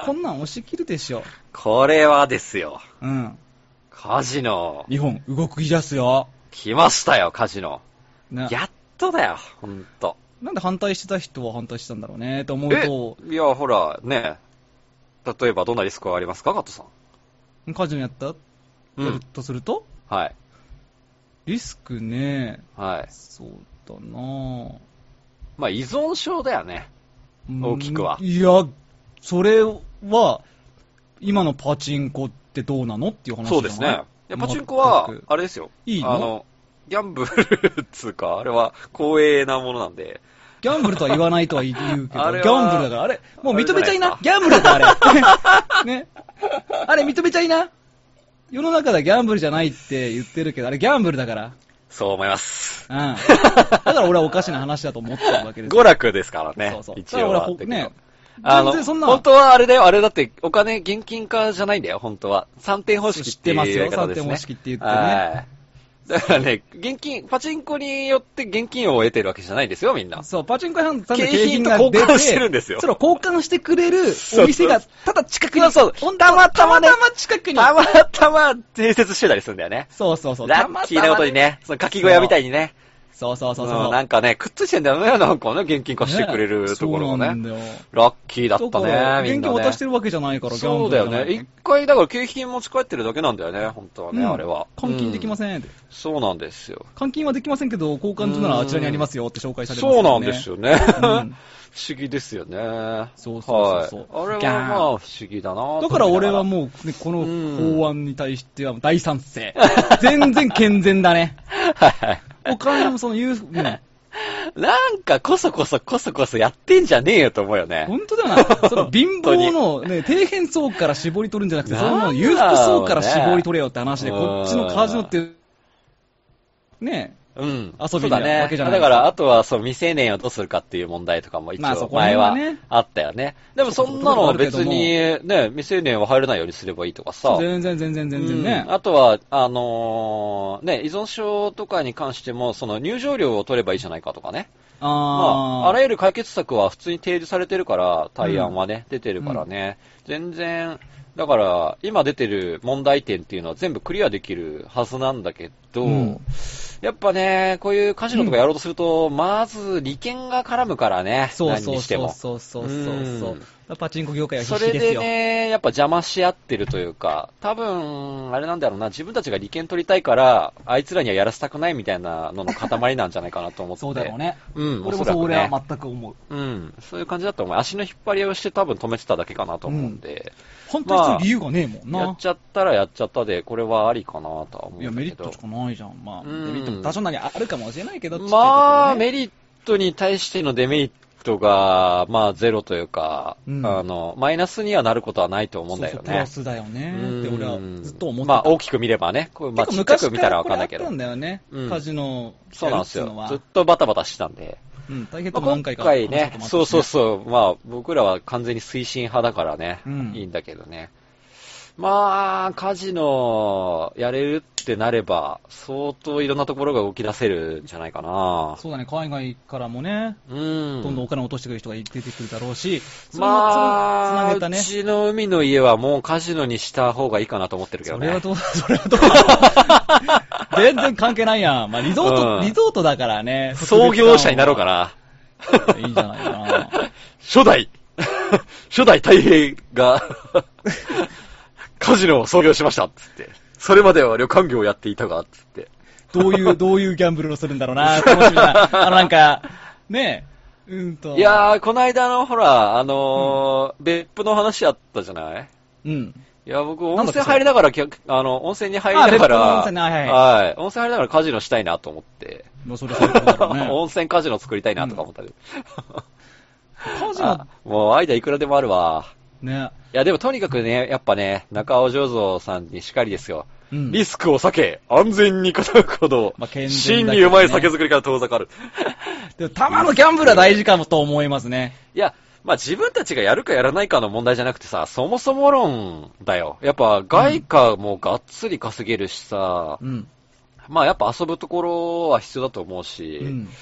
Speaker 1: こんなん押し切るでしょ。
Speaker 2: これはですよ。
Speaker 1: うん。
Speaker 2: カジノ。
Speaker 1: 日本、動き出すよ。
Speaker 2: 来ましたよ、カジノ。
Speaker 1: ね、
Speaker 2: やっとだよ、ほんと。
Speaker 1: なんで反対してた人は反対したんだろうね、と思うと。
Speaker 2: え、いや、ほら、ね。例えばどんなリスクがありますか、ガットさん。
Speaker 1: カジノやったやるとすると、
Speaker 2: うん、はい。
Speaker 1: リスクね。
Speaker 2: はい。
Speaker 1: そうだなぁ。
Speaker 2: まあ、依存症だよね。大きくは。
Speaker 1: いや、それは、今のパチンコってどうなのっていう話じゃない？
Speaker 2: そうですね。いやパチンコは、あれですよ。
Speaker 1: いいの？
Speaker 2: あの、ギャンブルっつうか、あれは光栄なものなんで。
Speaker 1: ギャンブルとは言わないとは言うけど、
Speaker 2: あれは
Speaker 1: ギャンブルだから、あれ、もう認めちゃいな。ギャンブルだ、あれ。ね。あれ認めちゃいな。世の中でギャンブルじゃないって言ってるけど、あれギャンブルだから。
Speaker 2: そう思います。
Speaker 1: うん。だから俺はおかしな話だと思ってるわけです。
Speaker 2: 娯楽ですからね。
Speaker 1: そうそう。
Speaker 2: 一応は。
Speaker 1: 俺はね、
Speaker 2: あの、
Speaker 1: 全然そんな
Speaker 2: 本当はあれだよ、あれだってお金現金化じゃないんだよ、本当は。さんてん方式っていうやり方ですね。
Speaker 1: 知ってますよ、さんてん方式って言ってね。
Speaker 2: だからね、現金、パチンコによって現金を得てるわけじゃないんですよ、みんな。
Speaker 1: そう、パチンコ屋さんで
Speaker 2: 景品と交換してるんですよ。
Speaker 1: それを交換してくれるお店がただ近くに。
Speaker 2: そうそう。たまたまね。
Speaker 1: たまたま近くに。
Speaker 2: たまたま併設してたりするんだよね。
Speaker 1: そうそうそう。
Speaker 2: ラッキーなことにね、そのかき小屋みたいにね。
Speaker 1: そうそうそうそう。
Speaker 2: なんかね、くっついてんだよね、なんかね、現金化してくれるところがね。そうなんだよ。ラッキーだったね、みんなね。
Speaker 1: 現金渡してるわけじゃないから、ギャンブル。
Speaker 2: そうだよね。一回、だから景品持ち帰ってるだけなんだよね、本当はね、あれは。
Speaker 1: 換金できませんって。
Speaker 2: そうなんですよ。
Speaker 1: 換金はできませんけど、交換所ならあちらにありますよって紹介されてますよね。
Speaker 2: そうなんですよね。不思議ですよね。
Speaker 1: そうそうそう。
Speaker 2: あれはまあ不思議だな。
Speaker 1: だから俺はもう、この法案に対しては大賛成。全然健全だね。はい。お金もその言う、
Speaker 2: なんかこそこそこそこそやってんじゃねえよと思うよね。
Speaker 1: 本当だよな。その貧乏のね、底辺層から絞り取るんじゃなくて、その裕福層から絞り取れよって話で、こっちのカジノって、ねえ。
Speaker 2: うん。
Speaker 1: 遊びなわけじゃない。
Speaker 2: だから、あとは、そう、未成年をどうするかっていう問題とかも一応、前はあったよね。でも、そんなの別に、ね、未成年は入れないようにすればいいとかさ。
Speaker 1: 全然、全然、全然ね。
Speaker 2: あとは、あのー、ね、依存症とかに関しても、その入場料を取ればいいじゃないかとかね。
Speaker 1: あ
Speaker 2: まあ、あらゆる解決策は普通に提示されてるから、対案はね、出てるからね。全然、だから、今出てる問題点っていうのは全部クリアできるはずなんだけど、うん、やっぱね、こういうカジノとかやろうとすると、うん、まず利権が絡むからね、
Speaker 1: そう
Speaker 2: 何にしても。
Speaker 1: そうそうそうそうそう。うん、パチンコ業界は必死ですよ。
Speaker 2: それでね、やっぱ邪魔し合ってるというか、多分、あれなんだろうな、自分たちが利権取りたいから、あいつらにはやらせたくないみたいなのの塊なんじゃないかなと思って。
Speaker 1: そうだろうね。
Speaker 2: うん、
Speaker 1: 俺もそれは全く思う。
Speaker 2: うん、そういう感じだと思う。足の引っ張りをして多分止めてただけかなと思うんで。
Speaker 1: うん、本当に理由がねえもんな、
Speaker 2: まあ。やっちゃったらやっちゃったで、これはありかなとは思うんだけど。
Speaker 1: いや、メリットしかないじゃん。まあ、うん、メリットも多少なりあるかもしれないけど、ね、
Speaker 2: まあ、メリットに対してのデメリットが、まあ、ゼロというか、うん、あの、マイナスにはなることはないと思うんだよね。そうそう、
Speaker 1: プラスだよね。って俺はずっと思ってた。
Speaker 2: まあ、大きく見ればね。こうまあ、ちっちゃく見たらわかんないけど。
Speaker 1: 昔からこれあったんだよね。うん、カジノ。
Speaker 2: そうなんですよ。ずっとバタバタしてたんで。
Speaker 1: うん、大変とも何回か、
Speaker 2: まあ、今回ね、そうそうそう、まあ、僕らは完全に推進派だからね、うん、いいんだけどね。まあ、カジノやれるってなれば、相当いろんなところが動き出せるんじゃないかな。
Speaker 1: そうだね、海外からもね、うん、どんどんお金を落としてくる人が出てくるだろうし、
Speaker 2: まあ、つなげたね、うちの海の家はもうカジノにした方がいいかなと思ってるけどね。
Speaker 1: それはどう、それはどう全然関係ないやん。まあ、リゾート、うん、リゾートだからね。
Speaker 2: 創業者になろうかな。
Speaker 1: いいんじゃないかな。
Speaker 2: 初代、初代太平が、カジノを創業しましたっつって。それまでは旅館業をやっていたが、つって。
Speaker 1: どういう、どういうギャンブルをするんだろうな、楽しみな。あのなんか、ねえ、うんと。
Speaker 2: いやー、この間のほら、あのー、うん、別府の話あったじゃない？うん。いや、僕、温泉入りながら、あの、温泉に入りながら、
Speaker 1: 温泉、はいはい、
Speaker 2: はい。温泉入りながらカジノしたいなと思って。
Speaker 1: もうそれ最高だろうね。
Speaker 2: 温泉カジノ作りたいなとか思ったけど。
Speaker 1: うん、カジノ
Speaker 2: もう、アイデアいくらでもあるわ。
Speaker 1: ね。
Speaker 2: いや、でもとにかくね、やっぱね、中尾醸造さんにしかりですよ。うん、リスクを避け、安全に傾くほど、まあね、真にうまい酒造りから遠ざかる。
Speaker 1: でも、たまのギャンブルは大事かもと思いますね。
Speaker 2: いや、まあ自分たちがやるかやらないかの問題じゃなくてさ、そもそも論だよ。やっぱ外貨もがっつり稼げるしさ、うん、まあやっぱ遊ぶところは必要だと思うし、うん、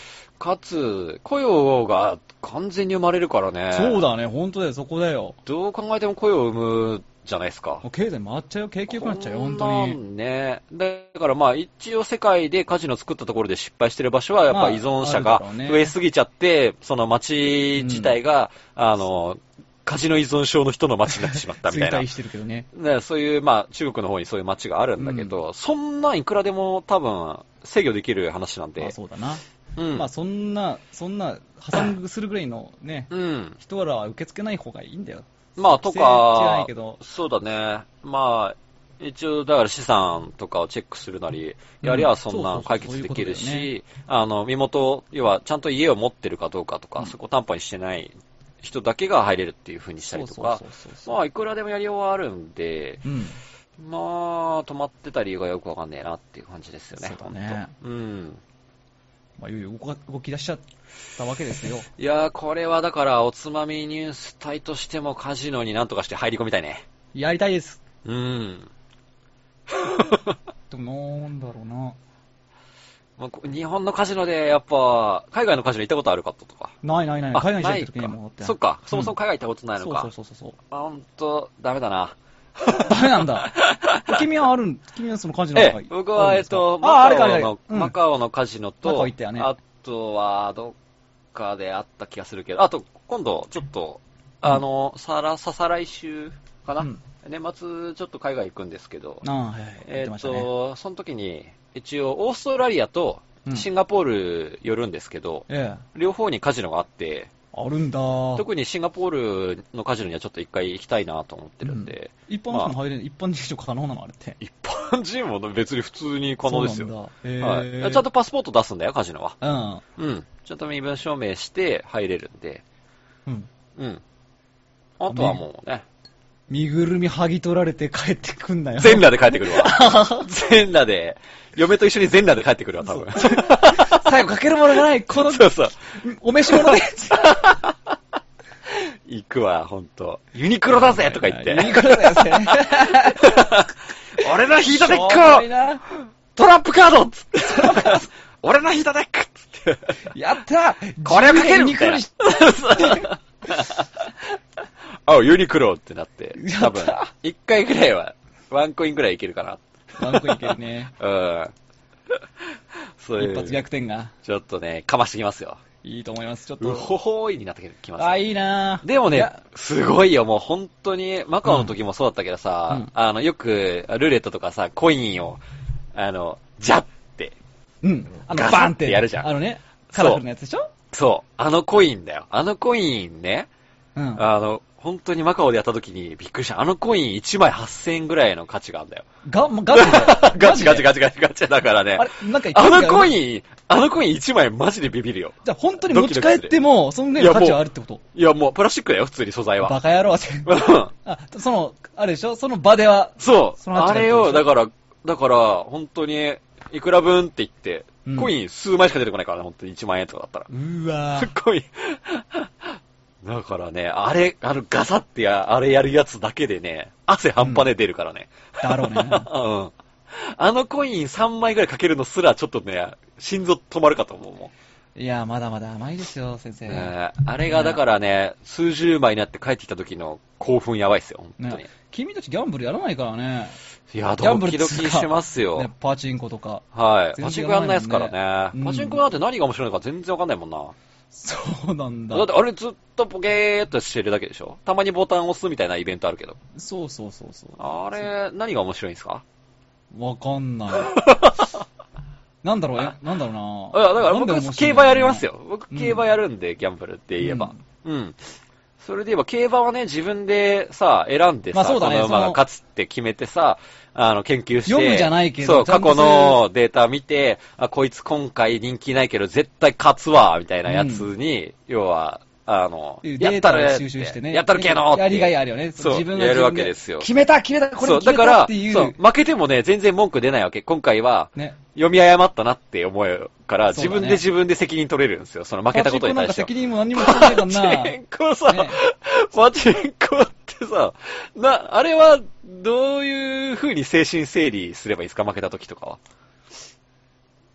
Speaker 2: かつ、雇用が完全に生まれるからね。
Speaker 1: そうだね、本当だよ、そこだよ。
Speaker 2: どう考えても雇用を生むじゃないですか。
Speaker 1: もう経済回っちゃうよ、景気良くなっちゃうよ、本当
Speaker 2: こんな
Speaker 1: に。
Speaker 2: んね。だからまあ、一応世界でカジノ作ったところで失敗してる場所は、やっぱ依存者が増えすぎちゃって、その街自体が、うん、あの、カジノ依存症の人の街になってしまったみたいな。
Speaker 1: 衰退してるけどね。
Speaker 2: そういう、まあ、中国の方にそういう街があるんだけど、うん、そんなんいくらでも多分制御できる話なんで。
Speaker 1: まあそうだな。
Speaker 2: うん、
Speaker 1: まあそんな、そんな破産するぐらいのね、うん、人らは受け付けない方がいいんだよ。
Speaker 2: まあとか、そうだね。まあ、一応だから資産とかをチェックするなり、やりゃそんなん解決できるし、あの、身元、要はちゃんと家を持ってるかどうかとか、うん、そこを担保にしてない人だけが入れるっていう風にしたりとか、まあいくらでもやりようはあるんで、うん、まあ止まってた理由がよくわかんねえなっていう感じですよね。
Speaker 1: そうだね。
Speaker 2: うん。
Speaker 1: まあ、いよいよ動き出しちゃったわけですよ。
Speaker 2: いやー、これはだからおつまみニュース隊としてもカジノになんとかして入り込みたいね。
Speaker 1: やりたいです。
Speaker 2: うん。
Speaker 1: でもなんだろうな。
Speaker 2: 日本のカジノでやっぱ海外のカジノ行ったことあるかとか。
Speaker 1: ないないない。海外に行った時にもあって。
Speaker 2: そっか、そもそも海外行ったことないのか。
Speaker 1: うん、そうそうそうそう。
Speaker 2: あ、ほんとダメだな。
Speaker 1: ダメなんだ。君はあるん、君はそのカジノとか、
Speaker 2: ええ、僕はえっとマカオの、うん、マカオのカジノと、
Speaker 1: ね、
Speaker 2: あとはどっかであった気がするけど、あと今度ちょっと、うん、あのさらささ来週かな。うん、年末ちょっと海外行くんですけど、
Speaker 1: あ、はいはい、
Speaker 2: えっとその時に一応オーストラリアとシンガポール寄るんですけど、うん、両方にカジノがあって。
Speaker 1: あるんだ。
Speaker 2: 特にシンガポールのカジノにはちょっと一回行きたいなと思ってるんで。
Speaker 1: うん、一般の人も入れる、まあ、一般人以上可能なのあれって。
Speaker 2: 一般人も別に普通に可能ですよ。
Speaker 1: そうなんだ。
Speaker 2: はい。ちゃんとパスポート出すんだよ、カジノは。
Speaker 1: うん。
Speaker 2: うん。ちゃんと身分証明して入れるんで。
Speaker 1: うん。
Speaker 2: うん。あとはもうね。
Speaker 1: 身ぐるみ剥ぎ取られて帰ってくんなよ。
Speaker 2: 全裸で帰ってくるわ。全裸で。嫁と一緒に全裸で帰ってくるわ、多分。
Speaker 1: 最後かけるものがない、この、
Speaker 2: そうそう。
Speaker 1: お召し物で。
Speaker 2: 行くわ、ほんと。ユニクロだぜとか言って。
Speaker 1: ユニクロだよね。
Speaker 2: 俺のヒートデックトラップカードつって。俺のヒートデックつって。
Speaker 1: やった
Speaker 2: これをかけるみたいな。あ、ユニクロってなって。多分、一回ぐらいは、ワンコインぐらいいけるかな。
Speaker 1: ワンコインいけるね。
Speaker 2: うん。そういう。
Speaker 1: 一発逆転が。
Speaker 2: ちょっとね、かましてきますよ。
Speaker 1: いいと思います、ちょっと。
Speaker 2: うほほーいになってきます、ね。
Speaker 1: あ、いいな
Speaker 2: ぁ。でもね、すごいよ、もう本当に、マカオの時もそうだったけどさ、うん、あの、よく、ルーレットとかさ、コインを、あの、ジャッて。
Speaker 1: うん。あの、バーンって
Speaker 2: やるじゃん。
Speaker 1: あのね、カラフルなやつでしょ？
Speaker 2: そう。あのコインだよ。あのコインね。
Speaker 1: うん。
Speaker 2: あの、本当にマカオでやった時にびっくりした。あのコインいちまいはっせんえんぐらいの価値があるんだよ。
Speaker 1: が、ガチで
Speaker 2: ガチガチガチガチガチだからね。
Speaker 1: あれ、なんか
Speaker 2: あのコイン、あのコインいちまいマジでビビるよ。
Speaker 1: じゃあ本当に持ち帰っても、そんな価値はあるってこと？
Speaker 2: いやもうプラスチックだよ、普通に素材は。
Speaker 1: バカ野郎って。あ、その、あれでしょその場では。
Speaker 2: そう。そのあれを、だから、だから、本当に、いくら分って言って、うん、コイン数枚しか出てこないからね、本当にいちまんえんとかだったら。
Speaker 1: うーわー。
Speaker 2: コイン。だからね、あれ、あのガサってや、あれやるやつだけでね、汗半端ね出るからね。
Speaker 1: うん、だろうね。
Speaker 2: うん。あのコインさんまいぐらいかけるのすらちょっとね、心臓止まるかと思うもん。
Speaker 1: いや、まだまだ甘いですよ、先生。
Speaker 2: ね、あれがだからね、数十枚になって帰ってきた時の興奮やばいっすよ、本当に。
Speaker 1: ね、君たちギャンブルやらないからね。
Speaker 2: いや、ドキドキしてますよ。
Speaker 1: ね、パチンコとか。
Speaker 2: はい。パチンコやんないですからね。うん、パチンコなんて何が面白いのか全然わかんないもんな。
Speaker 1: そうなんだ。
Speaker 2: だってあれずっとポケーっとしてるだけでしょ？たまにボタン押すみたいなイベントあるけど。
Speaker 1: そうそうそうそう。
Speaker 2: あれ、何が面白いんですか？
Speaker 1: わかんない。なんだろう、え、なんだろうな。
Speaker 2: いや、だから僕、競馬やりますよ。僕、競馬やるんで、うん、ギャンブルって言えば。うん。うん、それで言えば、競馬はね、自分でさ、選んでさ、まあそうだね、この馬が勝つって決めてさ、あの、研究して。
Speaker 1: 読むじゃないけど。
Speaker 2: そう、過去のデータ見て、あ、こいつ今回人気ないけど、絶対勝つわ、みたいなやつに、うん、要は、あの、やったる
Speaker 1: 収集してね。
Speaker 2: やったるけど
Speaker 1: やりがいあるよね。
Speaker 2: そう、自分がやるわけですよ。
Speaker 1: 決めた決めたこれ決めたっていう。
Speaker 2: そう、だから、そう、負けてもね、全然文句出ないわけ。今回は、ね、読み誤ったなって思うから、自分で自分で責任取れるんですよ。その負けたことに対して。
Speaker 1: パチンコなんか責任も何も取れないからな。
Speaker 2: パチンコさ、ね、パチンコってさ、な、あれは、どういう風に精神整理すればいいですか負けた時とかは。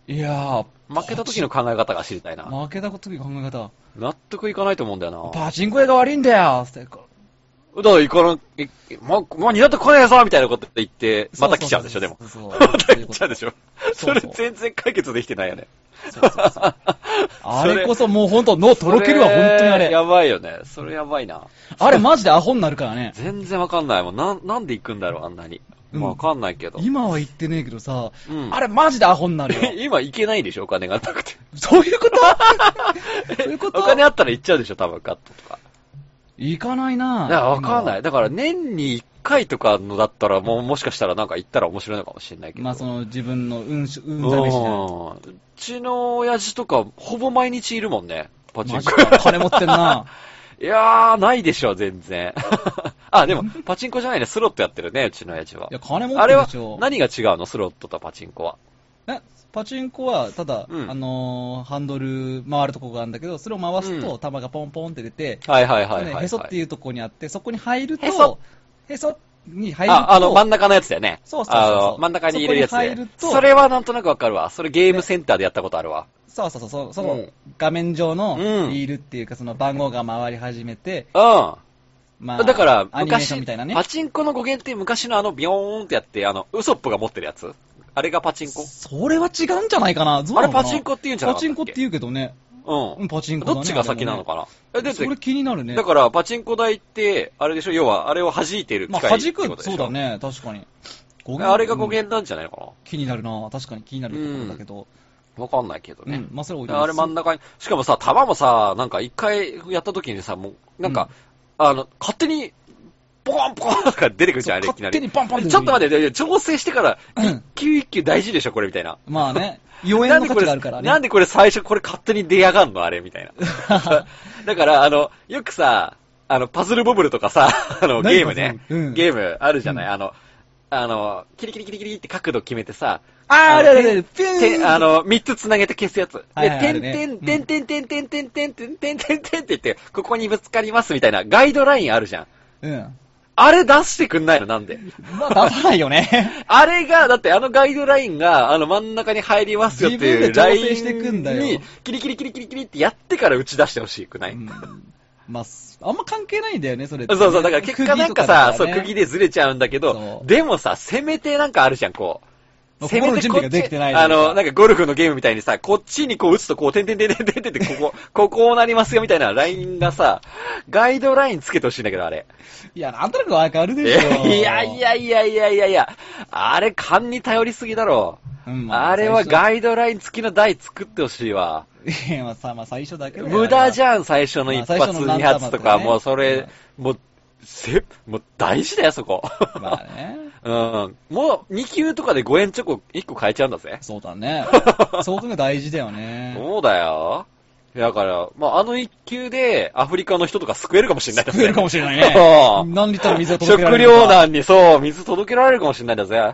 Speaker 1: いやー、
Speaker 2: 負けた時の考え方が知りたいな。
Speaker 1: 負けた時の考え方。
Speaker 2: 納得いかないと思うんだよな。
Speaker 1: パチンコ屋が悪いんだよって。
Speaker 2: だから行かな、いもう、もう二度と来ねえぞみたいなこと言って、また来ちゃうんでしょ、でも。
Speaker 1: そうそうそう
Speaker 2: また来ちゃうんでしょ。
Speaker 1: そうそう
Speaker 2: それ全然解決できてないよね。
Speaker 1: そうそうそうあれこそもうほんと脳とろけるわ、ほんとにあれ。
Speaker 2: やばいよね。それやばいな。
Speaker 1: あれマジでアホになるからね。
Speaker 2: 全然わかんないもん。な、なんで行くんだろう、あんなに。
Speaker 1: うん
Speaker 2: まあわかんないけど。
Speaker 1: 今は言ってねえけどさ、
Speaker 2: うん
Speaker 1: あれマジでアホになるよ。
Speaker 2: 今行けないでしょ、お金がなくて。
Speaker 1: そういうことそういうこと
Speaker 2: お金あったら行っちゃうでしょ、多分カットとか。
Speaker 1: 行かないなぁ。
Speaker 2: だからわかんない。だから年にいっかいとかのだったら、もうもしかしたらなんか行ったら面白いのかもしれないけど。
Speaker 1: まあその自分の運、運試しじゃない。
Speaker 2: うんうちの親父とか、ほぼ毎日いるもんね。パチンコ。
Speaker 1: マジか金持ってんな。
Speaker 2: いやー、ないでしょ、全然。あ、でも、パチンコじゃないね、スロットやってるね、うちの親父は。
Speaker 1: いや、金持っ
Speaker 2: あれは
Speaker 1: てるでしょ。、
Speaker 2: 何が違うの、スロットとパチンコは。
Speaker 1: え、パチンコは、ただ、
Speaker 2: うん
Speaker 1: あのーハンドル回るとこがあるんだけど、それを回すと、
Speaker 2: うん
Speaker 1: 弾がポンポンって出て、
Speaker 2: はいはいはいはい、
Speaker 1: それね
Speaker 2: はい。
Speaker 1: へそっていうとこにあって、そこに入ると、
Speaker 2: へそ
Speaker 1: へそに入ると、
Speaker 2: あ、あの、真ん中のやつだよね。
Speaker 1: そうそうそうそう
Speaker 2: あの、真ん中に入れるやつで。
Speaker 1: そこに入ると
Speaker 2: それはなんとなくわかるわ。それゲームセンターでやったことあるわ。
Speaker 1: そうそうそう、そその
Speaker 2: うん
Speaker 1: 画面上の
Speaker 2: うん
Speaker 1: リールっていうか、その番号が回り始めて、
Speaker 2: うん。
Speaker 1: まあ、
Speaker 2: だから、
Speaker 1: アニメーショ
Speaker 2: 昔、
Speaker 1: ンみたいなね
Speaker 2: パ。チンコの語源って昔のあの、ビヨーンってやって、あの、ウソップが持ってるやつあれがパチンコ
Speaker 1: それは違うんじゃないかな。どうなのかな
Speaker 2: あれパチンコって言うんじゃなかったっけ
Speaker 1: パチンコって言うけどね。
Speaker 2: う。
Speaker 1: うんん、パチンコだね。
Speaker 2: どっちが先なのかなえ、だって
Speaker 1: それ気になるね。
Speaker 2: だから、パチンコ台って、あれでしょ要は、あれを弾いてる機
Speaker 1: まあ、
Speaker 2: 械
Speaker 1: 弾く、
Speaker 2: ってことでしょ
Speaker 1: そうだね、確かに。語
Speaker 2: あれが語
Speaker 1: うん
Speaker 2: 源なんじゃないのか
Speaker 1: 気になるな。確かに気になるところだけど。
Speaker 2: なわかんないけどね。
Speaker 1: うん、まあ、それ置いて
Speaker 2: あれ真ん中に、しかもさ、弾もさ、なんか一回やった時にさ、もう、なんか、あの、勝手に、ポコンポコンとか出てくるじゃん、あれいきなり。
Speaker 1: 勝手にパンパンって
Speaker 2: ちょっと待って、調整してから、
Speaker 1: うん
Speaker 2: 一球一球大事でしょ、これみたいな。
Speaker 1: まあね、よえんの価値があるからね。
Speaker 2: なんでこれ最初これ勝手に出やがんのあれみたいな。だから、あの、よくさ、あの、パズルボブルとかさ、あの、
Speaker 1: 何
Speaker 2: ゲームね。
Speaker 1: パズルうん
Speaker 2: ゲームあるじゃない、
Speaker 1: うん
Speaker 2: あの、あの、キリキリキリキリって角度決めてさ、
Speaker 1: あー、あれあれあれ、ピューン
Speaker 2: てあの、三つ繋げて消すやつ。
Speaker 1: はいはい
Speaker 2: で、
Speaker 1: あるね
Speaker 2: てんてん、てんてんてんてんてんてんてんてんてんてんって言って、ここにぶつかりますみたいなガイドラインあるじゃん。
Speaker 1: うん。
Speaker 2: あれ出してくんないのなんで
Speaker 1: まあ、出さないよね。
Speaker 2: あれが、だってあのガイドラインが、あの真ん中に入りますよっていう
Speaker 1: 自分
Speaker 2: ライ
Speaker 1: で調整してくんだよ
Speaker 2: ンに、キリキリキリキリキリってやってから打ち出してほしくない、
Speaker 1: うんまあ、あんま関係ないんだよね、それってね。
Speaker 2: そうそう、だから結果なんかさ、そう、釘
Speaker 1: で。
Speaker 2: でずれちゃうんだけ
Speaker 1: そ
Speaker 2: ど、
Speaker 1: う
Speaker 2: でもさ、せめてなんかあるじゃん、こう。せめて
Speaker 1: 心の準備ができてないというか
Speaker 2: あの、なんかゴルフのゲームみたいにさ、こっちにこう打つとこう、てんてんてんてんてんてんって、ここ、ここうなりますよみたいなラインがさ、ガイドラインつけてほしいんだけど、あれ。
Speaker 1: いや、なんとなくわかるでしょ。
Speaker 2: いやいやいやいやいやいや、あれ勘に頼りすぎだろ。
Speaker 1: うん
Speaker 2: あれは
Speaker 1: イ
Speaker 2: ガイドライン付きの台作ってほしいわ。
Speaker 1: いや、まあさ、まあ最初だけだよ
Speaker 2: 無駄じ
Speaker 1: ん。
Speaker 2: ゃん、最初の一発、
Speaker 1: まあ最初の
Speaker 2: 二発とか、
Speaker 1: 何玉とかね
Speaker 2: もうそれ、もう、せ、もう大事だよ、そこ。
Speaker 1: まあね。
Speaker 2: うん。もう、に球とかでごえんチョコいっこ買えちゃうんだぜ。
Speaker 1: そうだね。そう考え大事だよね。
Speaker 2: そうだよ。だから、まあ、あのいっ球で、アフリカの人とか救えるかもしれないだぜ。
Speaker 1: 食えるかもしれないね。
Speaker 2: そう
Speaker 1: 何リットルの水が届けら
Speaker 2: 食
Speaker 1: れるのか
Speaker 2: 料難に、そう、水届けられるかもしれないんだぜ。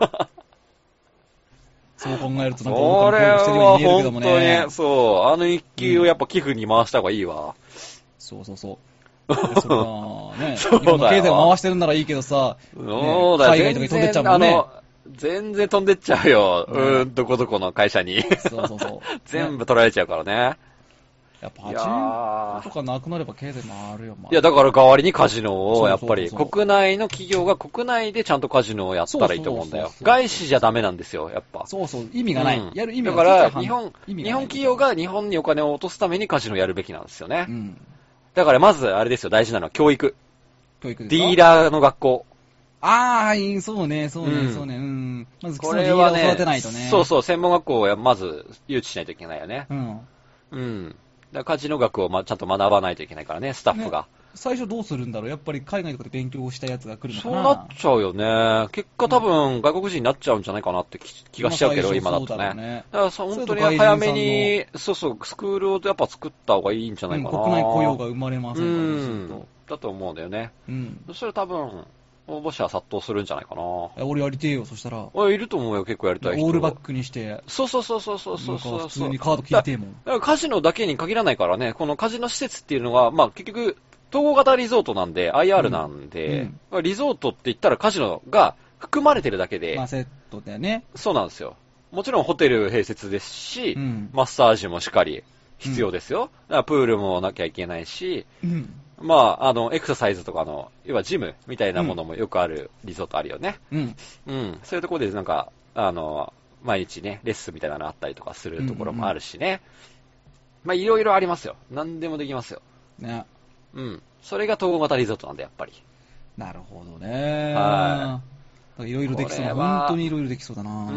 Speaker 1: そう考えるとなんか
Speaker 2: それ
Speaker 1: 僕の
Speaker 2: は
Speaker 1: 声もしてるように見えるけども
Speaker 2: 本
Speaker 1: ね
Speaker 2: 当に、。そう、あのいっ球をやっぱ寄付に回した方がいいわ。
Speaker 1: そうそうそう。でそれがね、
Speaker 2: そうだよ
Speaker 1: 日本の経済を回してるんならいいけどさ、
Speaker 2: そうだよ、
Speaker 1: 海外とかに飛んでっちゃうもんね
Speaker 2: 全然あの、全然飛んでっちゃうよ。
Speaker 1: うん
Speaker 2: うーん、どこどこの会社に。
Speaker 1: そうそうそう。
Speaker 2: 全部取られちゃうからね。
Speaker 1: やっぱパ
Speaker 2: いや
Speaker 1: チン
Speaker 2: ー
Speaker 1: コとかなくなれば経済回るよ、まあ
Speaker 2: いや、だから代わりにカジノを、やっぱり、
Speaker 1: そうそうそう
Speaker 2: 国内の企業が国内でちゃんとカジノをやったらいいと思うんだよ
Speaker 1: そうそうそう。そう
Speaker 2: 外資じゃダメなんですよ、やっぱ。
Speaker 1: そうそう、意味がない。
Speaker 2: うん
Speaker 1: やる意味
Speaker 2: だから、
Speaker 1: がない
Speaker 2: 日本、
Speaker 1: 意味がない
Speaker 2: 日本企業が日本にお金を落とすためにカジノをやるべきなんですよね。
Speaker 1: うん。
Speaker 2: だからまず、あれですよ、大事なのは教育。
Speaker 1: 教育ですか
Speaker 2: ディーラーの学校。
Speaker 1: ああ、いいそうね、そうね、
Speaker 2: うん
Speaker 1: そうね、うん。まず基
Speaker 2: こ
Speaker 1: 礎のディーラーを
Speaker 2: れはね、
Speaker 1: 育てないとね。
Speaker 2: そうそう、専門学校をまず誘致しないといけないよね。
Speaker 1: うん。
Speaker 2: うん。だからカジノ学をまちゃんと学ばないといけないからね、スタッフが。
Speaker 1: 最初どうするんだろうやっぱり海外とかで勉強したやつが来るのかな
Speaker 2: そうなっちゃうよね。結果多分外国人になっちゃうんじゃないかなって気気がしちゃうけど、
Speaker 1: まあ
Speaker 2: 今だと
Speaker 1: 最初そうだろう
Speaker 2: ね。
Speaker 1: ね
Speaker 2: だからさ本当に
Speaker 1: そういうの
Speaker 2: 早め
Speaker 1: 外人
Speaker 2: に、そうそう、スクールをやっぱ作った方がいいんじゃないかな。
Speaker 1: うん国内雇用が生まれませんから
Speaker 2: う
Speaker 1: ね、ずっ
Speaker 2: ん
Speaker 1: と。
Speaker 2: だと思うんだよね。
Speaker 1: うん。
Speaker 2: そしたら多分、応募者は殺到するんじゃないかな。
Speaker 1: え俺やりてえよ、そしたら。オ
Speaker 2: 俺いると思うよ、結構やりたい人。
Speaker 1: ールバックにして、
Speaker 2: そうそうそうそうそうそう
Speaker 1: なん
Speaker 2: そう。
Speaker 1: か普通にカード切りてえもん。
Speaker 2: だからカジノだけに限らないからね、このカジノ施設っていうのは、まあ結局、統合型リゾートなんで、アイアール なんで、リゾートって言ったらカジノが含まれてるだけで、
Speaker 1: まあセットだよね。
Speaker 2: そうなんですよ。 もちろんホテル併設ですし、
Speaker 1: うん、
Speaker 2: マッサージもしっかり必要ですよ。うん、だからプールもなきゃいけないし、
Speaker 1: うん、
Speaker 2: まあ、あの、エクササイズとかの、要はジムみたいなものもよくあるリゾートあるよね。
Speaker 1: うん。
Speaker 2: うん。そういうところでなんか、あの、毎日ね、レッスンみたいなのあったりとかするところもあるしね。うんうんうん、まあ、いろいろありますよ。何でもできますよ。
Speaker 1: ね。
Speaker 2: うん。それが統合型リゾートなんだ、やっぱり。
Speaker 1: なるほどね。
Speaker 2: はい。
Speaker 1: いろいろできそうだ。本当にいろいろできそうだな。
Speaker 2: うん。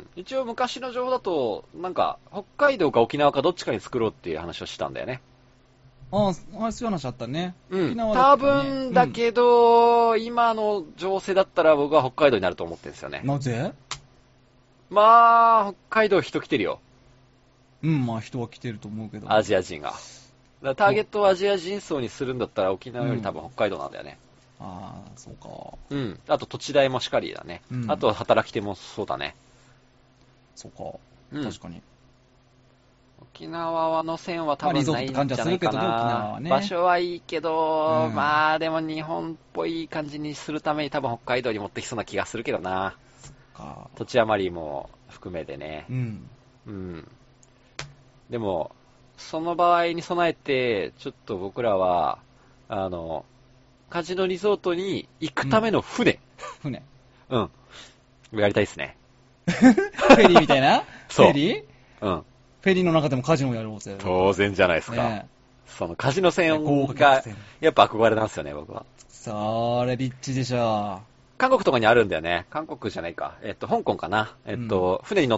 Speaker 2: 一応昔の情報だと、なんか、北海道か沖縄かどっちかに作ろうっていう話をしたんだよね。
Speaker 1: ああ、そういう話あったね。
Speaker 2: うん。
Speaker 1: 沖縄
Speaker 2: 多分だけど、うん、今の情勢だったら僕は北海道になると思ってるんですよね。
Speaker 1: なぜ？
Speaker 2: まあ、北海道人来てるよ。
Speaker 1: うん、まあ人は来てると思うけど。
Speaker 2: アジア人が。だからターゲットをアジア人層にするんだったら沖縄より多分北海道なんだよね。
Speaker 1: うん、ああ、そうか。
Speaker 2: うん。あと土地代もしかりだね。うん、あと働き手もそうだね。
Speaker 1: そうか。
Speaker 2: うん、
Speaker 1: 確かに。
Speaker 2: 沖縄の線は多分ないんじゃないかな。
Speaker 1: まあ、リゾートって感じはするけどね、沖縄はね。
Speaker 2: 場所はいいけど、
Speaker 1: うん、
Speaker 2: まあでも日本っぽい感じにするために多分北海道に持ってきそうな気がするけどな。
Speaker 1: そっか。
Speaker 2: 土地余りも含めてね。
Speaker 1: うん。
Speaker 2: うん。でも、その場合に備えて、ちょっと僕らは、あの、カジノリゾートに行くための船。
Speaker 1: うん、船。
Speaker 2: うん。やりたいですね。
Speaker 1: フェリーみたいな
Speaker 2: そう。
Speaker 1: フェリー
Speaker 2: うん。
Speaker 1: フェリーの中でもカジノをやろうぜ。
Speaker 2: 当然じゃないですか。ね、そのカジノ船が、やっぱ憧れなんですよね、僕は。
Speaker 1: それ、リッチでしょ。
Speaker 2: 韓国とかにあるんだよね。韓国じゃないか。えっと、香港かな。えっと、うん、船に乗って、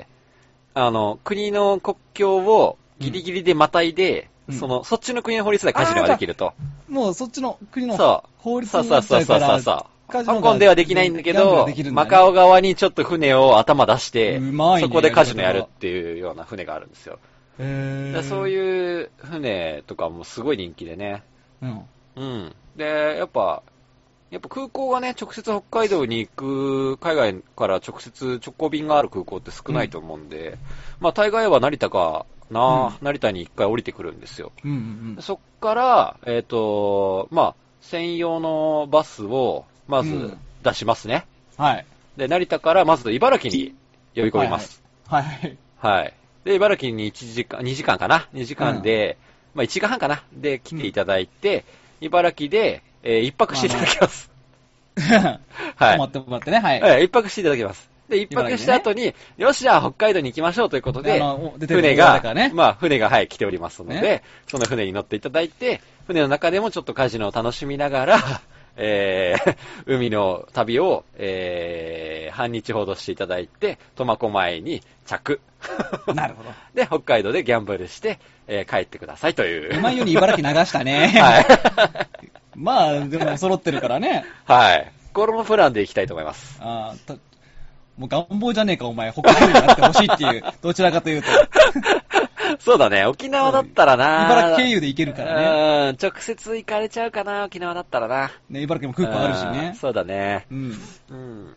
Speaker 2: あの、国の国境をギリギリでまたいで、うん、その、そっちの国の法律でカジノができると。
Speaker 1: もうそっちの国の法律
Speaker 2: になっちゃうから、そうそうそうそうそう。香港ではできないんだけど、ね、マカオ側にちょっと船を頭出して、ね、そこでカジノやるっていうような船があるんですよ。
Speaker 1: へー。
Speaker 2: そういう船とかもすごい人気でね。
Speaker 1: うん。
Speaker 2: うん。で、やっぱ、やっぱ空港がね、直接北海道に行く、海外から直接直行便がある空港って少ないと思うんで、うん、まあ大概は成田かな、うん、成田に一回降りてくるんですよ。
Speaker 1: うんうんうん、
Speaker 2: そっから、えっと、まあ、専用のバスを、まず出しますね、
Speaker 1: うん。はい。
Speaker 2: で、成田からまず茨城に呼び込みます。
Speaker 1: はい、はい。はい。
Speaker 2: はい。で、茨城にいちじかん、にじかんかな ?に 時間で、うん、まあいちじかんはんかなで来ていただいて、うん、茨城で、えー、一泊していただきます。
Speaker 1: はい。待ってもらってね、はい。
Speaker 2: はい、一泊していただきます。で、一泊した後に、ね、よし、じゃあ北海道に行きましょうということで、船が、ね、まあ船が、はい、来ておりますので、ね、その船に乗っていただいて、船の中でもちょっとカジノを楽しみながら、えー、海の旅を、えー、半日ほどしていただいて、苫小牧に着。
Speaker 1: なるほど。
Speaker 2: で、北海道でギャンブルして、えー、帰ってくださいという。
Speaker 1: うまいように茨城流したね。
Speaker 2: はい。
Speaker 1: まあ、でも揃ってるからね。
Speaker 2: はい。このプランで行きたいと思います。
Speaker 1: ああ、もう願望じゃねえか、お前。北海道になってほしいっていう、どちらかというと。
Speaker 2: そうだね、沖縄だったらな。
Speaker 1: 茨城経由で行けるから
Speaker 2: ね。うん、直接行かれちゃうかな、沖縄だったらな。
Speaker 1: ね、茨城も空港あるしね。
Speaker 2: そうだね。
Speaker 1: うん。
Speaker 2: うん。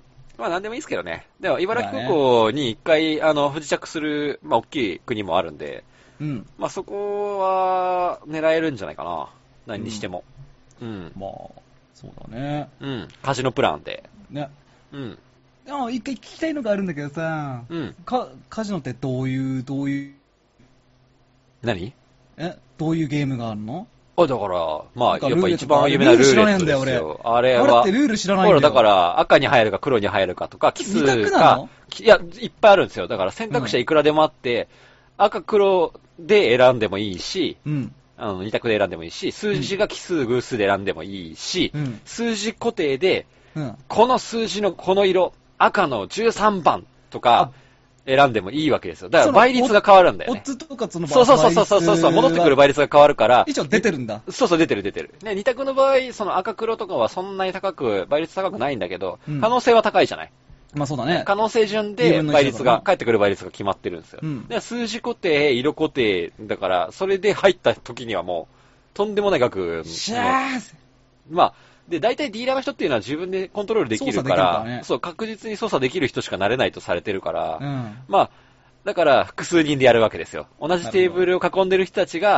Speaker 2: まあなんでもいいですけどね。でも茨城空港に一回、あの、不時着する、まあ大きい国もあるんで、
Speaker 1: うん。
Speaker 2: まあそこは狙えるんじゃないかな。何にしても。うん。うん、
Speaker 1: まあ、そうだね。
Speaker 2: うん。カジノプランで。
Speaker 1: ね。
Speaker 2: うん。
Speaker 1: でも一回聞きたいのがあるんだけどさ、
Speaker 2: うん。
Speaker 1: か、カジノってどういう、どういう、
Speaker 2: 何
Speaker 1: えどういうゲームがあるの？
Speaker 2: あ、だから、まあ、やっぱ一番有名なルーレットですよ。あれは。
Speaker 1: あれってルール知らないんだよ。
Speaker 2: ほら、だから赤に入るか黒に入るかとか、奇数か。
Speaker 1: 二択なの？
Speaker 2: いや、いっぱいあるんですよ。だから選択肢はいくらでもあって、うん、赤黒で選んでもいいし、
Speaker 1: うん、
Speaker 2: あの、二択で選んでもいいし、数字が奇数偶数で選んでもいいし、
Speaker 1: うん、
Speaker 2: 数字固定で、
Speaker 1: うん、
Speaker 2: この数字のこの色、赤のじゅうさんばんとか、選んでもいいわけですよ。だから倍率が変わるんだよね。
Speaker 1: オッズとかその
Speaker 2: そうそうそうそうそうそう、戻ってくる倍率が変わるから。
Speaker 1: 一応出てるんだ。
Speaker 2: そうそう、出てる出てる。ね、二択の場合、その赤黒とかはそんなに高く、倍率高くないんだけど、うん、可能性は高いじゃない。
Speaker 1: まあそうだね。
Speaker 2: 可能性順で倍率が、返ってくる倍率が決まってるんですよ。
Speaker 1: うん、
Speaker 2: で数字固定、色固定、だから、それで入った時にはもう、とんでもない額。
Speaker 1: しゃー
Speaker 2: まあ、で、大体ディーラーの人っていうのは自分でコントロールできるから、
Speaker 1: からね、
Speaker 2: そう、確実に操作できる人しかなれないとされてるから、
Speaker 1: うん、
Speaker 2: まあ、だから複数人でやるわけですよ。同じテーブルを囲んでる人たちが、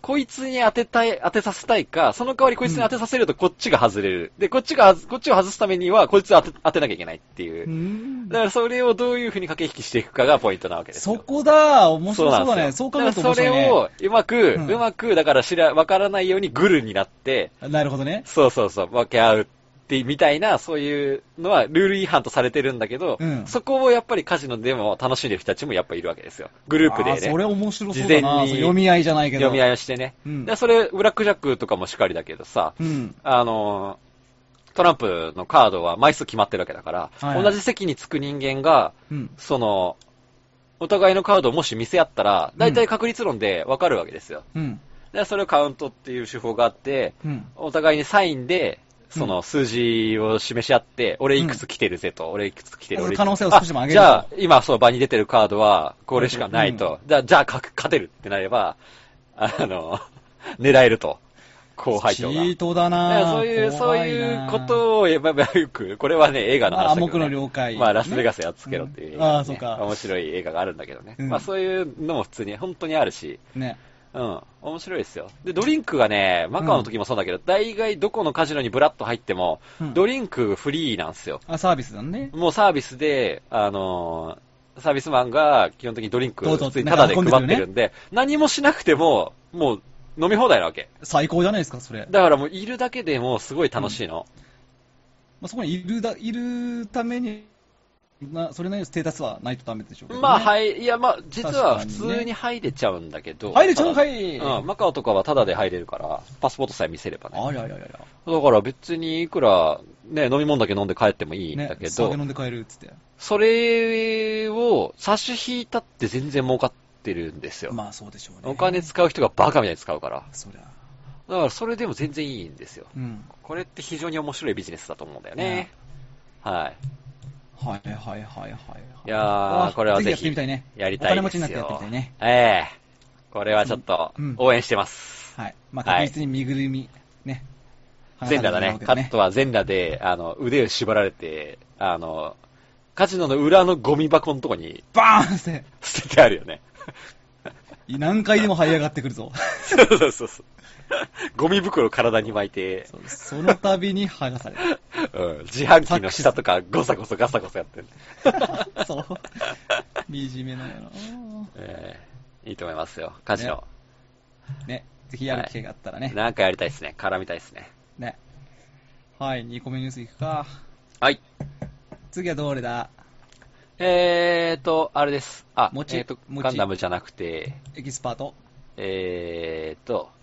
Speaker 2: こいつに当てたい、当てさせたいか、その代わりこいつに当てさせるとこっちが外れる。で、こっちが、こっちを外すためには、こいつを当て、当てなきゃいけないっていう。
Speaker 1: うーん
Speaker 2: だからそれをどういう風に駆け引きしていくかがポイントなわけですよ。
Speaker 1: そこだ面白そうだね。
Speaker 2: なんですよ
Speaker 1: そう考えると面白いね。
Speaker 2: だからそれをうまく、
Speaker 1: うん
Speaker 2: うまく、だから知ら、わからないようにグルになって、
Speaker 1: なるほどね。
Speaker 2: そうそうそう、分け合うって、みたいな、そういうのはルール違反とされてるんだけど、
Speaker 1: うん
Speaker 2: そこをやっぱりカジノでも楽しんでる人たちもやっぱいるわけですよ。グループでね。
Speaker 1: あーそれ面白そうだな。
Speaker 2: 事前に
Speaker 1: そう読み合いじゃないけど。
Speaker 2: 読み合いをしてね。
Speaker 1: うん
Speaker 2: でそれ、ブラックジャックとかもしかりだけどさ、
Speaker 1: うん。
Speaker 2: あのー、トランプのカードは枚数決まってるわけだから、
Speaker 1: はいはい
Speaker 2: 同じ席につく人間が、
Speaker 1: うん。
Speaker 2: その、お互いのカードをもし見せ合ったら、大体確率論でわかるわけですよ。
Speaker 1: うん。
Speaker 2: で、それをカウントっていう手法があって、
Speaker 1: うん。
Speaker 2: お互いにサインで、その数字を示し合って、俺いくつ来てるぜと、俺いくつ来てる、俺いくつ
Speaker 1: 可能性を少しでも上げると
Speaker 2: あじゃあ、今そう場に出てるカードは、これしかないと。じゃあ、じゃあ、勝勝てるってなれば、あの、狙えると。後輩と
Speaker 1: チ
Speaker 2: が。
Speaker 1: ートだ
Speaker 2: だから
Speaker 1: な
Speaker 2: そういう、そう
Speaker 1: 怖な
Speaker 2: いうことを、やっぱよく、これはね、映画の話だけど、ね。
Speaker 1: まあ暗黙の了解
Speaker 2: まあ、ラスベガスやっつけろっていう映画、ね
Speaker 1: うんああそうか
Speaker 2: 面白い映画があるんだけどね。
Speaker 1: うん
Speaker 2: まあ、そういうのも普通に、本当にあるし、
Speaker 1: ね。
Speaker 2: うん、面白いですよ。で、ドリンクがね、マカオの時もそうだけど、大概どこのカジノにブラッと入っても、
Speaker 1: うん
Speaker 2: ドリンクフリーなんですよ。
Speaker 1: あ、サービスだね。
Speaker 2: もうサービスで、あのーサービスマンが基本的にドリンク
Speaker 1: どうぞ
Speaker 2: 普通にタダで配ってるんで、何もしなくても、もう飲み放題なわけ。
Speaker 1: 最高じゃないですか、それ。
Speaker 2: だからもういるだけでもすごい楽しいの。
Speaker 1: まあ、そこにいるだ、いるために、な、それなりのステータスはないとダメでしょうけど、ね。
Speaker 2: まあ、はい、いや、まあ、実は普
Speaker 1: 確かにね
Speaker 2: 通に入れちゃうんだけど。
Speaker 1: 入れちゃうんか
Speaker 2: た
Speaker 1: い
Speaker 2: だうん、マカオとかはタダで入れるから、パスポートさえ見せればね。
Speaker 1: ありゃありゃありゃ。
Speaker 2: だから別にいくら、ね、飲み物だけ飲んで帰ってもいいんだ
Speaker 1: ね
Speaker 2: け、ど、
Speaker 1: 酒飲んで帰るっつって。
Speaker 2: それを差し引いたって全然儲かってるんですよ。
Speaker 1: まあそうでしょうね。
Speaker 2: お金使う人がバカみたいに使うから。
Speaker 1: そりゃ。
Speaker 2: だからそれでも全然いいんですよ。
Speaker 1: うん。
Speaker 2: これって非常に面白いビジネスだと思うんだよね。はい。
Speaker 1: はいはいはいはい。
Speaker 2: いやー、これはぜひ
Speaker 1: やってみたいね。
Speaker 2: やりたいですよ。
Speaker 1: お金持ちになってやってみたいね。
Speaker 2: ええこれはちょっと
Speaker 1: うん
Speaker 2: 応援してます。
Speaker 1: はい。まあ確実に身ぐるみ、ね。
Speaker 2: 全裸だね。カット
Speaker 1: は。
Speaker 2: は全裸で、あの、腕を縛られて、あの、カジノの裏のゴミ箱のとこに
Speaker 1: バーンって、
Speaker 2: 捨ててあるよね。
Speaker 1: 何回でも這い上がってくるぞ。
Speaker 2: そうそうそうそう。ゴミ袋体に巻いて、
Speaker 1: そうその度に剥がされる。
Speaker 2: うん、自販機の下とかゴサゴソガサゴソやってる。
Speaker 1: そう。惨めなんやな。
Speaker 2: えー、いいと思いますよ。カジノ。
Speaker 1: ね。ぜひやる機会があったらね。
Speaker 2: なんかやりたいですね。絡みたいですね。
Speaker 1: ね。はい、にこめニュースいくか。
Speaker 2: はい。
Speaker 1: 次はどれだ？
Speaker 2: えーと、あれです。あ、
Speaker 1: もち
Speaker 2: えーと、
Speaker 1: もち
Speaker 2: ガンダムじゃなくて、
Speaker 1: エキスパート。
Speaker 2: えーと、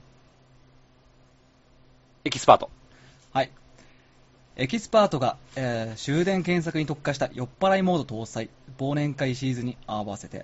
Speaker 2: エキスパート。
Speaker 1: はい。エキスパートが、えー終電検索に特化した酔っ払いモード搭載。忘年会シーズンに合わせて。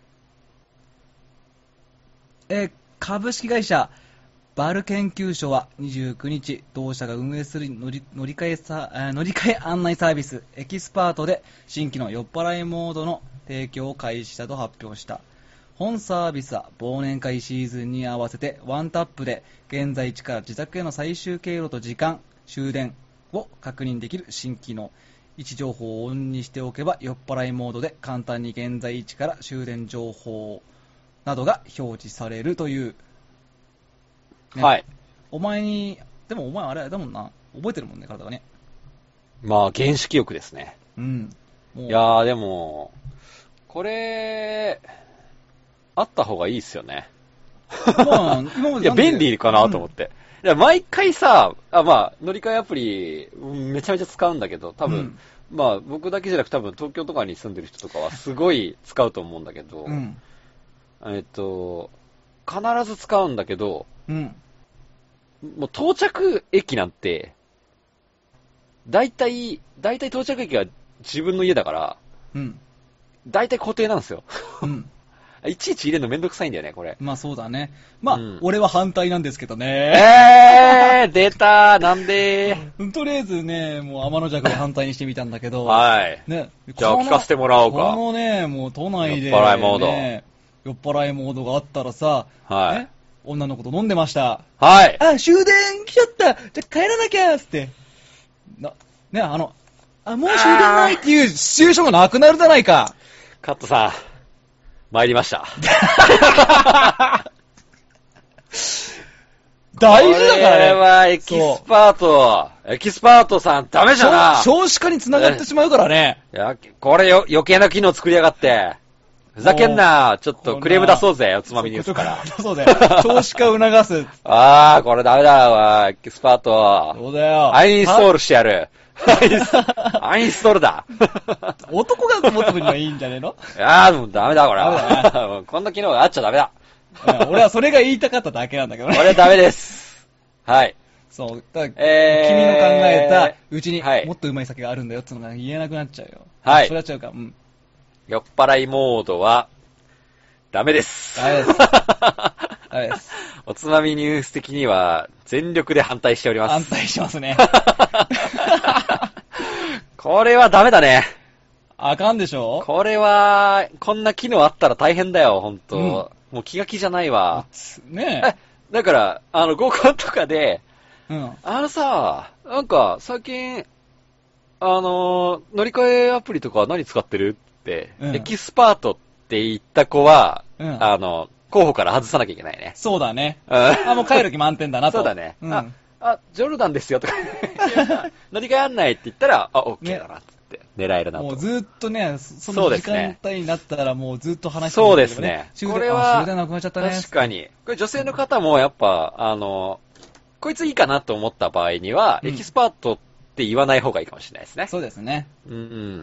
Speaker 1: えー株式会社バル研究所はにじゅうくにち、同社が運営する乗り乗り換えさ、えー乗り換え案内サービスエキスパートで新規の酔っ払いモードの提供を開始したと発表した。本サービスは忘年会シーズンに合わせてワンタップで現在地から自宅への最終経路と時間、終電を確認できる新機能。位置情報をオンにしておけば酔っ払いモードで簡単に現在位置から終電情報などが表示されるという、ね
Speaker 2: はい。
Speaker 1: お前に、でもお前あれだもんな、覚えてるもんね、体がね。
Speaker 2: まあ、原始記憶ですね。
Speaker 1: うん。もう
Speaker 2: いやー、でも、これ、あった方がいいっすよね。
Speaker 1: まあ、今まで
Speaker 2: いや、便利かなと思って。いや、毎回さ、あ、まあ、乗り換えアプリ、うんめちゃめちゃ使うんだけど、多分、
Speaker 1: うん
Speaker 2: まあ、僕だけじゃなく多分東京とかに住んでる人とかはすごい使うと思うんだけど、
Speaker 1: うん。
Speaker 2: えっと、必ず使うんだけど、
Speaker 1: うん。
Speaker 2: もう到着駅なんて、大体、大体到着駅が自分の家だから、
Speaker 1: うん。
Speaker 2: 大体固定なんですよ。
Speaker 1: うん。
Speaker 2: いちいち入れるのめんどくさいんだよね、これ。
Speaker 1: まあそうだね。まあ、
Speaker 2: うん
Speaker 1: 俺は反対なんですけどね。
Speaker 2: えー、出たなんで
Speaker 1: とりあえずね、もう天の弱で反対にしてみたんだけど、
Speaker 2: はい。
Speaker 1: ね、
Speaker 2: じゃあ
Speaker 1: この
Speaker 2: 聞かせてもらおうか
Speaker 1: このね、もう都内で、ね、
Speaker 2: 酔っ払いモード
Speaker 1: 酔っ払いモードがあったらさ、
Speaker 2: はい
Speaker 1: ね、女の子と飲んでました。
Speaker 2: はい。
Speaker 1: あ、終電来ちゃったじゃあ帰らなきゃつって。な、ね、あの、あ、もう終電ないっていうシチュエーションがなくなるじゃないか。
Speaker 2: カットさん、参りました。
Speaker 1: 大事だからね。
Speaker 2: これはエキスパート。エキスパートさんダメじゃな。
Speaker 1: 少子化に繋がってしまうからね。
Speaker 2: いや、これよ、余計な機能作りやがって。ふざけんな。ちょっとクレーム出そうぜ、おつまみニュースから。
Speaker 1: 出そうぜ。少子化を促す。
Speaker 2: あー、これダメだわ、エキスパート。
Speaker 1: そうだよ。
Speaker 2: アインストールしてやる。アインストールだ。
Speaker 1: 男が持つ分にはいいんじゃねえの？
Speaker 2: いやー、もうダメだ、これ。
Speaker 1: ダメだ
Speaker 2: ね、こんな機能があっちゃダメだ。
Speaker 1: 俺はそれが言いたかっただけなんだけどね。
Speaker 2: これダメです。はい。
Speaker 1: そう。だから
Speaker 2: えー、
Speaker 1: 君の考えたうちに
Speaker 2: はい
Speaker 1: もっとうまい酒があるんだよってのが言えなくなっちゃうよ。
Speaker 2: はい
Speaker 1: それは違うか。うん。
Speaker 2: 酔っ払いモードは、ダメです。
Speaker 1: ダメです。ダメです。
Speaker 2: おつまみニュース的には、全力で反対しております。
Speaker 1: 反対しますね。
Speaker 2: これはダメだね。
Speaker 1: あかんでしょ？
Speaker 2: これは、こんな機能あったら大変だよ、ほんと。
Speaker 1: うん、
Speaker 2: もう気が気じゃないわ。
Speaker 1: ね
Speaker 2: え。だから、あの、合コンとかで、
Speaker 1: うん。
Speaker 2: あのさ、なんか、最近、あの、乗り換えアプリとか何使ってるって、うん、エキスパートって言った子は、うん、あの、候補から外さなきゃいけないね。
Speaker 1: そうだね。あ、もう帰る気満点だなと。
Speaker 2: そうだね。
Speaker 1: うん、
Speaker 2: あ、あ、ジョルダンですよとか、乗り換えあんないって言ったら、あ、オッケーだなって、狙えるなと。
Speaker 1: もうずっとね、その時間帯になったらもうずっと話して
Speaker 2: る、ね。そうですね。
Speaker 1: これは、終電なくなっちゃったね。
Speaker 2: 確かに。これ女性の方もやっぱ、あの、こいついいかなと思った場合には、うん、エキスパートって言わない方がいいかもしれないですね。
Speaker 1: そうですね。
Speaker 2: うんうん。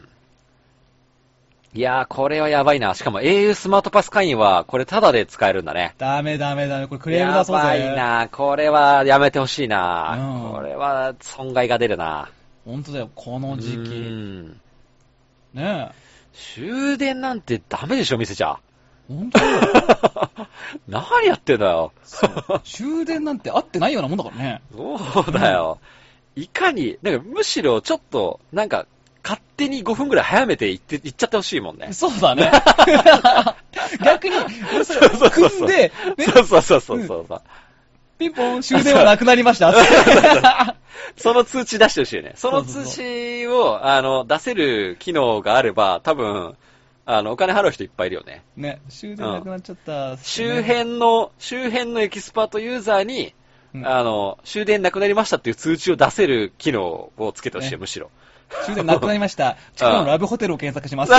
Speaker 2: いやー、これはやばいな。しかも エーユー スマートパス会員は、これタダで使えるんだね。
Speaker 1: ダメダメダメ。これクレーム出そうぜ。
Speaker 2: やばいな。これはやめてほしいな、うん。これは損害が出るな。
Speaker 1: ほんとだよ、この時期。うんねえ。
Speaker 2: 終電なんてダメでしょ、店じゃ。
Speaker 1: ほんとだよ。
Speaker 2: 何やってんだよ。
Speaker 1: 終電なんて合ってないようなもんだからね。
Speaker 2: そうだよ。うん、いかに、なんかむしろちょっと、なんか、勝手にごふんぐらい早めて行って、行っちゃってほしいもんね。
Speaker 1: そうだね。逆に、それ組んで、
Speaker 2: そうそうそうそうそう、うん、
Speaker 1: ピンポン、終電はなくなりました。
Speaker 2: その通知出してほしいよね。その通知を、あの、出せる機能があれば、多分、あの、お金払う人いっぱいいるよね。
Speaker 1: ね、終電なくなっちゃった、
Speaker 2: うん。周辺の、周辺のエキスパートユーザーに、うん、あの、終電なくなりましたっていう通知を出せる機能をつけてほしい、ね、むしろ。
Speaker 1: 終電なくなりました。近くのラブホテルを検索します。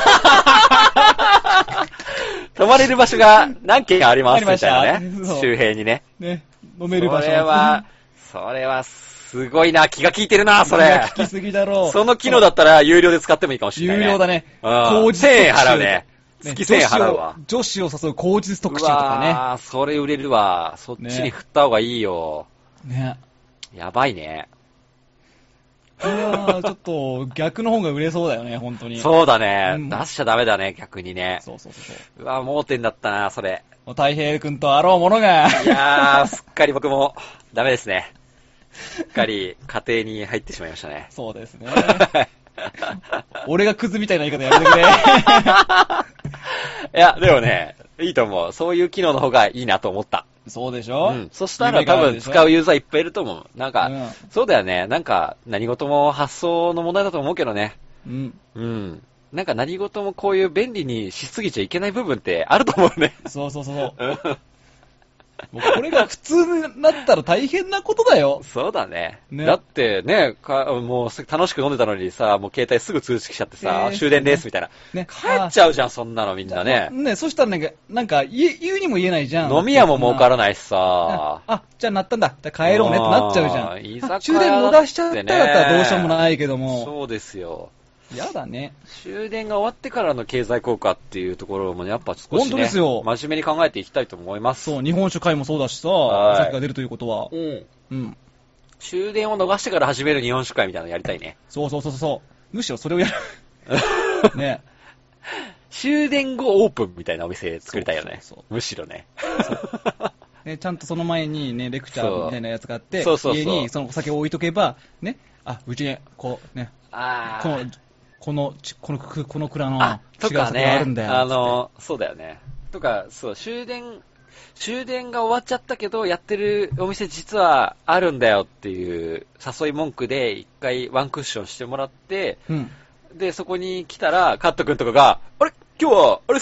Speaker 2: 泊まれる場所が何軒ありますみたいなね。周辺にね。
Speaker 1: ね。飲める場所。
Speaker 2: それは、それはすごいな。気が利いてるな、それ。
Speaker 1: 気が利きすぎだろう。
Speaker 2: その機能だったら有料で使ってもいいかもしれない、ね。
Speaker 1: 有料だね。
Speaker 2: 口実せんえん払うね。月せんえん払うわ。
Speaker 1: 女子を誘う口実特集とかね。
Speaker 2: ああ、それ売れるわ。そっちに振った方がいいよ。
Speaker 1: ね。
Speaker 2: やばいね。
Speaker 1: いやー、ちょっと逆の方が売れそうだよね、本当に。
Speaker 2: そうだね。うん、出しちゃダメだね、逆にね。
Speaker 1: そうそうそうそう。
Speaker 2: うわ、盲点だったな、それ。
Speaker 1: 太平君とあろうものが。
Speaker 2: いやー、すっかり僕もダメですね。すっかり家庭に入ってしまいましたね。
Speaker 1: そうですね。俺がクズみたいな言い方やめてくれ。
Speaker 2: いや、でもね、いいと思う。そういう機能の方がいいなと思った。
Speaker 1: そうでしょ、うん、
Speaker 2: そしたら多分使うユーザーいっぱいいると思う。なんか、うん、そうだよね。なんか、何事も発想の問題だと思うけどね。
Speaker 1: うん。
Speaker 2: うん。なんか何事もこういう便利にしすぎちゃいけない部分ってあると思うね。
Speaker 1: そうそうそう。もうこれが普通になったら大変なことだよ。
Speaker 2: そうだね。ねだってねか、もう楽しく飲んでたのにさ、もう携帯すぐ通知来ちゃってさ、えー、終電ですみたいな、ね。帰っちゃうじゃん、そんなのみんなね。
Speaker 1: ね、そしたらなんか、なんか言うにも言えないじゃん。
Speaker 2: 飲み屋も儲からないしさ。
Speaker 1: あ、じゃあなったんだ。じゃあ帰ろうねってなっちゃうじゃん。
Speaker 2: 居酒屋
Speaker 1: 終電逃しちゃったらだったらどうしようもないけども。
Speaker 2: そうですよ。
Speaker 1: やだね。
Speaker 2: 終電が終わってからの経済効果っていうところもね、やっぱ少しね、
Speaker 1: 本当ですよ。
Speaker 2: 真面目に考えていきたいと思います。
Speaker 1: そう、日本酒会もそうだしさ、お酒が出るということは。
Speaker 2: うん。うん。終電を逃してから始める日本酒会みたいなのやりたいね。
Speaker 1: そうそうそうそう。むしろそれをやる。ね。
Speaker 2: 終電後オープンみたいなお店作りたいよね。そうそうそう、むしろね。
Speaker 1: そうね、ちゃんとその前にね、レクチャーみたいなやつがあって、
Speaker 2: そうそうそう、
Speaker 1: 家にそのお酒を置いとけば、ね、あ、うちに、こう、ね、
Speaker 2: あ
Speaker 1: この、この、この、この蔵の違う酒があるんだよ。
Speaker 2: あの、そうだよね。とか、そう、終電、終電が終わっちゃったけど、やってるお店実はあるんだよっていう誘い文句で一回ワンクッションしてもらって、
Speaker 1: うん、
Speaker 2: で、そこに来たら、カット君とかが、あれ今日は、あれですかえ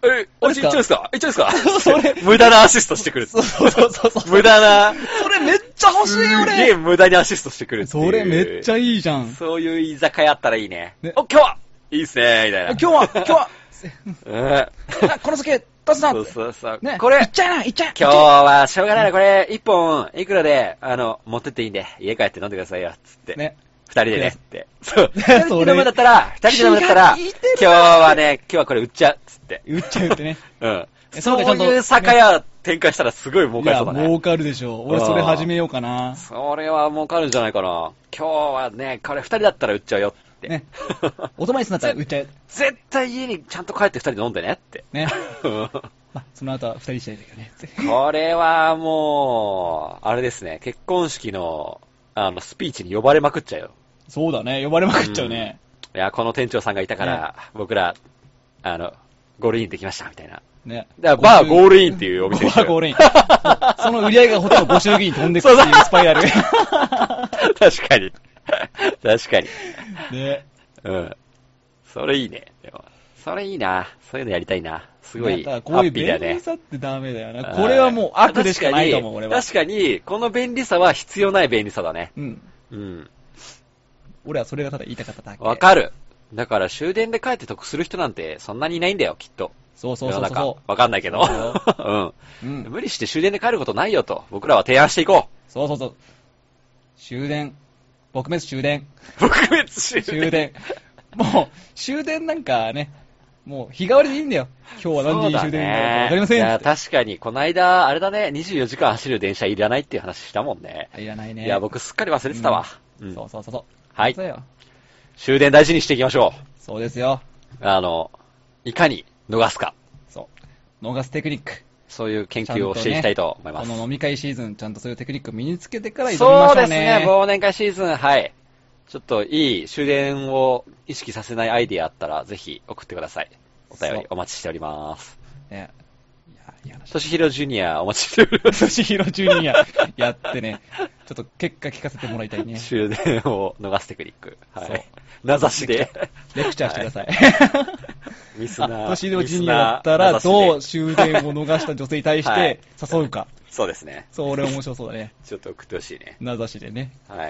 Speaker 2: え、おじいちゃんですかいっちゃんですか
Speaker 1: それ、
Speaker 2: 無駄なアシストしてくる。
Speaker 1: そうそうそうそうそう。
Speaker 2: 無駄な。
Speaker 1: それめっちゃ欲しいよ、
Speaker 2: すげえ
Speaker 1: 俺。
Speaker 2: 無駄にアシストしてくるっていう。
Speaker 1: それめっちゃいいじゃん。
Speaker 2: そういう居酒屋あったらいいね。
Speaker 1: ね
Speaker 2: お、今日はいいっすねみたいな。
Speaker 1: 今日は、今日は、
Speaker 2: うん
Speaker 1: あこの酒、出すな
Speaker 2: そうそうそう。
Speaker 1: ね、
Speaker 2: これ
Speaker 1: いっちゃいな、いっちゃい
Speaker 2: 今日はしょうがないな、これ、一本、いくらで、あの、持ってっていいんで、家帰って飲んでくださいよ、つって。
Speaker 1: ね。
Speaker 2: 二人でね、って。そう。二
Speaker 1: それ
Speaker 2: 人で飲むんだったら、二人で飲むんだったら、
Speaker 1: 気が利いてる
Speaker 2: 今日はね、今日はこれ売っちゃう、つって。
Speaker 1: 売っちゃうってね。
Speaker 2: うん。
Speaker 1: え
Speaker 2: そう
Speaker 1: そうかちゃんと
Speaker 2: いう酒屋展開したらすごい儲
Speaker 1: いや、
Speaker 2: かりそうだね。
Speaker 1: 儲かるでしょ。俺それ始めようかな。
Speaker 2: それは儲かるんじゃないかな。今日はね、これ二人だったら売っちゃうよって。
Speaker 1: ね。お泊まりすんだったら売っちゃう。
Speaker 2: 絶対家にちゃんと帰って二人で飲んでねって。
Speaker 1: ね。まあ、その後は二人したいんだけどね。
Speaker 2: これはもう、あれですね、結婚式の、あの、スピーチに呼ばれまくっちゃうよ。
Speaker 1: そうだね。呼ばれまくっちゃうね。
Speaker 2: いや、この店長さんがいたから、僕ら、あの、ゴールインできました、みたいな。
Speaker 1: ね。
Speaker 2: だからバーゴールインっていうお店でしょ。
Speaker 1: バーゴールイン。その売り上げがほとんどご祝儀に飛んでくっていうスパイラル。
Speaker 2: 確かに。確かに。
Speaker 1: ね。
Speaker 2: うん。それいいね。でもそれいいな。そういうのやりたいな。すごい、ハ
Speaker 1: だからこういう
Speaker 2: ッピーだよね
Speaker 1: 便利。さってダメだよな。これはもう悪でしかないと思う、俺は。
Speaker 2: 確かに、確かにこの便利さは必要ない便利さだね。
Speaker 1: うん。
Speaker 2: うん。
Speaker 1: 俺はそれがただ言いたかっただけ。
Speaker 2: わかる。だから終電で帰って得する人なんてそんなにいないんだよ、きっと。
Speaker 1: そうそうそう
Speaker 2: 世の中
Speaker 1: そ
Speaker 2: わかんないけど。
Speaker 1: そう
Speaker 2: うん。
Speaker 1: う。うん。
Speaker 2: 無理して終電で帰ることないよと、僕らは提案していこ
Speaker 1: そうそうそう。終電。撲滅終電。
Speaker 2: う。撲滅終電。
Speaker 1: 終電。もう、終電なんかね、もう日替わりでいいんだよ。今日は何時に終電なのかわかりません
Speaker 2: いや、
Speaker 1: って。
Speaker 2: 確かに、この間、あれだね、にじゅうよじかん走る電車いらないっていう話したもんね。
Speaker 1: いらないね。
Speaker 2: いや、僕すっかり忘れてたわ。うん
Speaker 1: そうそうそうそう。
Speaker 2: はい
Speaker 1: そうよ。
Speaker 2: 終電大事にしていきましょ
Speaker 1: そうですよ。
Speaker 2: う。あの、いかに逃すか。
Speaker 1: そう。逃すテクニック。
Speaker 2: そういう研究をしていきたいと思います。
Speaker 1: この飲み会シーズン、ちゃんとそういうテクニックを身につけてから挑みましょうね。
Speaker 2: そうですね、忘年会シーズン、はい。ちょっといい終電を意識させないアイディアあったら、ぜひ送ってください。お便りお待ちしております。
Speaker 1: ね。いや、いい話。
Speaker 2: としひろジュニアお待ちしております。
Speaker 1: としひろジュニアやってね、ちょっと結果聞かせてもらいたいね。
Speaker 2: 終電を逃すテクニック。は
Speaker 1: そう
Speaker 2: い。名指しで。
Speaker 1: レクチャーしてください。
Speaker 2: ミスナー。
Speaker 1: としひろジュニアだったら、どう終電を逃した女性に対して誘うか。
Speaker 2: そうですね。
Speaker 1: そう、俺面白そうだね。
Speaker 2: ちょっと送ってほしいね。
Speaker 1: 名指しでね。
Speaker 2: はい。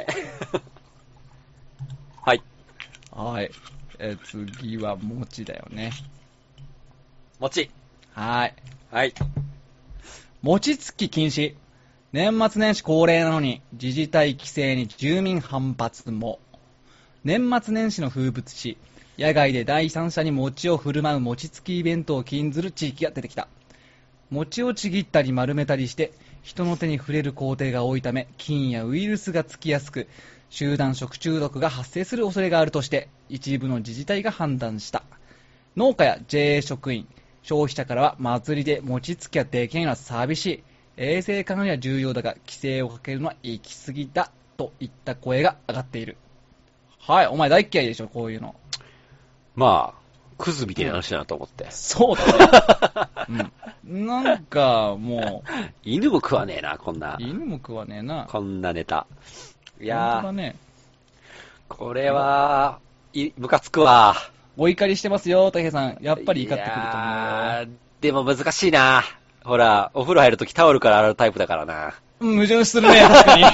Speaker 2: はい。
Speaker 1: はい。えー次は餅だよね。
Speaker 2: 餅。
Speaker 1: はい。
Speaker 2: はい。
Speaker 1: 餅つき禁止。年末年始恒例なのに、自治体規制に住民反発も。年末年始の風物詩、野外で第三者に餅を振る舞う餅つきイベントを禁ずる地域が出てきた。餅をちぎったり丸めたりして、人の手に触れる工程が多いため、菌やウイルスがつきやすく、集団食中毒が発生する恐れがあるとして、一部の自治体が判断した。農家や ジェーエー 職員、消費者からは祭りで餅つきはできないのは寂しい。衛生管理は重要だが、規制をかけるのは行き過ぎだ。といった声が上がっている。はい、お前大っ嫌いでしょ、こういうの。
Speaker 2: まあ、クズみたいな話だなと思って。
Speaker 1: そうだね。うん。なんか、もう。
Speaker 2: 犬も食わねえな、こんな。
Speaker 1: 犬も食わねえな。
Speaker 2: こんなネタ。い
Speaker 1: 本
Speaker 2: やー、
Speaker 1: 当だね。
Speaker 2: これは、い、ムカつくわ。
Speaker 1: お怒りしてますよ、たけさん。やっぱり怒ってくると思う
Speaker 2: いや
Speaker 1: よ。
Speaker 2: ーでも難しいな。ほら、お風呂入るときタオルから洗うタイプだからな。
Speaker 1: うん、矛盾するね、確かに。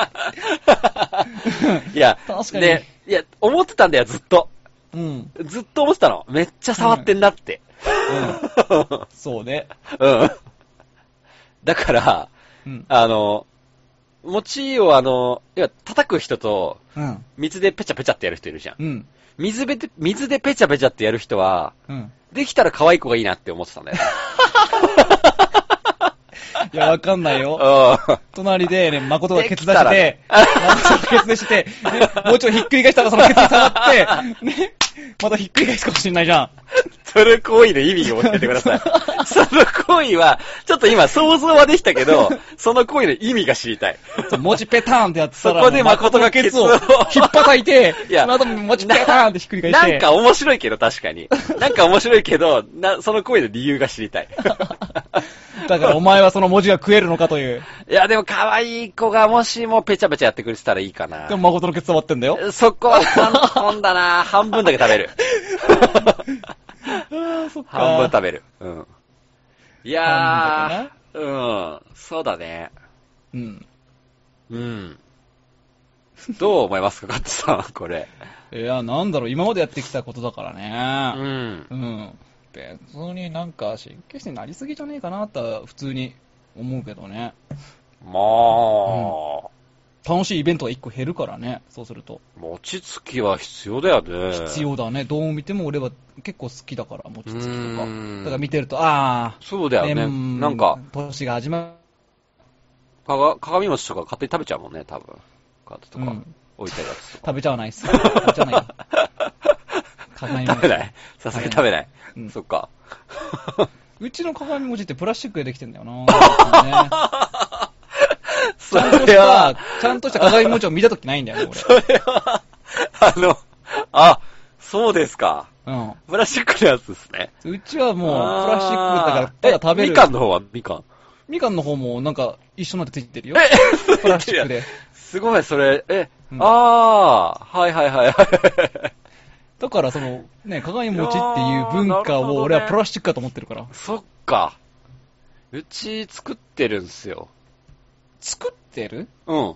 Speaker 2: いや、
Speaker 1: 確かに
Speaker 2: で、いや、思ってたんだよ、ずっと。
Speaker 1: うん。
Speaker 2: ずっと思ってたの。めっちゃ触ってんなって。
Speaker 1: うん。そうね。
Speaker 2: うん。だから、
Speaker 1: うん。
Speaker 2: あの、餅をあの、いや、叩く人と、
Speaker 1: うん。
Speaker 2: 水でペチャペチャってやる人いるじゃん。
Speaker 1: うん。
Speaker 2: 水べて、水でペチャペチャってやる人は、
Speaker 1: うん。
Speaker 2: できたら可愛い子がいいなって思ってたんだよ。
Speaker 1: いや、わかんないよ。
Speaker 2: うん
Speaker 1: 隣でね、誠がケツ出
Speaker 2: できたら
Speaker 1: して
Speaker 2: ね、
Speaker 1: 誠がケツ出して、ね、もうちょいひっくり返したらそのケツに下がって、ね、またひっくり返すかもしんないじゃん。
Speaker 2: その行為の意味を教えてください。その行為は、ちょっと今想像はできたけど、その行為の意味が知りたい。
Speaker 1: そう文字ペターンってやってたら、
Speaker 2: そこで誠がケツを
Speaker 1: ケツを引っ叩いて、
Speaker 2: いや
Speaker 1: その後文字ペターンってひっくり返して。
Speaker 2: なんか面白いけど、確かに。なんか面白いけど、な、その行為の理由が知りたい。
Speaker 1: だからお前はその文字が食えるのかという。
Speaker 2: いや、でも可愛い子がもしもペチャペチャやってくれてたらいいかな。
Speaker 1: でも誠のケツ触ってんだよ。
Speaker 2: そこは半分だな。半分だけ食べる。
Speaker 1: あ、そっか。
Speaker 2: 半分食べる。うん。いや
Speaker 1: 半
Speaker 2: ー、うん、そうだね。
Speaker 1: うん。
Speaker 2: うん。どう思いますか、カッツさん、これ。
Speaker 1: いや、なんだろう、今までやってきたことだから
Speaker 2: う
Speaker 1: ね。
Speaker 2: ん。
Speaker 1: うん。別になんか神経質になりすぎじゃねえかなって普通に思うけどね。
Speaker 2: まあ、
Speaker 1: うん楽しいイベントが一個減るからね、そうすると。
Speaker 2: 餅つきは必要だよね。
Speaker 1: 必要だね。どう見ても俺は結構好きだから、餅つきとか。
Speaker 2: うーん
Speaker 1: だから見てると、ああ、
Speaker 2: そうだよね。
Speaker 1: 年
Speaker 2: なんか、
Speaker 1: 年が始ま
Speaker 2: かが鏡餅とか勝手に食べちゃうもんね、多分。カードとか、
Speaker 1: うん
Speaker 2: 置いてあるやつとか。
Speaker 1: 食べちゃわないっす。食べちゃわないよ。鏡餅
Speaker 2: 食べない。さすがに食べない。
Speaker 1: うん
Speaker 2: そっか。
Speaker 1: うちの鏡餅ってプラスチックでできてんだよな。ねちゃんとし
Speaker 2: それは
Speaker 1: た、ちゃんとした鏡餅を見たときないんだよね、
Speaker 2: それは、あの、あ、そうですか。
Speaker 1: 俺。うん。
Speaker 2: プラスチックのやつですね。
Speaker 1: うちはもう、
Speaker 2: あー
Speaker 1: プラスチックだから、ただ食べる。
Speaker 2: えみかんの方はみかん。
Speaker 1: みかんの方もなんか、一緒になってついてるよ。プラスチックで。
Speaker 2: すごい、それ、え、
Speaker 1: うん
Speaker 2: あー、はいはいはいはい。
Speaker 1: だから、その、ね、鏡餅っていう文化
Speaker 2: いやーなるほどね
Speaker 1: を俺はプラスチックだと思ってるから。
Speaker 2: そっか。うち作ってるんすよ。
Speaker 1: 作ってる
Speaker 2: うん。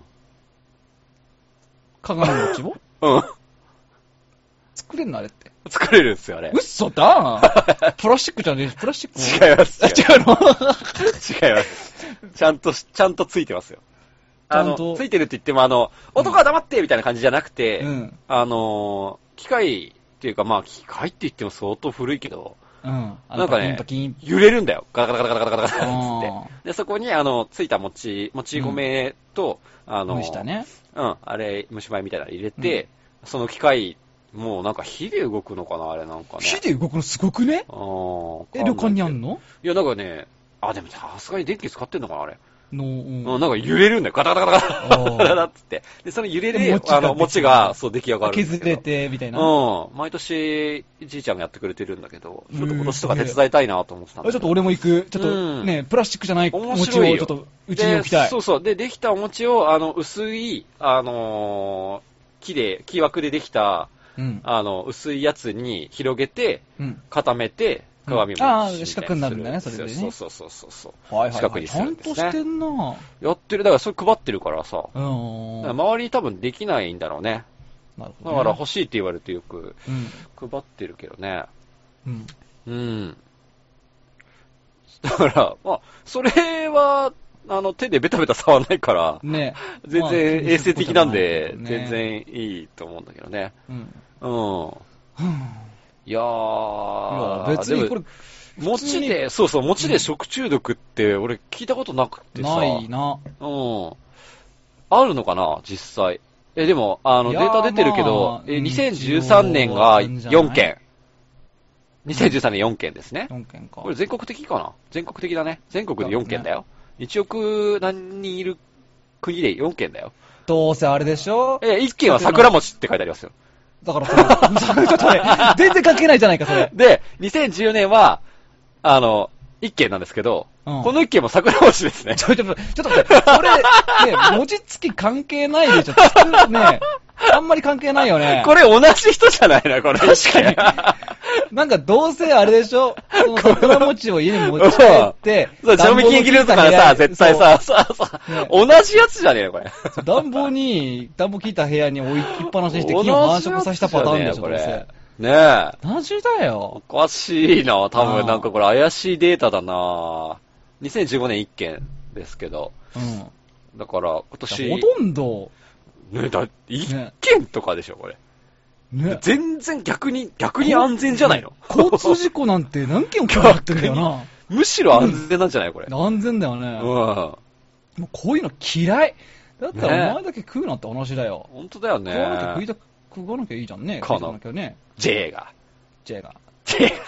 Speaker 1: 鏡餅を
Speaker 2: うん。
Speaker 1: 作れんのあれって。
Speaker 2: 作れるんすよ、あれ。
Speaker 1: 嘘だプラスチックじゃねえプラスチック
Speaker 2: 違います。
Speaker 1: あ、違うの
Speaker 2: 違います。ちゃんとし、ちゃんとついてますよ。あの、
Speaker 1: ちゃんと
Speaker 2: ついてるって言っても、あの、男は黙ってみたいな感じじゃなくて、
Speaker 1: うん。
Speaker 2: あの、機械っていうか、まあ、機械って言っても相当古いけど、
Speaker 1: うん。あ
Speaker 2: なんかね
Speaker 1: パキンパキン
Speaker 2: 揺れるんだよ。ガタガタガタガタガタガタガタ
Speaker 1: あ
Speaker 2: っつって。で、そこに、あの、ついた餅、餅米と、あの、
Speaker 1: 蒸したね。
Speaker 2: うん、あれ、蒸し米みたいなの入れて、その機械、もうなんか火で動くのかな、あれなんかね。
Speaker 1: 火で動くのすごくね
Speaker 2: あー
Speaker 1: え、旅館にあんの
Speaker 2: いや、なんかね、あ、でもさすがに電気使ってんのかな、あれ。
Speaker 1: の、う
Speaker 2: うんん、なんか揺れるんだよ。ガタガタガタガタガタガタっつって。で、その揺れで、
Speaker 1: で餅が
Speaker 2: あの、餅が、そう、出来上がるんだけど。
Speaker 1: 削れて、みたいな。
Speaker 2: うん。毎年、じいちゃんがやってくれてるんだけど、ちょっと今年とか
Speaker 1: うん
Speaker 2: 手伝いたいなと思ってたんだけど。
Speaker 1: あちょっと俺も行く。ちょっと
Speaker 2: うん
Speaker 1: ね、プラスチックじゃない
Speaker 2: 面
Speaker 1: 餅
Speaker 2: 白いよ
Speaker 1: をちょっとうちに置きたい。
Speaker 2: でそうそう。で、できたお餅を、あの、薄い、あのー木で、木枠でできた、
Speaker 1: うん。
Speaker 2: あの、薄いやつに広げて、
Speaker 1: うん。
Speaker 2: 固めて、鏡餅みたい
Speaker 1: ああ
Speaker 2: に
Speaker 1: 四角になるんだね
Speaker 2: す
Speaker 1: それでね
Speaker 2: そうそうそうそうそう。
Speaker 1: はいはい、はい。
Speaker 2: 四角に
Speaker 1: ちゃん
Speaker 2: するんですね
Speaker 1: としてんな
Speaker 2: やってる、だからそれ配ってるからさ。
Speaker 1: うん。
Speaker 2: だから周りに多分できないんだろうね。
Speaker 1: なるほど、ね。
Speaker 2: だから欲しいって言われてよく
Speaker 1: うん。
Speaker 2: 配ってるけどね。
Speaker 1: うん。
Speaker 2: うん。だから、まあ、それは、あの、手でベタベタ触らないから、
Speaker 1: ね
Speaker 2: 全
Speaker 1: まあ
Speaker 2: 然衛生的なんで、
Speaker 1: 気にする
Speaker 2: 全
Speaker 1: ことじゃない
Speaker 2: 然いいと思うんだけどね。
Speaker 1: うん。
Speaker 2: うん。
Speaker 1: うん。
Speaker 2: いや
Speaker 1: い
Speaker 2: ー、
Speaker 1: や、別にこれ
Speaker 2: でも、餅で、そうそう、餅で食中毒って俺聞いたことなくてさ。
Speaker 1: ないな。
Speaker 2: うん。あるのかな、実際。え、でも、あの、デ
Speaker 1: いやー
Speaker 2: ータ出てるけ
Speaker 1: ま
Speaker 2: ど
Speaker 1: あ、
Speaker 2: え、にせんじゅうさんねんが
Speaker 1: 一応あるんじゃない
Speaker 2: よんけん。にせんじゅうさんねんよんけんですね。
Speaker 1: よんけんか。
Speaker 2: これ全国的かな、全国的だね。全国でよんけんだよ。いちおく何人いる国でよんけんだよ。
Speaker 1: どうせあれでしょ
Speaker 2: え、いっけんは桜餅って書いてありますよ。
Speaker 1: だからそれ、ちょっとね、全然関係ないじゃないか、それ。
Speaker 2: で、にせんじゅうねんは、あの、いっけんなんですけど、
Speaker 1: うん
Speaker 2: このいっけんも桜餅ですね。
Speaker 1: ちょ、ちょっと、ちょっと待って、それ、ね、餅つき関係ないでしょ。作るね、あんまり関係ないよね。
Speaker 2: これ同じ人じゃないのこれ。
Speaker 1: 確かに。なんかどうせあれでしょその桜餅を家に持ち帰って、
Speaker 2: そう、賞味期限切れるからさ、絶対さ、さ、さ、
Speaker 1: ね
Speaker 2: 同じやつじゃねえのこれ。
Speaker 1: そう暖房に、暖房効いた部屋に置きっぱなしにして菌を繁殖させたパターンでしょ、
Speaker 2: これ
Speaker 1: どうせ。。
Speaker 2: ねえ。
Speaker 1: 同じだよ。
Speaker 2: おかしいな、多
Speaker 1: あ
Speaker 2: 分
Speaker 1: ー
Speaker 2: なんかこれ怪しいデータだな。にせんじゅうごねんいっけんですけど。
Speaker 1: うん。
Speaker 2: だから今年、
Speaker 1: ほとんど、
Speaker 2: ねだ、いっけんとかでしょ、これ。
Speaker 1: ね。
Speaker 2: 全然逆に、逆に安全じゃないの
Speaker 1: 交通事故なんて何件起こってんだよな。
Speaker 2: むしろ安全なんじゃないこれ。
Speaker 1: 安全だよね。
Speaker 2: うん。
Speaker 1: もうこういうの嫌い。だったら
Speaker 2: ね
Speaker 1: お前だけ食うなって話だよ。
Speaker 2: 本当だよね。
Speaker 1: 食わなきゃ食いた、食わなきゃいいじゃんね。
Speaker 2: かな
Speaker 1: 食わなきゃね。
Speaker 2: J が。
Speaker 1: J が。
Speaker 2: J が。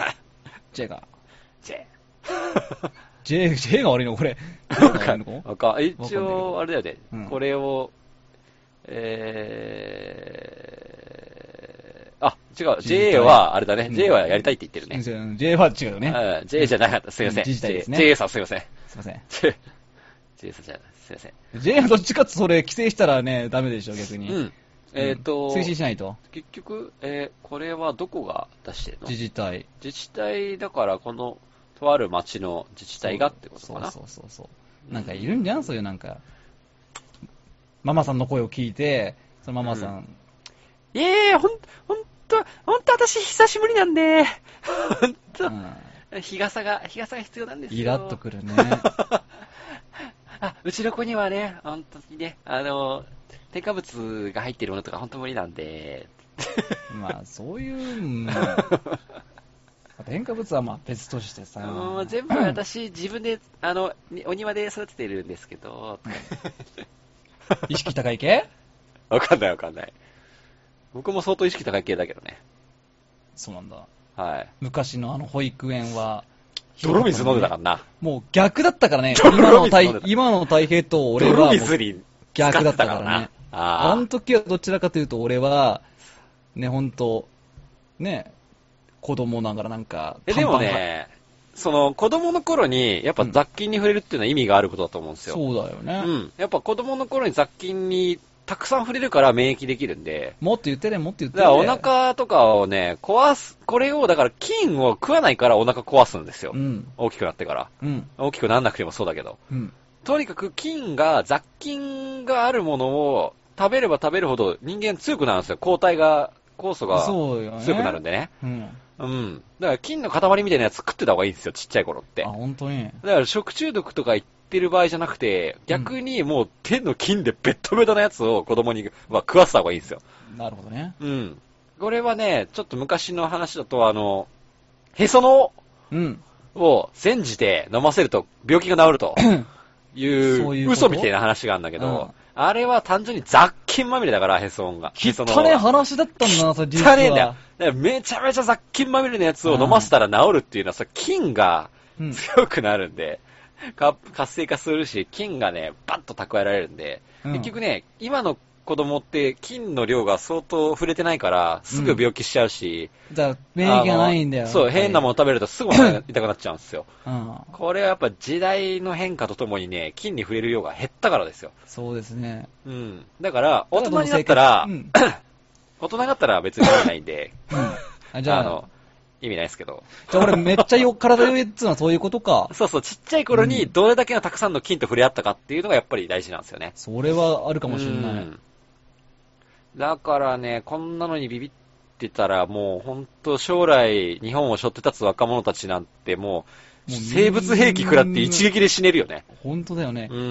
Speaker 1: J が。
Speaker 2: J。
Speaker 1: J、J が悪いのこれ。
Speaker 2: わかん
Speaker 1: の
Speaker 2: わかん一
Speaker 1: わかんないけど
Speaker 2: 応、あれだよね、
Speaker 1: うん
Speaker 2: これを、えー、あ、違う、
Speaker 1: 自治体
Speaker 2: J は、あれだね、
Speaker 1: うん
Speaker 2: J はやりたいって言ってるね。
Speaker 1: J は違うよね。
Speaker 2: うん J じゃなかった、すいません。
Speaker 1: うん自治体ですね
Speaker 2: J, J さんすいません。
Speaker 1: すいません。
Speaker 2: J, J さんじゃない、すいません。
Speaker 1: J はどっちかってそれ規制したらね、ダメでしょ、逆に。
Speaker 2: うん。 えっ、と、
Speaker 1: 推進しないと。
Speaker 2: 結局、えーこれはどこが出してるの？
Speaker 1: 自治体。
Speaker 2: 自治体だから、この、とある町の自治体がってことかな。
Speaker 1: そうそうそうそう。なんかいるんじゃん、そういうなんか、ママさんの声を聞いて、そのママさん。
Speaker 2: うん、いやいや、ほん、ほんと、ほんと私久しぶりなんで、ほんと、うん、日傘が、日傘が必要なんですよ。
Speaker 1: イラッとくるね。
Speaker 2: あ、うちの子にはね、本当にね、あの、添加物が入ってるものとか本当無理なんで。
Speaker 1: まあ、そういう、うん、添加物はまあ別としてさ。
Speaker 2: もう全部私、自分で、あの、お庭で育ててるんですけど。
Speaker 1: 意識高い系？
Speaker 2: わかんないわかんない。僕も相当意識高い系だけどね。
Speaker 1: そうなんだ。
Speaker 2: はい。
Speaker 1: 昔のあの保育園は、
Speaker 2: 泥水飲んでたからな。
Speaker 1: もう逆だったからね。今の太今の太平と俺は逆だったからね。あの時はどちらかというと俺は、ね、ほんと、ね、子供ながらなんか、
Speaker 2: え、でもね、その子供の頃にやっぱ雑菌に触れるっていうのは意味があることだと思うんですよ。
Speaker 1: そうだよね。
Speaker 2: うん。やっぱ子供の頃に雑菌にたくさん触れるから免疫できるんで。
Speaker 1: もっと言ってね、もっと言ってね。
Speaker 2: だからお腹とかをね、壊す、これをだから菌を食わないからお腹壊すんですよ。
Speaker 1: うん。
Speaker 2: 大きくなってから。
Speaker 1: うん。
Speaker 2: 大きくならなくてもそうだけど。
Speaker 1: うん。
Speaker 2: とにかく菌が、雑菌があるものを食べれば食べるほど人間強くなるんですよ。抗体が、酵素が強くなるんでね。
Speaker 1: うね
Speaker 2: うん。うん。だから菌の塊みたいなやつ食ってた方がいいんですよ、ちっちゃい頃って。
Speaker 1: あ、本当に。
Speaker 2: だから食中毒とか言ってる場合じゃなくて、逆にもう手の菌でベッドベトなやつを子供には食わせた方がいいんですよ。
Speaker 1: なるほどね。
Speaker 2: うん。これはね、ちょっと昔の話だと、あの、へその緒を煎じて飲ませると病気が治るという嘘みたいな話があるんだけど、うんあれは単純に雑菌まみれだから、へそ音が。
Speaker 1: 汚ねえ話だったんだな、それ実は。
Speaker 2: 汚ねえんだよ。だからめちゃめちゃ雑菌まみれのやつを飲ませたら治るっていうのは、それ菌が強くなるんで、うん、か活性化するし、菌がね、バッと蓄えられるんで、うん、結局ね、今の子供って菌の量が相当触れてないから、すぐ病気しちゃうし。
Speaker 1: うん、だから免疫がないんだよ。
Speaker 2: そう、変なもの食べるとすぐ痛くなっちゃうんですよ。
Speaker 1: うん、
Speaker 2: これはやっぱ時代の変化とともにね、菌に触れる量が減ったからですよ。
Speaker 1: そうですね。
Speaker 2: うん。だから、大人になったら、うん、大人になったら別に意味ないんで、うん、あじゃあ、あの、意味ないですけど。
Speaker 1: じゃあ俺めっちゃよ体弱いっていうのはそういうことか。
Speaker 2: そうそう、ちっちゃい頃にどれだけのたくさんの菌と触れ合ったかっていうのがやっぱり大事なんですよね。
Speaker 1: それはあるかもしれない。うん
Speaker 2: だからね、こんなのにビビってたら、もう本当将来日本を背負って立つ若者たちなんてもう、生物兵器食らって一撃で死ねるよね。
Speaker 1: 本当だよね。
Speaker 2: うん。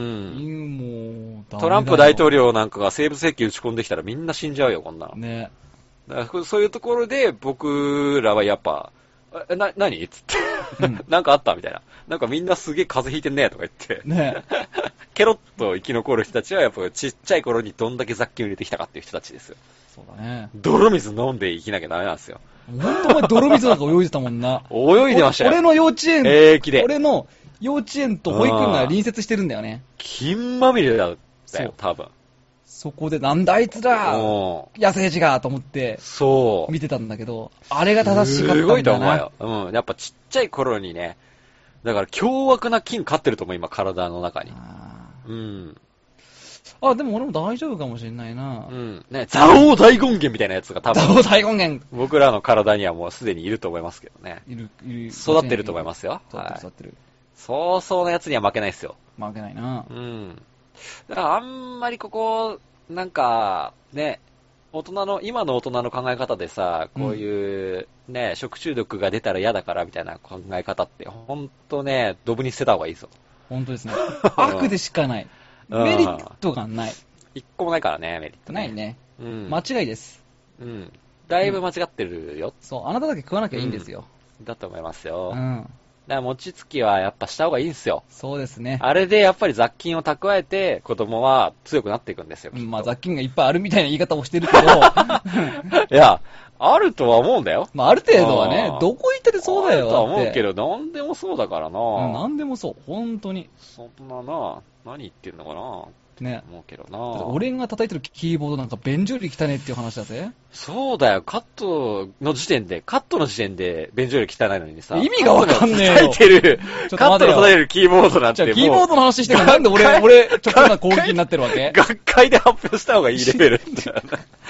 Speaker 1: もう
Speaker 2: トランプ大統領なんかが生物兵器打ち込んできたらみんな死んじゃうよ、こんなの。
Speaker 1: ね。
Speaker 2: だからそういうところで僕らはやっぱ、え、な、何つって、うん、なんかあったみたいな。なんかみんなすげえ風邪ひいてんねとか言って。
Speaker 1: ね
Speaker 2: ケロッと生き残る人たちはやっぱちっちゃい頃にどんだけ雑菌を入れてきたかっていう人たちですよ。
Speaker 1: そうだね。
Speaker 2: 泥水飲んで生きなきゃダメなんですよ。
Speaker 1: ほんとお前泥水なんか泳いでたもんな。
Speaker 2: 泳いでましたよ。
Speaker 1: 俺の幼稚園、
Speaker 2: 平気で。
Speaker 1: 俺の幼稚園と保育園が隣接してるんだよね。
Speaker 2: 菌まみれだったよ、多分。
Speaker 1: そこでなんだあいつら野生児がと思って見てたんだけど、あれが正しかったんだよな。
Speaker 2: すごいと思うよ。うん。やっぱちっちゃい頃にね、だから凶悪な菌飼ってると思う、今体の中に。うん。
Speaker 1: あ、でも俺も大丈夫かもしれないな。
Speaker 2: うん。ね、蔵王大権現みたいなやつが多分。
Speaker 1: 蔵王大権現。
Speaker 2: 僕らの体にはもうすでにいると思いますけどね。
Speaker 1: いる、いる。
Speaker 2: 育ってると思いますよ。
Speaker 1: 育ってる、育ってる。
Speaker 2: そうそうなやつには負けないですよ。
Speaker 1: 負けないな。
Speaker 2: うん。だからあんまりここ、なんか、ね、大人の、今の大人の考え方でさ、こういうね、うん、食中毒が出たら嫌だからみたいな考え方って、ほんとね、ドブに捨てた方がいいぞ。
Speaker 1: 本当ですね。悪でしかない。メリットがない。
Speaker 2: 一個もないからね、メリット、ね。
Speaker 1: ないね。
Speaker 2: うん。
Speaker 1: 間違いです。
Speaker 2: うん。だいぶ間違ってるよ。うん、
Speaker 1: そう、あなただけ食わなきゃいいんですよ。
Speaker 2: うん、だと思いますよ。
Speaker 1: うん。
Speaker 2: だから餅つきはやっぱした方がいいんですよ。
Speaker 1: そうですね。
Speaker 2: あれでやっぱり雑菌を蓄えて子供は強くなっていくんですよ。
Speaker 1: うん、まあ雑菌がいっぱいあるみたいな言い方をしてるけど。
Speaker 2: いや、あるとは思うんだよ。
Speaker 1: まあある程度はね、どこ行ったってそうだよ。ある
Speaker 2: とは思うけど、なんでもそうだからな。
Speaker 1: うん、なんでもそう、本当に。
Speaker 2: そんなな、何言ってんのかな。ね。思うけどな。
Speaker 1: 俺が叩いてるキーボードなんか便所より汚ねっていう話だぜ。
Speaker 2: そうだよ、カットの時点で、カットの時点で便所より汚いのにさ。
Speaker 1: 意味がわかんねえよ。
Speaker 2: 叩いてる、カットの叩いてるキーボードなんてもう。
Speaker 1: キーボードの話してからなんで俺、俺、ちょっとな攻撃になってるわけ？
Speaker 2: 学会で発表した方がいいレベルだよな。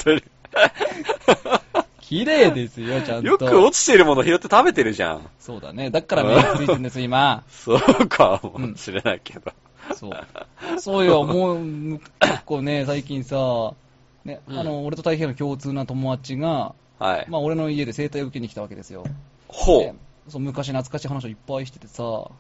Speaker 2: 当に。
Speaker 1: 綺麗ですよ、ちゃんと。
Speaker 2: よく落ちてるもの拾って食べてるじゃん。
Speaker 1: そうだね。だから目ついてるんです、今。
Speaker 2: そうかもしれないけど。
Speaker 1: うん、そう。そうよ、もう、結構ね、最近さ、ね、うん、あの、俺と太平の共通な友達が、はい。まあ、俺の家で整体を受けに来たわけですよ。
Speaker 2: ほう。
Speaker 1: そう、昔懐かしい話をいっぱいしててさ、はい。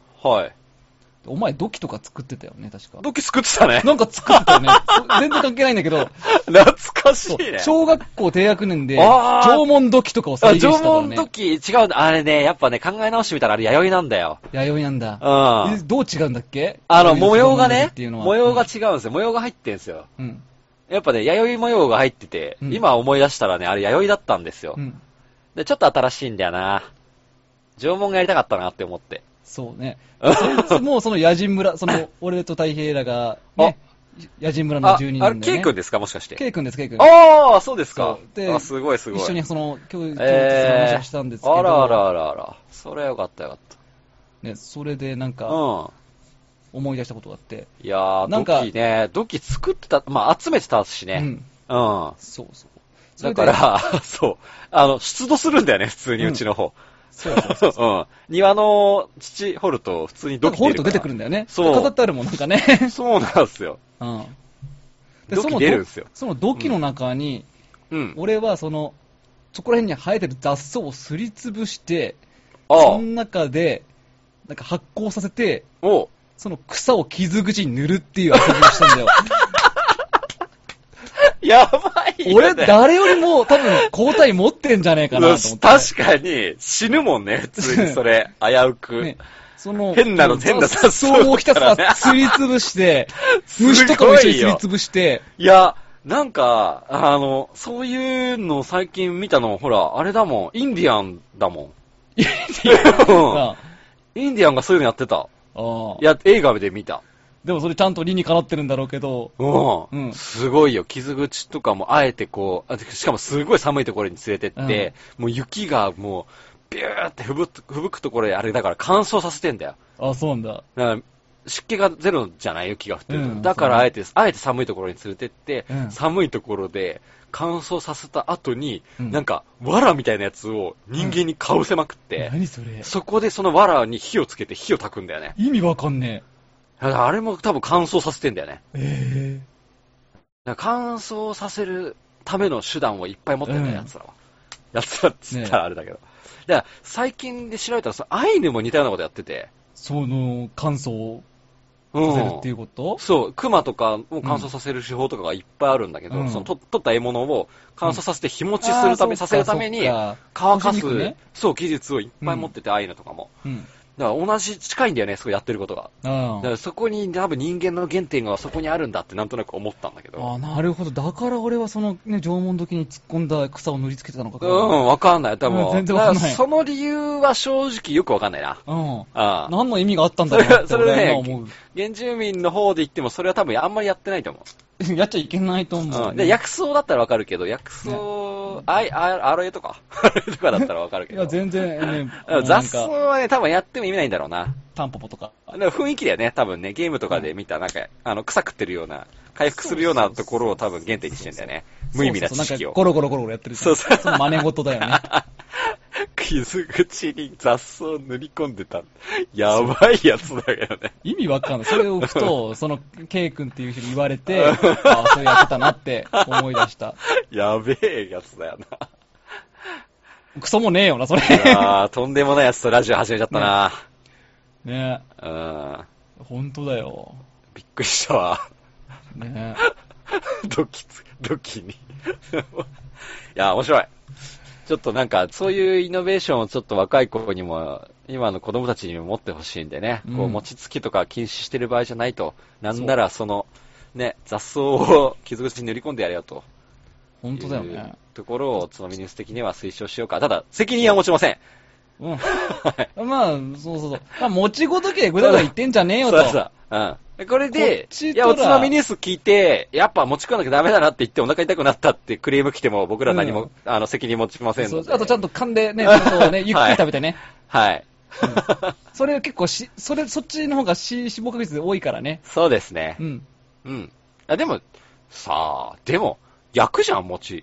Speaker 1: お前、土器とか作ってたよね、確か。
Speaker 2: 土器作ってたね。
Speaker 1: なんか作ってたよね。全然関係ないんだけど。
Speaker 2: 懐かしいね。
Speaker 1: 小学校低学年で、縄文土器とかを再現したからね。
Speaker 2: 縄文土器、違う、あれね、やっぱね、考え直してみたらあれ弥生なんだよ。
Speaker 1: 弥生なんだ。
Speaker 2: うん。
Speaker 1: どう違うんだっけ？
Speaker 2: あの、模様がね、模様が違うんですよ。模様が入ってんですよ。うん。やっぱね、弥生模様が入ってて、うん、今思い出したらね、あれ弥生だったんですよ。うん。で、ちょっと新しいんだよな。縄文がやりたかったなって思って。
Speaker 1: そうね。そいつもその野人村、その、俺と太平らが、ね、野人村の住人なんで、ね。
Speaker 2: あ、あれ、ケイ君ですかもしかして。
Speaker 1: ケイ君です、ケイ君。
Speaker 2: ああ、そうですか。で、あ、すごいすごい。
Speaker 1: 一緒にその、今日、今日、話をしたんですけど。
Speaker 2: あらあらあらあら。それはよかったよかった。
Speaker 1: ね、それでなんか、うん。思い出したことがあって。
Speaker 2: いやー、なんか土器ね、土器作ってた、まあ集めてたしね。うん。うん。
Speaker 1: そうそう。
Speaker 2: だから、そう。あの、出土するんだよね、普通にうちの方。うん
Speaker 1: そうそうそう。うん。
Speaker 2: 庭の土掘ると普通に土器出るから。
Speaker 1: 掘ると出てくるんだよね。そう。飾ってあるもんなんかね。
Speaker 2: そうなんですよ。
Speaker 1: うん。
Speaker 2: で、土器出るんですよ。
Speaker 1: その土器の中に、うん。俺はその、そこら辺に生えてる雑草をすりつぶして、ああその中で、なんか発酵させて、おその草を傷口に塗るっていう遊びをしたんだよ。
Speaker 2: やばいよ、ね。
Speaker 1: 俺、誰よりも多分、抗体持ってんじゃねえかなと思って。
Speaker 2: 確かに、死ぬもんね、普通にそれ、危うく。ね、
Speaker 1: その、
Speaker 2: 変なの、変な雑
Speaker 1: 草をひたすらすりつぶして、虫とかも一緒にすりつぶして。
Speaker 2: いや、なんか、あの、そういうの最近見たの、ほら、あれだもん、インディアンだもん。
Speaker 1: インディアン
Speaker 2: インディアンがそういうのやってた。あいや、映画で見た。
Speaker 1: でもそれちゃんと理にかなってるんだろうけど。
Speaker 2: うん。うん、すごいよ。傷口とかもあえてこう、しかもすごい寒いところに連れてって、うん、もう雪がもう、ビューって吹雪く、吹雪くところであれだから乾燥させてんだよ。
Speaker 1: あ、そうなんだ。だ
Speaker 2: から湿気がゼロじゃない雪が降ってると。うん、だからあえて、あえて寒いところに連れてって、うん、寒いところで乾燥させた後に、うん、なんか、藁みたいなやつを人間にかぶせまくって、
Speaker 1: うん、何それ
Speaker 2: そこでその藁に火をつけて火を焚くんだよね。
Speaker 1: 意味わかんねえ。
Speaker 2: あれも多分乾燥させてんだよね。
Speaker 1: え
Speaker 2: ー、乾燥させるための手段をいっぱい持ってんだよ、うん、やつらは。やつらって言ったらあれだけど。ね、だから最近で調べたら、そのアイヌも似たようなことやってて。
Speaker 1: その乾燥させるっていうこと、うん、
Speaker 2: そう、クマとかを乾燥させる手法とかがいっぱいあるんだけど、うん、そのと取った獲物を乾燥させて日持ちするため、うん、させるために乾かす、ね、そう、技術をいっぱい持ってて、アイヌとかも。うんだから同じ、近いんだよね、そうやってることが。だからそこに多分人間の原点がそこにあるんだってなんとなく思ったんだけど。
Speaker 1: ああ、なるほど。だから俺はそのね、縄文時に突っ込んだ草を塗りつけてたのかと。
Speaker 2: うん、わかんない。多分。
Speaker 1: うん、全然わかんない。
Speaker 2: その理由は正直よくわかんないな。
Speaker 1: うん。ああ。何の意味があったんだろうなって
Speaker 2: それはね、思う。原住民の方で言ってもそれは多分あんまりやってないと思う。
Speaker 1: やっちゃいけないと思う、ね。
Speaker 2: うん。で、薬草だったらわかるけど、薬草、ね、あい、あ、アロエとか、アロエとかだったらわかるけど。
Speaker 1: いや、全然ね。
Speaker 2: 雑草はね、多分やっても意味ないんだろうな。
Speaker 1: タンポポとか。
Speaker 2: だから雰囲気だよね、多分ね、ゲームとかで見た、なんか、あの、草食ってるような、回復するようなところを多分原点にしてんだよね。無意味な知識を。そうそうそうなんかゴロゴロゴロゴロやってる。そうそう。その真似事だよね。 傷口に雑草を塗り込んでた。やばいやつだよね。
Speaker 1: 意味わかんない。それをふと、その、ケイ君っていう人に言われて、ああ、それやってたなって思い出した。
Speaker 2: やべえやつだよな。
Speaker 1: クソもねえよな、それ。
Speaker 2: ああ、とんでもないやつとラジオ始めちゃったな。
Speaker 1: ねえ。ね
Speaker 2: うん。
Speaker 1: ほんとだよ。
Speaker 2: びっくりしたわ。
Speaker 1: ね
Speaker 2: え。ドキつ、ドキに。いや、面白い。ちょっとなんか、そういうイノベーションをちょっと若い子にも、今の子供たちにも持ってほしいんでね、うん、こう、餅つきとか禁止してる場合じゃないと、なんならその、ね、雑草を傷口に塗り込んでやれよと。
Speaker 1: 本当だよね。
Speaker 2: ところを、つまみニュース的には推奨しようか。ただ、責任は持ちません。
Speaker 1: うん。まあ、そうそうそう。まあ、持ちごときでぐだぐだ言ってんじゃねえよと。
Speaker 2: そうそう。うん。これで、いや、おつまみニュース聞いて、やっぱ持ち込んなきゃダメだなって言ってお腹痛くなったってクレーム来ても僕ら何も、うん、あの、責任持ちませんので。
Speaker 1: そう、あとちゃんと噛んでね、そうね、ゆっくり食べてね。
Speaker 2: はい。はい
Speaker 1: うん、それ結構し、それ、そっちの方が脂肪確率多いからね。
Speaker 2: そうですね。
Speaker 1: うん。
Speaker 2: うん。あでも、さあ、でも、焼くじゃん、餅。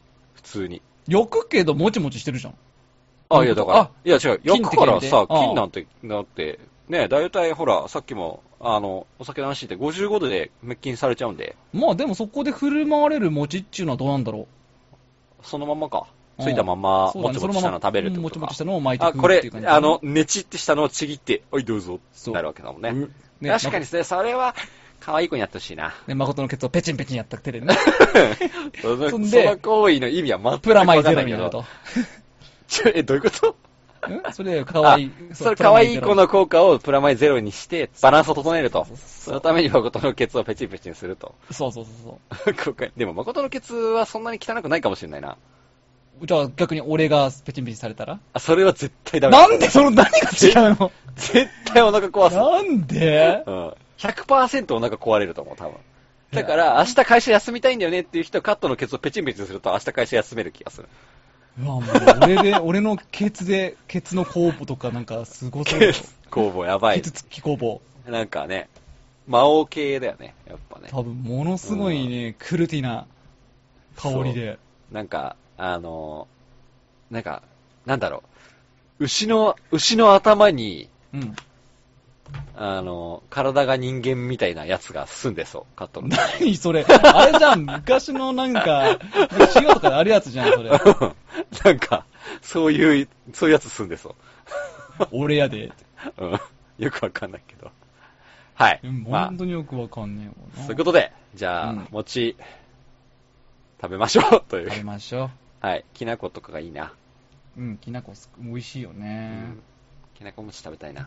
Speaker 2: 通に。
Speaker 1: 焼くけど、もちもちしてるじゃん。
Speaker 2: あ、いや、だから
Speaker 1: あ、
Speaker 2: いや違う、焼くからさ、
Speaker 1: 金的にね
Speaker 2: 金なんて、だって、ね、だいたいほら、さっきも、あの、お酒の話でごじゅうごどで滅菌されちゃうんで、
Speaker 1: まあでもそこで振る舞われる餅っていうのはどうなんだろ
Speaker 2: そのまんまか。
Speaker 1: うん
Speaker 2: ついたまんま、
Speaker 1: そうだね
Speaker 2: もちもちしたの食べるって
Speaker 1: うん
Speaker 2: ことか。
Speaker 1: もちもちしたのを巻いて
Speaker 2: あ、これ
Speaker 1: 食うっていう感、じだね
Speaker 2: あの、ねちってしたのをちぎって、おいどうぞ、
Speaker 1: そう
Speaker 2: なるわけだもんね。
Speaker 1: う。ね
Speaker 2: 確かにそれ、それは、可愛い子にやってほしいな。
Speaker 1: ね、誠のケツをペチンペチンやったテレビね。
Speaker 2: その
Speaker 1: そんで
Speaker 2: その行為の意味は全く
Speaker 1: プラマイゼ
Speaker 2: わかんないけど。
Speaker 1: ロになると。
Speaker 2: ちょえ、どういうこと
Speaker 1: んそれで可愛い。
Speaker 2: あそれ可愛い子の効果をプラマイゼロにして、バランスを整えると。そのために誠のケツをペチンペチンすると。
Speaker 1: そうそうそうそう。
Speaker 2: 今回でも誠のケツはそんなに汚くないかもしれないな。
Speaker 1: じゃあ逆に俺がペチンペチンされたら
Speaker 2: あ、それは絶対ダメだ。
Speaker 1: なんでその何が違うの
Speaker 2: 絶対お腹壊す。
Speaker 1: なんで
Speaker 2: うん。ひゃくパーセント お腹壊れると思う、多分。だから、明日会社休みたいんだよねっていう人はカットのケツをペチンペチンすると明日会社休める気がする。
Speaker 1: うわ、もう俺で、俺のケツで、ケツの工房とかなんかすごそうだよ。
Speaker 2: 工房やばい
Speaker 1: ケ。ツ付き工房。
Speaker 2: なんかね、魔王系だよね、やっぱね。
Speaker 1: 多分ものすごいね、クルティな香りで。
Speaker 2: なんか、あの、なんか、なんだろう。牛の、牛の頭に、
Speaker 1: うん。
Speaker 2: あの、体が人間みたいなやつが住んでそう、カットの。
Speaker 1: 何それあれじゃん、昔のなんか、シワとかであるやつじゃん、それ。
Speaker 2: なんか、そういう、そういうやつ住んでそう。
Speaker 1: 俺やで。
Speaker 2: うん。よくわかんないけど。はい。
Speaker 1: うん
Speaker 2: まあ
Speaker 1: 本、当によくわかんねえわな。
Speaker 2: そういうことで、じゃあ、
Speaker 1: うん
Speaker 2: 餅、食べましょう、とい
Speaker 1: 食べ
Speaker 2: う。
Speaker 1: ましょ
Speaker 2: はい。きな粉とかがいいな。
Speaker 1: う。うん、きなこす美味しいよね。
Speaker 2: きなこ餅食べたいな。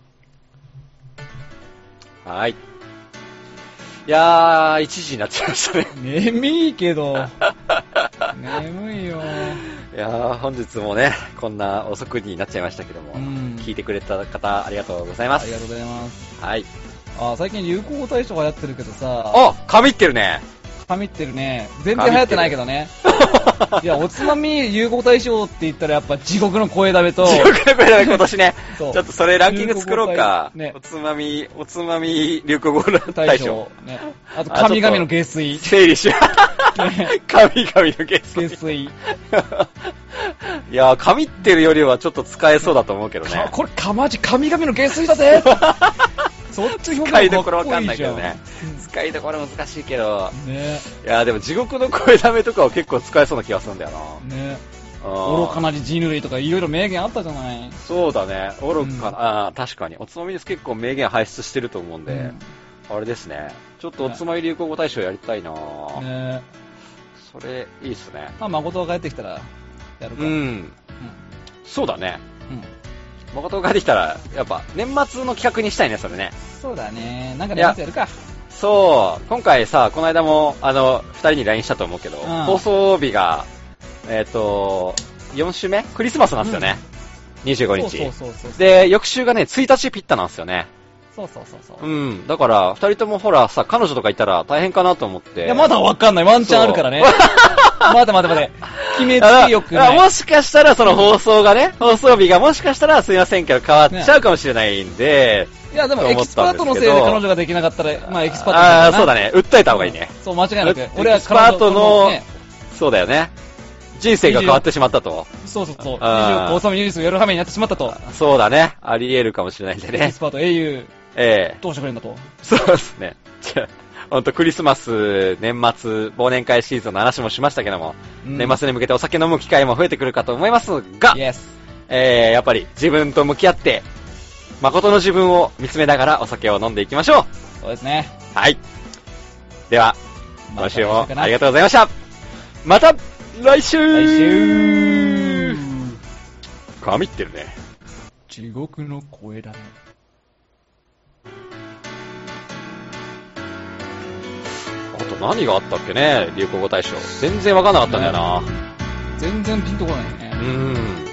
Speaker 2: はーい。いやー、いちじになっちゃいましたね。
Speaker 1: 眠いけど。眠いよ。
Speaker 2: いやー、本日もね、こんな遅くになっちゃいましたけども、
Speaker 1: うん
Speaker 2: 聞いてくれた方、ありがとうございます。
Speaker 1: ありがとうございます。
Speaker 2: はい。
Speaker 1: あ、最近流行語大賞流行ってるけどさ、
Speaker 2: あ、髪ってるね。
Speaker 1: 神ってるね。全然流行ってないけどね。いや、おつまみ流行語大賞って言ったらやっぱ地獄の声だめと、
Speaker 2: 地獄の声だね、今年ね。
Speaker 1: そう
Speaker 2: ちょっとそれランキング作ろうか。
Speaker 1: ね
Speaker 2: おつまみ、おつまみ流行語大賞
Speaker 1: 大賞。。ね。あと、神々の下水。
Speaker 2: 整理しよう。
Speaker 1: ね
Speaker 2: 神々の下水。
Speaker 1: 下水。
Speaker 2: いやー、神ってるよりはちょっと使えそうだと思うけど
Speaker 1: か
Speaker 2: ね。
Speaker 1: これ、かまじ神々の下水だぜそっち
Speaker 2: 使いどころわかんないけどね
Speaker 1: うん。
Speaker 2: 使いどころ難しいけど。
Speaker 1: ね
Speaker 2: いやー、でも地獄の声だめとかは結構使えそうな気がするんだよな。
Speaker 1: ね
Speaker 2: うん
Speaker 1: 愚かなり人類とかいろいろ名言あったじゃない。
Speaker 2: そうだね。愚かな、
Speaker 1: うん
Speaker 2: あー確かに。おつまみです結構名言輩出してると思うんで、
Speaker 1: うん
Speaker 2: あれですね。ちょっとおつまみ流行語大賞やりたいな、
Speaker 1: ね
Speaker 2: それ、いいっすね。
Speaker 1: まあ、誠が帰ってきたら、やるか。
Speaker 2: う
Speaker 1: うん。
Speaker 2: ん。そうだね。
Speaker 1: うん。
Speaker 2: 誠が帰ってきたら、やっぱ、年末の企画にしたいね、それね。
Speaker 1: そうだね。なんかね、
Speaker 2: いや
Speaker 1: まずやるか。
Speaker 2: そう、今回さ、この間も、あの、二人に ライン したと思うけど、
Speaker 1: ん
Speaker 2: 放送日が、えっ、と、よん週目クリスマスなんですよね。にじゅうごにち。
Speaker 1: そうそうそうそう。
Speaker 2: で、翌週がね、ついたちピッタなんですよね。
Speaker 1: そうそうそうそう。
Speaker 2: うん。だから、二人ともほら、さ、彼女とかいたら大変かなと思って。
Speaker 1: いや、まだわかんない。ワンチャンあるからね。待て待て待て。決め
Speaker 2: あ
Speaker 1: つけよくない。
Speaker 2: もしかしたらその放送がね、放送日がもしかしたらすいませんけど変わっちゃうかもしれないんで、
Speaker 1: いや、でもエキスパートのせいで彼女ができなかったら、まあエキスパート
Speaker 2: ああー、そうだ
Speaker 1: ね。
Speaker 2: ね。訴えた方がいいね。
Speaker 1: そう、間違いなく
Speaker 2: エ。
Speaker 1: 俺は
Speaker 2: キスパートの
Speaker 1: ね
Speaker 2: そうだよね。人生が変わってしまったと。
Speaker 1: そうそうそう。にじゅう
Speaker 2: あー
Speaker 1: ごさんニュースをやる羽目になってしまったと。
Speaker 2: そうだね。あり得るかもしれないんでね
Speaker 1: エキス。パート エーユー
Speaker 2: ええ
Speaker 1: どうしてくれんだと。
Speaker 2: そうですね。じゃあ、ほんとクリスマス、年末、忘年会シーズンの話もしましたけども、
Speaker 1: うん
Speaker 2: 年末に向けてお酒飲む機会も増えてくるかと思いますが、
Speaker 1: イエス。
Speaker 2: えー、やっぱり自分と向き合って、誠の自分を見つめながらお酒を飲んでいきましょう。
Speaker 1: そうですね。
Speaker 2: はい。では、
Speaker 1: また
Speaker 2: 今週も
Speaker 1: 来週かな
Speaker 2: ありがとうございました。また来週
Speaker 1: 来週
Speaker 2: 神ってるね。
Speaker 1: 地獄の声だね。
Speaker 2: あと何があったっけね、流行語大賞。全然わかんなかったんだよな。
Speaker 1: 全然ピンとこないね。
Speaker 2: うーん。